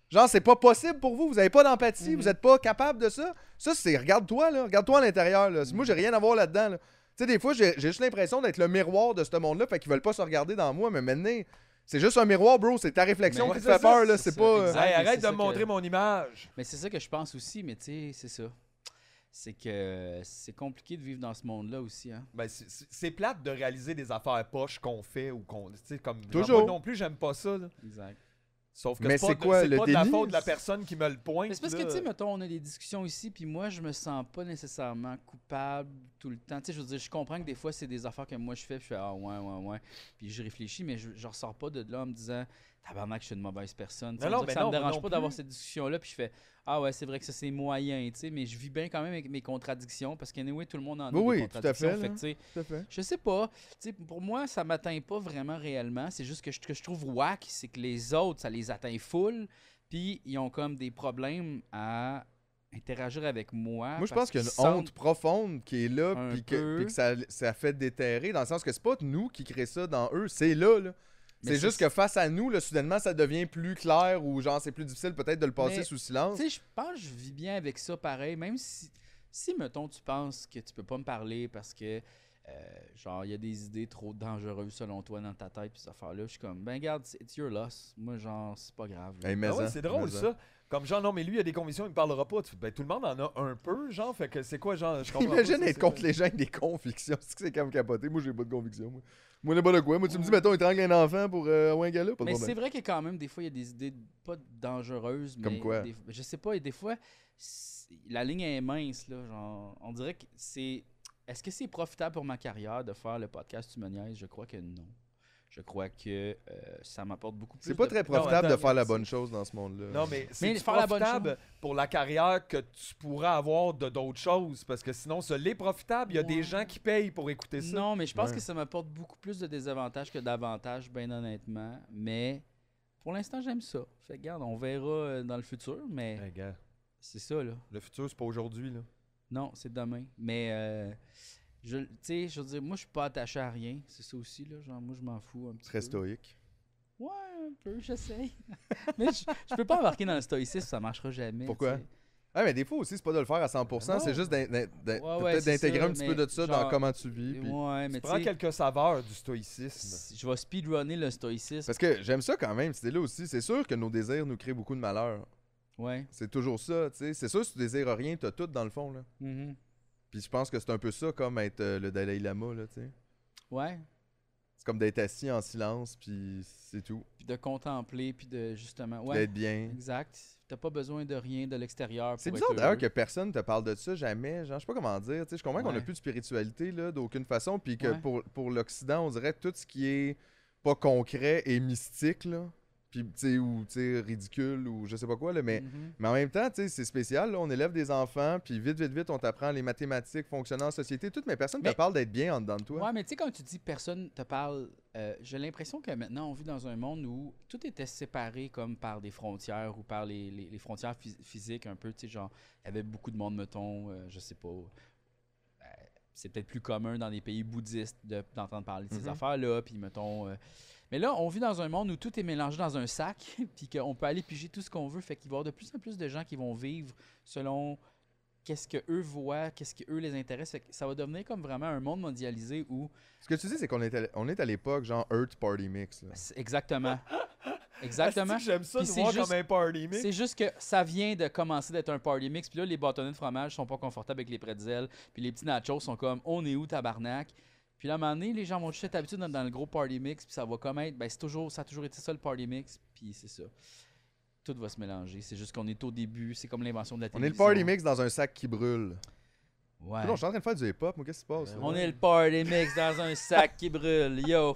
Genre, c'est pas possible pour vous, vous avez pas d'empathie, Mhm. vous êtes pas capable de ça. Ça, c'est regarde-toi, là. Regarde-toi à l'intérieur, là. Moi, j'ai rien à voir là-dedans, là. Tu sais, des fois, j'ai j'ai juste l'impression d'être le miroir de ce monde-là, fait qu'ils veulent pas se regarder dans moi, mais maintenant, c'est juste un miroir, bro. C'est ta réflexion Mais qui te ouais, fait c'est ça, peur, là. c'est C'est ça, pas. euh, exact. Hey, mais arrête c'est de ça me montrer que- mon image. Mais c'est ça que je pense aussi, mais tu sais, c'est ça. C'est que c'est compliqué de vivre dans ce monde-là aussi, hein. Ben, c'est- c'est c'est plate de réaliser des affaires poches qu'on fait ou qu'on. Tu sais, comme. genre, Toujours. moi non plus, j'aime pas ça, là. Exact. Sauf que Mais c'est c'est pas, de- quoi, c'est le pas de la déni? faute de la personne qui me le pointe. Mais c'est parce que, là. tu sais, mettons, on a des discussions ici, puis moi, je me sens pas nécessairement coupable tout le temps. Tu sais, je veux dire, je comprends que des fois, c'est des affaires que moi, je fais, puis je fais « Ah, ouais, ouais, ouais ». Puis je réfléchis, mais je, je ressors pas de là en me disant « Tabarnak, je suis une mauvaise personne ». Tu sais, Non, on non, dirait que mais ça non, me dérange non pas plus. d'avoir cette discussion-là, puis je fais « Ah ouais, c'est vrai que ça, c'est moyen », tu sais, mais je vis bien quand même avec mes contradictions, parce qu'anyway, tout le monde en a Oui, oui, des tout à contradictions. fait, Fait là. que, tu sais, Tout à fait. je sais pas. Tu sais, pour moi, ça m'atteint pas vraiment réellement. C'est juste que je, que je trouve whack, c'est que les autres, ça les atteint full. Puis ils ont comme des problèmes à interagir avec moi. Moi, je parce pense qu'il y a une qu'ils honte sentent- profonde qui est là, Un puis que, peu. puis que ça, ça fait déterrer, dans le sens que c'est pas nous qui créons ça dans eux, c'est là, là. Mais C'est c'est- juste que face à nous, là, soudainement, ça devient plus clair ou genre c'est plus difficile peut-être de le passer Mais, sous silence. Tu sais, je pense que je vis bien avec ça pareil, même si, si mettons, tu penses que tu peux pas me parler parce que, euh, genre, il y a des idées trop dangereuses selon toi dans ta tête, puis ces affaires-là, je suis comme, ben, regarde, c'est- it's your loss. Moi, genre, c'est pas grave. là. Hey, mais Ah ouais, ça, c'est drôle mais ça. Comme genre, non, mais lui, il a des convictions, il me parlera pas. Tu- Ben, tout le monde en a un peu, genre. Fait que c'est quoi, genre, je comprends Imagine pas, c'est- être contre c'est- les gens avec des convictions. C'est que c'est comme capoté. Moi, j'ai pas de conviction. Moi, moi n'importe de quoi. Moi, tu me dis, mettons, étrangle un enfant pour euh, avoir un gars là. Pas de Mais c'est problème. vrai que quand même, des fois, il y a des idées pas dangereuses. Comme mais quoi? des- je sais pas, et des fois, c'est- la ligne est mince. Là, genre, on dirait que c'est. Est-ce que c'est profitable pour ma carrière de faire le podcast Tu me niaises? Je crois que non. Je crois que euh, ça m'apporte beaucoup plus. C'est pas de- très Non, profitable attends, de faire la c'est- bonne chose dans ce monde-là. Non, mais c'est faire la bonne profitable pour la carrière que tu pourras avoir de d'autres choses. Parce que sinon, ce l'est profitable. Il y a Ouais. des gens qui payent pour écouter ça. Non, mais je pense Ouais. que ça m'apporte beaucoup plus de désavantages que d'avantages, bien honnêtement. Mais pour l'instant, j'aime ça. Fait que, regarde, on verra euh, dans le futur, mais Hey, gars, c'est ça, là. le futur, c'est pas aujourd'hui, là. Non, c'est demain. Mais, euh, je, tu sais, je veux dire, moi, je suis pas attaché à rien. C'est ça aussi, là. Genre, moi, je m'en fous un petit Très peu. stoïque. Ouais, un peu, j'essaye. Mais je, je peux pas embarquer dans le stoïcisme, ça marchera jamais. Pourquoi? tu sais. Ah, mais des fois aussi, c'est pas de le faire à cent pour cent. Non. C'est juste d'in- d'in- d'in- Ouais, peut-être ouais, c'est d'intégrer ça, un petit peu mais de ça dans genre- comment tu vis. puis- Ouais, mais Tu tu prends sais, quelques saveurs du stoïcisme. si- je vais speedrunner le stoïcisme. Parce que j'aime ça quand même, c'était là aussi. C'est sûr que nos désirs nous créent beaucoup de malheur. Ouais. C'est toujours ça, tu sais. C'est sûr, si tu désires rien, t'as tout dans le fond, là. Mhm. Puis je pense que c'est un peu ça, comme être euh, le Dalai Lama, là, tu sais. Ouais. C'est comme d'être assis en silence, puis c'est tout. Puis de contempler, puis de justement. Ouais. D'être bien. Exact. T'as pas besoin de rien de l'extérieur. C'est pour bizarre être d'ailleurs heureux. que personne te parle de ça jamais. Genre, je sais pas comment dire. Tu sais, je comprends qu'on a Ouais. plus de spiritualité là, d'aucune façon. Puis que Ouais. pour, pour l'Occident, on dirait que tout ce qui est pas concret et mystique, là. Puis, tu sais, ou tu sais, ridicule, ou je sais pas quoi, là. Mais, Mhm. mais en même temps, tu sais, c'est spécial. Là, on élève des enfants, puis vite, vite, vite, on t'apprend les mathématiques, fonctionner en société, tout. Mais personne Mais- te parle d'être bien en dedans de toi. Ouais, mais tu sais, quand tu dis personne te parle, euh, j'ai l'impression que maintenant, on vit dans un monde où tout était séparé comme par des frontières ou par les, les- les frontières phys- physiques un peu. Tu sais, genre, il y avait beaucoup de monde, mettons, euh, je sais pas. euh, c'est peut-être plus commun dans des pays bouddhistes de- d'entendre parler de ces Mhm. affaires-là. Puis, mettons. euh, mais là, on vit dans un monde où tout est mélangé dans un sac, puis qu'on peut aller piger tout ce qu'on veut. Fait qu'il va y avoir de plus en plus de gens qui vont vivre selon qu'est-ce que eux voient, qu'est-ce que eux les intéresse. Fait que ça va devenir comme vraiment un monde mondialisé où Ce que tu dis, c'est qu'on est à, on est à l'époque, genre Earth Party Mix. Là. c'est- exactement. Exactement. Asti que J'aime ça Puis de c'est voir juste- comme un party mix. C'est juste que ça vient de commencer d'être un party mix. Puis là, les bâtonnets de fromage sont pas confortables avec les pretzels. Puis les petits nachos sont comme on est où tabarnak. Puis là, à un moment donné, les gens vont juste être habitués dans, dans le gros party mix. Puis ça va comme être. Ben, c'est toujours, ça a toujours été ça le party mix. Puis c'est ça. Tout va se mélanger. C'est juste qu'on est au début. C'est comme l'invention de la On est le télévision. Party Mix dans un sac qui brûle. Ouais. Non, je suis en train de faire du hip-hop, moi, qu'est-ce qui se passe? là? On est le party mix dans un sac qui brûle. Yo.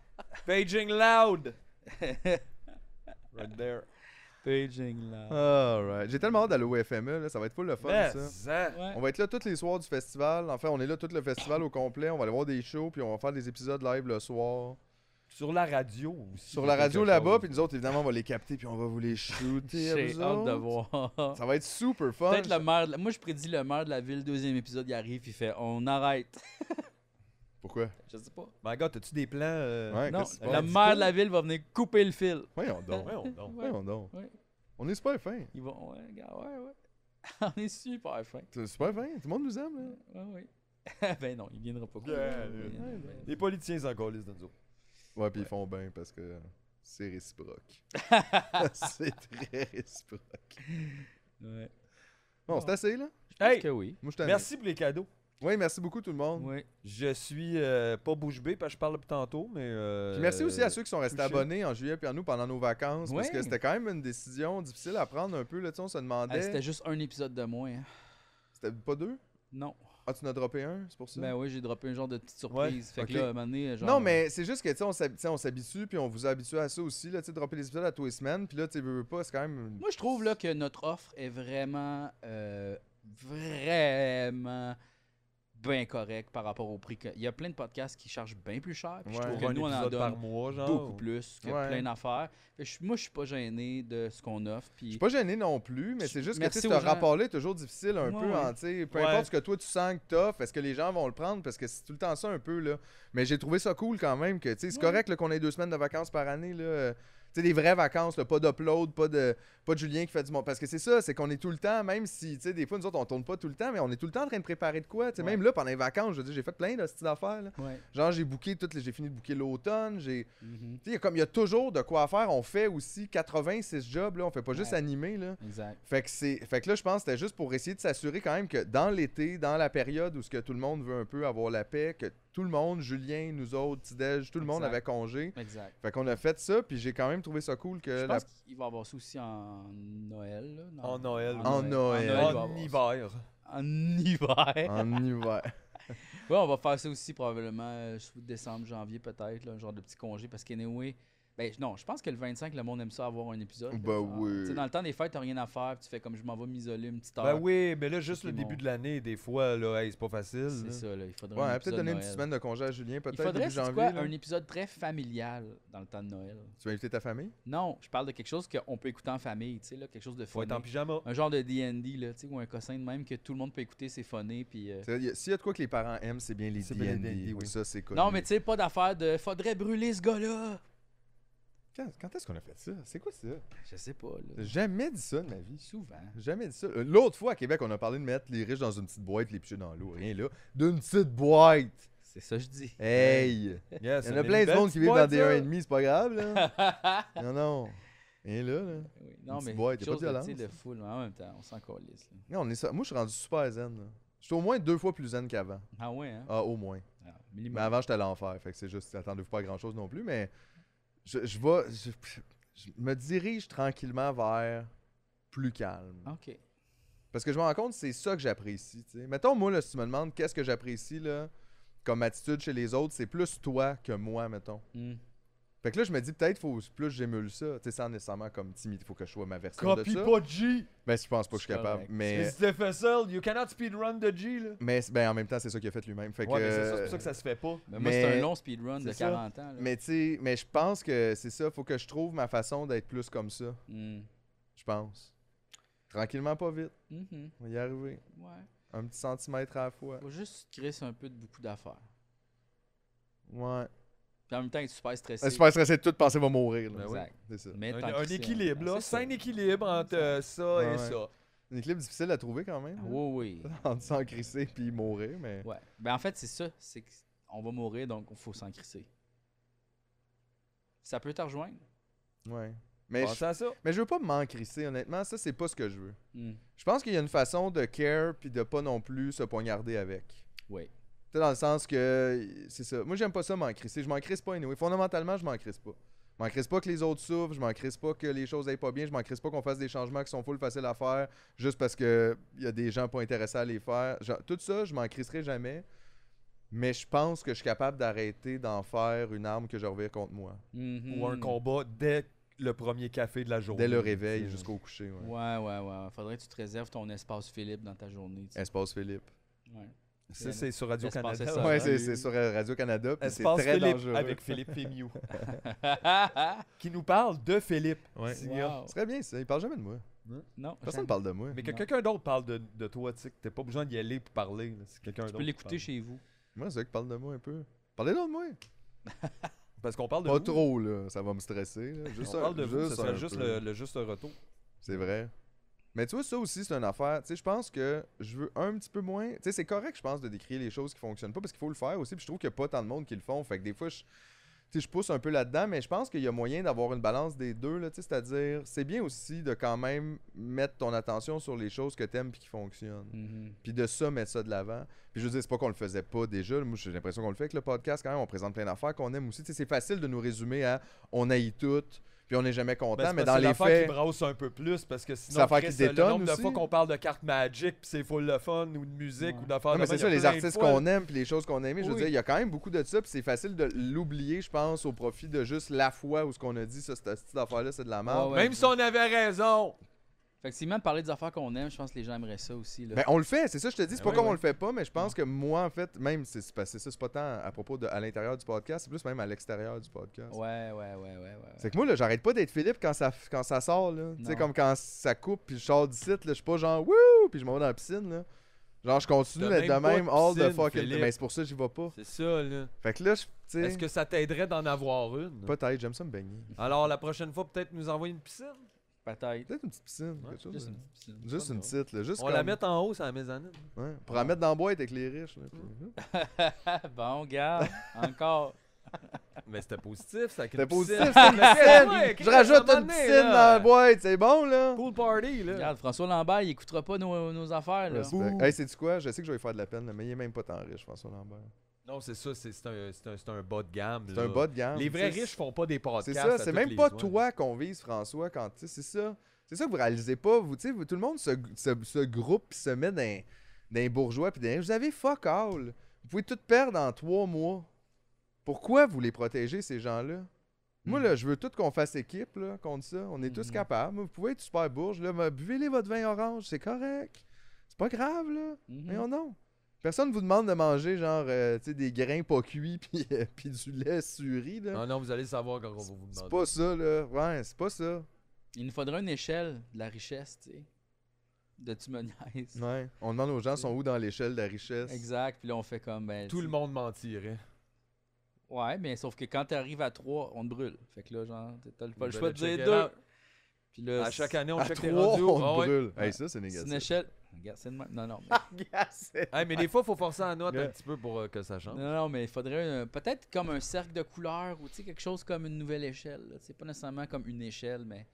Paging loud. Right there. Paging là. Alright. J'ai tellement hâte d'aller au F M E, là. Ça va être full le fun, Mais, ça. ça. Ouais. On va être là tous les soirs du festival. Enfin, on est là tout le festival au complet. On va aller voir des shows, puis on va faire des épisodes live le soir. Sur la radio aussi. Sur la radio quelque là-bas, chose. puis nous autres, évidemment, on va les capter, puis on va vous les shooter à J'ai vous hâte de autres. voir. Ça va être super fun. Peut-être le maire. de la- Moi, je prédis le maire de la ville, deuxième épisode, il arrive, il fait on arrête. Pourquoi? Je sais pas. My God, t'as-tu des plans? euh, Ouais, Non, qu'est-ce qui se le passe? maire de la ville va venir couper le fil. Voyons donc. Voyons donc. Voyons donc. On est super fin. Ils vont, ouais, gars, ouais, ouais. On est super fin. C'est super fin. Tout le monde nous aime, là. Ouais, ouais. Ben non, il viendra pas. Yeah, Il viendra- yeah. Les politiciens s'en calissent de nous autres. Ouais, puis ils font bien parce que c'est réciproque. C'est très réciproque. Ouais. Bon, c'est assez, là? Je pense Hey! que oui. Moi, je t'en Merci pour les cadeaux. Oui, merci beaucoup, tout le monde. Ouais. Je suis euh, pas bouche bée parce que je parle depuis tantôt, mais. Euh, Puis merci aussi à ceux qui sont restés touché. abonnés en juillet puis en août pendant nos vacances. Parce Ouais. que c'était quand même une décision difficile à prendre un peu. Là, tu sais, on se Ah, demandait. c'était juste un épisode de moins. hein. C'était pas deux? Non. Ah, tu en as droppé un, c'est pour ça? Ben oui, j'ai droppé un genre de petite surprise. Fait ok. que là, à un moment donné, genre. Non, mais c'est juste que, tu sais, on s'hab- tu sais, on s'habitue, puis on vous a habitué à ça aussi, là, tu sais, dropper des épisodes à tous les semaines, puis là, tu sais, veux, veux pas, c'est quand même... Moi, je trouve là, que notre offre est vraiment, euh, vraiment bien correcte par rapport au prix. que- Il y a plein de podcasts qui chargent bien plus cher. Puis je Ouais. trouve pour que un nous, on en épisode par donne mois, genre. beaucoup plus que Ouais. plein d'affaires. Fait que je- moi, je suis pas gêné de ce qu'on offre. Je Puis suis pas gêné non plus, mais c'est juste que, tu Merci sais, aux ce gens. rapport-là est toujours difficile un Ouais, peu, ouais. en, tu sais, peu Ouais. importe ce que toi, tu sens que t'offres, est-ce que les gens vont le prendre, parce que c'est tout le temps ça un peu, là. Mais j'ai trouvé ça cool quand même, que, tu sais, c'est Ouais. correct là, qu'on ait deux semaines de vacances par année, là. euh, Tu sais, des vraies vacances, là, pas d'upload, pas de, pas de Julien qui fait du monde. Parce que c'est ça, c'est qu'on est tout le temps, même si, tu sais, des fois, nous autres, on tourne pas tout le temps, mais on est tout le temps en train de préparer de quoi. Tu sais, Ouais. même là, pendant les vacances, je veux dire, j'ai fait plein de styles d'affaires, là. ouais. Genre, j'ai booké toutes les- j'ai fini de booker l'automne, j'ai... Mhm. Tu sais, il y a comme, il y a toujours de quoi faire. On fait aussi quatre-vingt-six jobs, là. On fait pas juste Ouais. animer, là. Exact. Fait que, c'est... fait que là, je pense que c'était juste pour essayer de s'assurer quand même que dans l'été, dans la période où ce que tout le monde veut un peu avoir la paix, que tout le monde, Julien, nous autres, Tidej, tout le monde Exact. avait congé. Exact. Fait qu'on a fait ça, puis j'ai quand même trouvé ça cool que... Je la- pense qu'il va y avoir ça aussi en Noël. Là, dans- En Noël. En Noël. il va y En avoir ça. hiver. En hiver. En hiver. Ouais, on va faire ça aussi probablement euh, sous décembre, janvier peut-être, là, un genre de petit congé. Parce qu'anyway, ben non, je pense que le vingt-cinq, le monde aime ça avoir un épisode. là, Ben genre. oui. Tu sais, dans le temps des fêtes, t'as rien à faire, puis tu fais comme je m'en vais m'isoler une petite heure. Ben oui, mais là, juste Ok, le début bon. de l'année, des fois, là, hey, c'est pas facile. C'est là. ça, là. Il faudrait Ouais, un peut-être épisode donner une Noël. petite semaine de congé à Julien, Il peut-être faudrait, début c'est janvier. quoi, là. un épisode très familial dans le temps de Noël. Tu vas inviter ta famille? Non, je parle de quelque chose qu'on peut écouter en famille, tu sais, là, quelque chose de Faut être funny. en pyjama. Un genre de D and D, là, tu sais, ou un cossin de même que tout le monde peut écouter, c'est funny, puis... euh, C'est- y a- S'il y a de quoi que les parents aiment, c'est bien les C'est bien les D and D. D and D, oui. Ça, c'est connu. Non, mais tu sais, pas d'affaire de « faudrait brûler ce gars-là Quand, quand est-ce qu'on a fait ça? C'est quoi ça? ». Je sais pas, là. J'ai jamais dit ça de ma vie. Souvent. J'ai jamais dit ça. Euh, L'autre fois à Québec, on a parlé de mettre les riches dans une petite boîte, les picher dans l'eau. Rien là. D'une petite boîte! C'est ça que je dis. Hey! Yes, Il y en on a est plein une de belle monde qui petite vivent dans boîte, des ça. un virgule cinq, c'est pas grave, là. Non, non. Rien là, là. Oui. Non, petite mais boîte, quelque y a pas chose de de, tu sais, violence. de full, mais en même temps, on s'en calisse, là. Non, on est ça. Moi, je suis rendu super zen, là. Je suis au moins deux fois plus zen qu'avant. Ah ouais, hein? Ah, au moins. Ah, minimum. Mais avant, j'étais à l'enfer. Fait que c'est juste, attendez-vous pas à grand chose non plus. Mais je, je vais. Je, je me dirige tranquillement vers plus calme. OK. Parce que je me rends compte que c'est ça que j'apprécie. tu sais. Mettons, moi, là, si tu me demandes qu'est-ce que j'apprécie là, comme attitude chez les autres, c'est plus toi que moi, mettons. Hmm. Fait que là, je me dis peut-être faut plus j'émule ça. Tu sais, sans nécessairement comme timide, il faut que je sois ma version Copie de ça. pas G. Mais je pense pas que je suis C'est capable. correct. Mais, Mais si t'as fait ça, you cannot speedrun de G, là. mais ben, en même temps, c'est ça qu'il a fait lui-même. Fait Ouais, que, mais c'est ça, c'est pour ça que ça se fait pas. Mais moi, c'est Mais- un long speedrun de c'est ça. quarante ans, là. Mais tu sais, mais je pense que c'est ça. Faut que je trouve ma façon d'être plus comme ça. Hmm. Je pense. Tranquillement, pas vite. Mhm. On va y arriver. Ouais. Un petit centimètre à la fois. Faut juste crisser un peu de beaucoup d'affaires. Ouais. Puis en même temps, être super stressé. Je suis pas stressé de tout, penser va mourir. Là. Ben oui. Exact. C'est ça. Mais Un, tant un crisser, équilibre, hein. là. C'est ça. C'est un équilibre entre euh, ça Ouais, et ouais. ça. Un équilibre difficile à trouver quand même. Ah, hein. oui, oui. Entre s'en crisser puis mourir, mais. Ouais. Ben en fait, c'est ça. C'est qu'on va mourir, donc il faut s'en crisser. Ça peut te rejoindre. Ouais. Mais Pensez je, à ça. mais je veux pas m'en crisser, honnêtement. Ça, c'est pas ce que je veux. Hmm. Je pense qu'il y a une façon de care puis de pas non plus se poignarder avec. Oui. Tu sais, dans le sens que. C'est ça. Moi, j'aime pas ça m'en crisser. Je m'en crisse pas, anyway. Fondamentalement, je m'en crisse pas. Je m'en crisse pas que les autres souffrent. Je m'en crisse pas que les choses aillent pas bien. Je m'en crisse pas qu'on fasse des changements qui sont full faciles à faire juste parce que il y a des gens pas intéressés à les faire. Genre, tout ça, je m'en crisserai jamais. Mais je pense que je suis capable d'arrêter d'en faire une arme que je revire contre moi. Mhm. Ou un combat dès le premier café de la journée. Dès le réveil C'est- jusqu'au coucher. Ouais. Ouais, ouais, ouais. Faudrait que tu te réserves ton espace Philippe dans ta journée. tu sais. Espace Philippe. Ouais. Ça, c'est sur Radio-Canada. Laisse passer ça. Ouais, Ouais, c'est c'est sur euh, Radio-Canada. puis C'est Espace très Philippe dangereux. avec Philippe Fémiou. Qui nous parle de Philippe. Ouais. Signa. Wow. Ce serait bien ça. Il parle jamais de moi. Non, Personne jamais. ne parle de moi. Mais que Non. quelqu'un d'autre parle de, de toi, tu sais, que t'as pas besoin d'y aller pour parler. là. C'est quelqu'un Tu d'autre. peux qui l'écouter parle. chez vous. Moi, c'est eux qui parlent de moi un peu. Parlez donc de moi. Parce qu'on parle de Pas vous. trop, là. Ça va me stresser. Là. Juste On un- parle de vous, juste ça serait un juste peu. le, le juste retour. C'est vrai. Mais tu vois, ça aussi, c'est une affaire. Tu sais, je pense que je veux un petit peu moins. Tu sais, c'est correct, je pense, de décrire les choses qui fonctionnent pas parce qu'il faut le faire aussi. Puis je trouve qu'il n'y a pas tant de monde qui le font. Fait que des fois, je. Tu sais, je pousse un peu là-dedans, mais je pense qu'il y a moyen d'avoir une balance des deux, là, tu sais, c'est-à-dire, c'est bien aussi de quand même mettre ton attention sur les choses que t'aimes puis qui fonctionnent. Mhm. Puis de ça, mettre ça de l'avant. Puis je veux dire, c'est pas qu'on le faisait pas déjà. Moi, j'ai l'impression qu'on le fait avec le podcast quand même. On présente plein d'affaires qu'on aime aussi. Tu sais, c'est facile de nous résumer à « on haït tout », puis on n'est jamais content, Ben, c'est mais parce dans que les c'est l'affaire faits... qui brasse un peu plus parce que C'est sinon, l'affaire Chris, qui le détonne nombre de aussi. fois qu'on parle de cartes Magic puis c'est full le fun ou de musique Ouais. ou d'affaires Non, de mais c'est même, ça, il y a les plein de artistes fois, qu'on aime puis les choses qu'on aime. Je veux Oui. dire, il y a quand même beaucoup de ça, puis c'est facile de l'oublier, je pense, au profit de juste la fois où ce qu'on a dit, ça, cette petite affaire-là, c'est de la merde. Ouais, ouais. Même si on avait raison. Effectivement, de parler des affaires qu'on aime, je pense que les gens aimeraient ça aussi. Là. Ben, on le fait, c'est ça, je te dis, c'est Ben pas oui, comme oui. on le fait pas, mais je pense que moi, en fait, même, c'est c'est pas- c'est ça, c'est pas tant à propos de à l'intérieur du podcast, c'est plus même à l'extérieur du podcast. Ouais, ouais, ouais, ouais, ouais. C'est que moi, là, j'arrête pas d'être Philippe quand ça, quand ça sort, là. Tu sais, Non. comme quand ça coupe, puis je sors d'ici, là, je suis pas genre, wouh, puis je m'en vais dans la piscine, là. Genre, je continue T'as d'être de même pas même de all the piscine, fucking. Philippe. Mais c'est pour ça que j'y vais pas. C'est ça, là. Fait que là, je- tu sais, Est-ce que ça t'aiderait d'en avoir une? peut-être, j'aime ça me baigner. Alors, la prochaine fois, peut-être nous envoyer une piscine? Peut-être. Peut-être une petite piscine, Ouais, quelque chose. Juste de- une petite piscine. Juste Fun, une ça. petite, là. Juste On comme... la met en haut, sur la mezzanine. Ouais, pour la mettre dans la boîte avec les riches, là. puis- Bon, garde, encore. Mais c'était positif, ça. C'était positif, piscine. c'est une piscine! Ouais, Je Chris, rajoute à un moment une donné, piscine là. dans la boîte, c'est bon, là? Pool party, là. Regarde, François Lambert, il écoutera pas nos, nos affaires. Là. Respect. Ouh. Hey, sais-tu quoi? Je sais que je vais lui faire de la peine, là, mais il est même pas tant riche, François Lambert. Non, c'est ça, c'est c'est un, c'est un, c'est un bas de gamme. C'est là. un bas de gamme. Les vrais tu sais, riches font pas des podcasts. C'est ça, à c'est toutes même les pas ones. toi qu'on vise, François, quand tu sais, c'est ça. C'est ça que vous réalisez pas. Vous, tu sais, vous- tout le monde se, se, se groupe puis se met dans, dans les bourgeois puis dans les- vous avez fuck all. Vous pouvez tout perdre en trois mois. Pourquoi vous les protégez, ces gens-là? Moi, Mm. là, je veux tout qu'on fasse équipe là, contre ça. On est tous Mhm. capables. Vous pouvez être super bourge. Là, mais buvez-les votre vin orange, c'est correct. C'est pas grave, là. Mhm. Mais oh non. Personne vous demande de manger, genre, euh, tu sais, des grains pas cuits puis, euh, puis du lait suri, là. Non, non, vous allez savoir quand on va vous demander. C'est pas ça, là. Ouais, c'est pas ça. Il nous faudrait une échelle de la richesse, tu sais. De tu me niaises. Ouais. On demande aux gens sont où dans l'échelle de la richesse. Exact, puis là on fait comme. Ben, Tout tu- le monde mentirait. Ouais, mais sauf que quand t'arrives à trois, on te brûle. Fait que là, genre, t'as pas le Ben, choix le de dire check deux. it out. Puis là, À chaque année, on À check les trois, radios. on Ah ouais. brûle. Ouais. Hey, ça, c'est c'est négatif. une échelle. Regarde, c'est de même. Non, non. Mais... Hey, mais des fois, il faut forcer la note Yeah. un petit peu pour euh, que ça change. non, non, mais il faudrait un- peut-être comme un cercle de couleurs ou tu sais, quelque chose comme une nouvelle échelle. là. Tu sais, pas nécessairement comme une échelle, mais.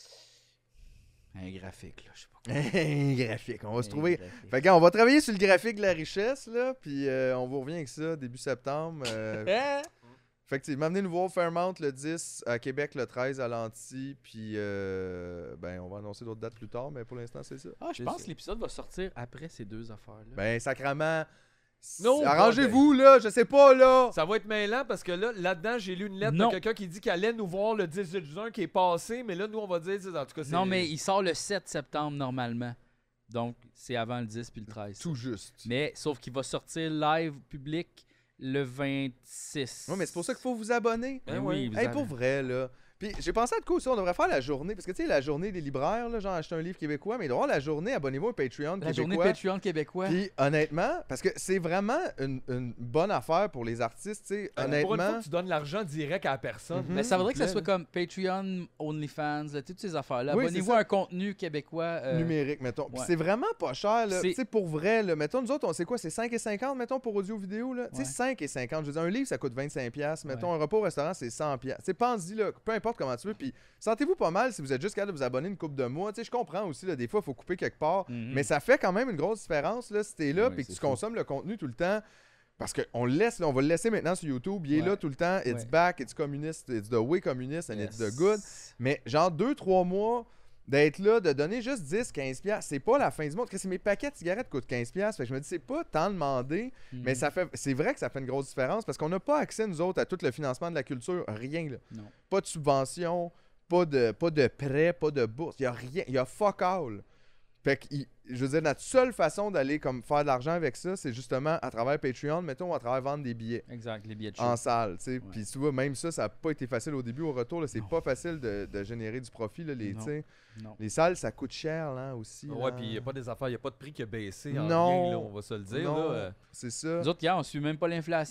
Un graphique, là, je sais pas. Un graphique. On va se Un trouver. graphique. Fait que, on va travailler sur le graphique de la richesse, là. Puis euh, on vous revient avec ça début septembre. euh, Hein? Effectivement, venez nous voir au Fairmount le dix, à Québec le treize, à Lanty. Puis, euh, ben, on va annoncer d'autres dates plus tard, mais pour l'instant, c'est ça. Ah, je C'est pense ça. que l'épisode va sortir après ces deux affaires-là. Ben, sacrament. Non, Arrangez-vous, là. Je sais pas, là. Ça va être mêlant parce que là, là-dedans, j'ai lu une lettre Non. de quelqu'un qui dit qu'il allait nous voir le dix-huit juin qui est passé, mais là, nous, on va dire, en tout cas, c'est. non, mais il sort le sept septembre normalement. Donc, c'est avant le dix puis le treize. Tout juste. Mais sauf qu'il va sortir live public le vingt-six. Ouais, mais c'est pour ça qu'il faut vous abonner. Ben Ben oui, oui. vous Hey, avez- pour vrai, là. Puis j'ai pensé à de quoi aussi, on devrait faire la journée. Parce que tu sais, la journée des libraires, là, genre acheter un livre québécois, mais il doit y avoir la journée, abonnez-vous au Patreon La journée québécois. Patreon québécois. Puis honnêtement, parce que c'est vraiment une, une bonne affaire pour les artistes, tu sais. Euh, Pour une fois Honnêtement. que tu donnes l'argent direct à la personne. Mhm. Mais ça voudrait que ça S'il soit vous plaît, comme Patreon, OnlyFans, là, toutes ces affaires-là. Oui, Abonnez-vous c'est ça. à un contenu québécois. euh, Numérique, mettons. Puis ouais. c'est vraiment pas cher, là. C'est- Tu sais, pour vrai, là. Mettons, nous autres, on sait quoi, c'est cinq et cinquante, mettons, pour audio-vidéo, là. Tu sais, Ouais. cinq et cinquante. Je veux dire, un livre, ça coûte vingt-cinq piastres. Mettons, Ouais. un repas au restaurant, c'est cent piastres. Tu sais, pense-y, là, peu importe comment tu veux. Puis sentez-vous pas mal si vous êtes juste capable de vous abonner une couple de mois. Tu sais, je comprends aussi, là, des fois, il faut couper quelque part. mhm. Mais ça fait quand même une grosse différence, là, si t'es là, Oui, puis que c'est tu fou. consommes le contenu tout le temps. Parce qu'on le laisse, là, on va le laisser maintenant sur YouTube. Il est Ouais. là tout le temps. It's Ouais. back, it's communist, it's the way communist, and it's the Yes. good. Mais genre deux trois mois d'être là, de donner juste dix quinze piastres, c'est pas la fin du monde. Parce que mes paquets de cigarettes coûtent quinze piastres. Fait que je me dis, c'est pas tant demandé, Mhm. mais ça fait, c'est vrai que ça fait une grosse différence parce qu'on n'a pas accès, nous autres, à tout le financement de la culture. Rien, là. Non. Pas de subvention, pas de, pas de prêt, pas de bourse. Il y a rien. Il y a fuck all. Fait que, il- je veux dire, notre seule façon d'aller comme faire de l'argent avec ça, c'est justement à travers Patreon, mettons, ou à travers vendre des billets Exact, les billets de show. en salle, tu sais. Ouais. Puis tu vois, même ça, ça n'a pas été facile au début, au retour, là, c'est Non. pas facile de, de générer du profit, là, les, Non. tu sais. Non. Les salles, ça coûte cher, là, aussi. Ouais, là. puis il n'y a pas des affaires, il n'y a pas de prix qui a baissé en Non. rien, là, on va se le dire. Non, Là, euh. c'est ça. Nous autres, hier, on suit même pas l'inflation.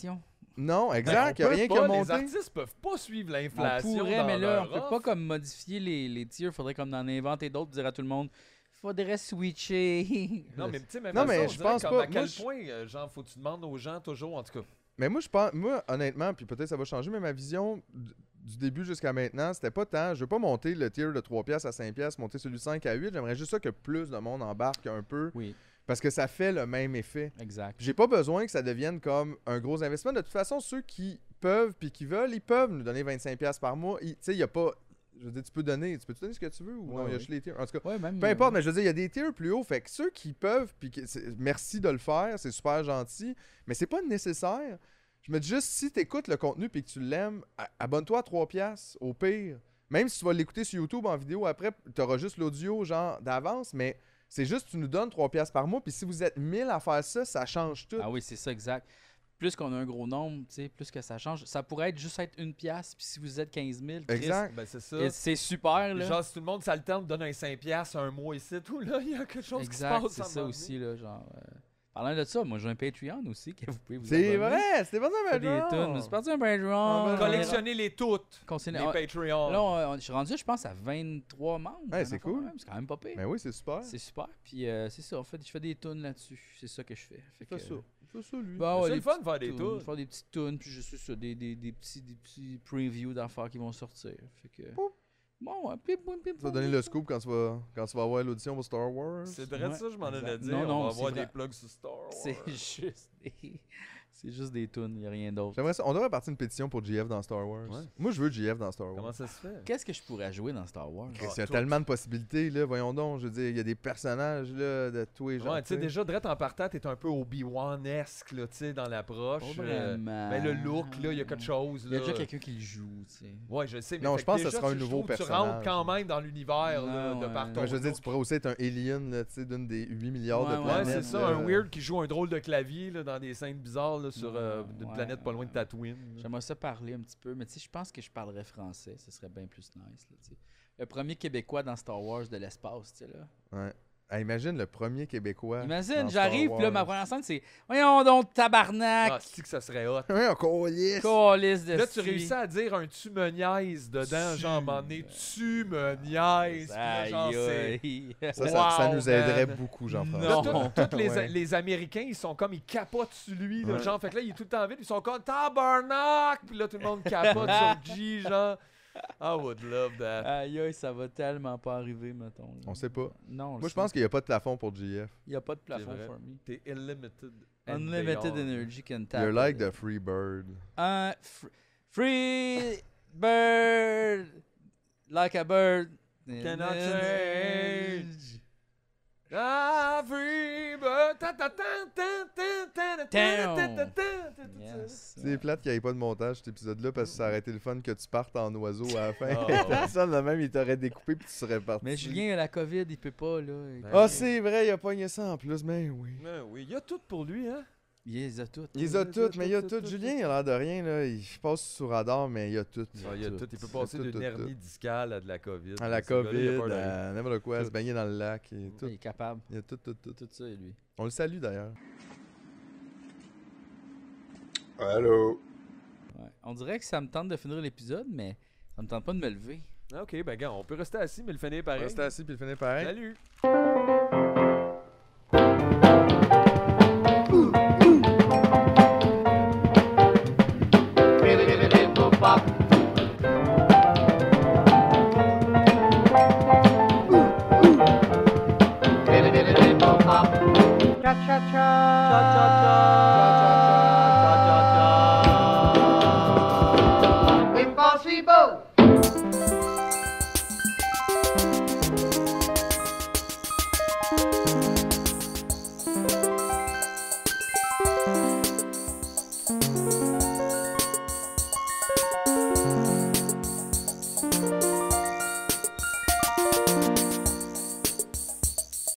Non, Ben, exact, il on n'y a rien peut qui a pas, monté. Les artistes peuvent pas suivre On l'inflation. pourrait, dans mais là, leur on peut offre. pas comme modifier les, les tiers. Faudrait comme en inventer d'autres, dire à tout le monde, faudrait switcher. Non, mais tu sais, même Non, à mais ça, on je dirait pense comme pas. à quel Moi, je- point, euh, genre, faut que tu demandes aux gens toujours, en tout cas. Mais moi, je pense, moi, honnêtement, puis peut-être ça va changer, mais ma vision d- du début jusqu'à maintenant, c'était pas tant. Je veux pas monter le tier de trois piastres à cinq piastres, monter celui de cinq à huit. J'aimerais juste ça que plus de monde embarque un peu. Oui, Parce que ça fait le même effet. exact. Puis j'ai pas besoin que ça devienne comme un gros investissement. De toute façon, ceux qui peuvent puis qui veulent, ils peuvent nous donner vingt-cinq piastres par mois. Tu sais, il y a pas. Je veux dire, tu peux donner. Tu peux te donner ce que tu veux ou Ouais, non? Il y a ouais. juste les tiers. En tout cas, Ouais, même, peu euh, importe, mais je veux dire, il y a des tiers plus hauts. Fait que ceux qui peuvent, puis que c'est- merci de le faire, c'est super gentil, mais c'est pas nécessaire. Je me dis juste, si tu écoutes le contenu puis que tu l'aimes, a- abonne-toi à trois piastres, au pire. Même si tu vas l'écouter sur YouTube en vidéo après, tu auras juste l'audio genre d'avance, mais c'est juste tu nous donnes trois piastres par mois, puis si vous êtes mille à faire ça, ça change tout. Ah oui, c'est ça, exact. Plus qu'on a un gros nombre, tu sais, plus que ça change. Ça pourrait être juste être une pièce, puis si vous êtes quinze mille, Chris, Exact. Ben, c'est ça. et c'est super, là. Genre, si tout le monde, ça le tente, donne un cinq piastres un mois ici, tout, là, il y a quelque chose Exact, qui se passe. c'est à un ça moment aussi, là, genre... euh, Parlant de ça, moi j'ai un Patreon aussi que vous pouvez vous C'est abonner. vrai, c'était pas ça, Fait des mais tunes. C'est parti un Patreon. Ah, ben, donné. Collectionnez-les toutes, Consigné- les ah, Patreons. Là, on, on- je suis rendu, je pense, à vingt-trois membres. Ouais, un c'est affaire cool. de même, C'est quand même pas pire. Mais oui, c'est super. C'est super. Puis euh, c'est ça, en fait, je fais des tunes là-dessus. C'est ça que je fais. Fait Fais que, ça. Fais ça, lui. bah, C'est ouais, le des fun de petites faire des tunes, tunes. Faire des petites tunes, puis je sais ça, des, des, des petits, des petits previews d'affaires qui vont sortir. Fait que... Poup. Bon, ouais, pip, pip, pip, Tu vas pip, donner pip. le scoop quand tu vas, quand tu vas avoir l'audition pour Star Wars. C'est vrai Ouais, ça, je m'en allais exact. dire. Non, non, on va c'est avoir vrai. des plugs sur Star Wars. C'est juste des... C'est juste des tunes, il n'y a rien d'autre. J'aimerais ça. On devrait partir une pétition pour G F dans Star Wars. Ouais. Moi, je veux G F dans Star Wars. Comment ça se fait? Qu'est-ce que je pourrais jouer dans Star Wars? Chris, Ah, il y a tout. tellement de possibilités, là. Voyons donc. Je veux dire, il y a des personnages, là, de tous les genres. Ouais, tu sais, déjà, Drette en partant, t'es un peu Obi-Wan-esque, là, tu sais, dans l'approche. Pas euh, vraiment. Ben, le look, là, il y a quelque chose, Il y a là. déjà quelqu'un qui le joue, tu sais. Ouais, je sais, mais Non, fait je pense que déjà, ce sera un tu- je nouveau trouve que Tu personnage. rentres quand même dans l'univers, là, Ouais, de ouais. par ton Ouais, je veux dire, look. tu pourrais aussi être un alien, là, tu sais, d'une des huit milliards Ouais, de ouais, Ouais, planètes. c'est ça, là. un weird qui joue un drôle de clavier, là, dans des scènes bizarres, là, sur euh, Ouais, d'une ouais, planète pas loin de ouais. Tatooine. là. J'aimerais ça parler un petit peu, mais tu sais, je pense que je parlerais français, ce serait bien plus nice, là, tu sais. Le premier Québécois dans Star Wars de l'espace, tu sais, là. Ouais. Ah, imagine le premier Québécois. Imagine, dans j'arrive, Star puis là, ma Wars. première scène, c'est « Voyons donc, tabarnak! Ah, c'est que ça serait hot. Ouais, encore yes. Câlisse de Là, tu sti. réussis à dire un tu me niaises dedans, Tu genre, à un moment donné, tu me niaises. Puis là, genre, Aïe, c'est... aïe. Ça, ça, ça Wow, nous aiderait man. beaucoup, Là, Jean-François. Non. tous tous les, Ouais. les Américains, ils sont comme, ils capotent sur lui, là, Ouais. genre, fait que là, il est tout le temps vide, puis ils sont comme, tabarnak! Puis là, tout le monde capote sur G, genre, I would love that. Aïe, aïe, ça va tellement pas arriver, mettons. là. On sait pas. Non, on le Moi, je sait. pense qu'il n'y a pas de plafond pour G F. Il n'y a pas de plafond vrai. for me. T'es unlimited. and Unlimited beyond. energy can tap. You're like the free bird. Un fr- free bird, like a bird. Cannot change. Ah, free bird. Ta, ta, ta, ta, ta, ta, ta, ta, ta, ta, ta. Yes. C'est plate qu'il n'y ait pas de montage cet épisode-là parce que ça aurait été le fun que tu partes en oiseau à la fin. Oh. Personne, là même, il t'aurait découpé puis tu serais parti. Mais Julien, il a la COVID, il peut pas, là. Ben Ah, c'est vrai, il a pogné ça en plus, mais oui. Ben oui, il y a tout pour lui, hein. Il les a toutes. Il les a tout, toutes, tout, mais il y a tout, tout. tout, Julien, il a l'air de rien, là. Il passe sous radar, mais il y a tout. Ah, il y a tout. tout. Il peut C'est passer tout, d'une tout, hernie discale à de la COVID. À la Ce gars-là, il a COVID, pas d'arrêt. à n'importe quoi, à se Tout. baigner dans le lac et tout. Il est capable. Il y a tout, tout, tout. Tout ça, lui. On le salue d'ailleurs. Allô? Ouais. On dirait que ça me tente de finir l'épisode, mais ça me tente pas de me lever. Ah, ok, ben gars, on peut rester assis, mais le finir pareil. Restez assis puis le finir pareil. Salut!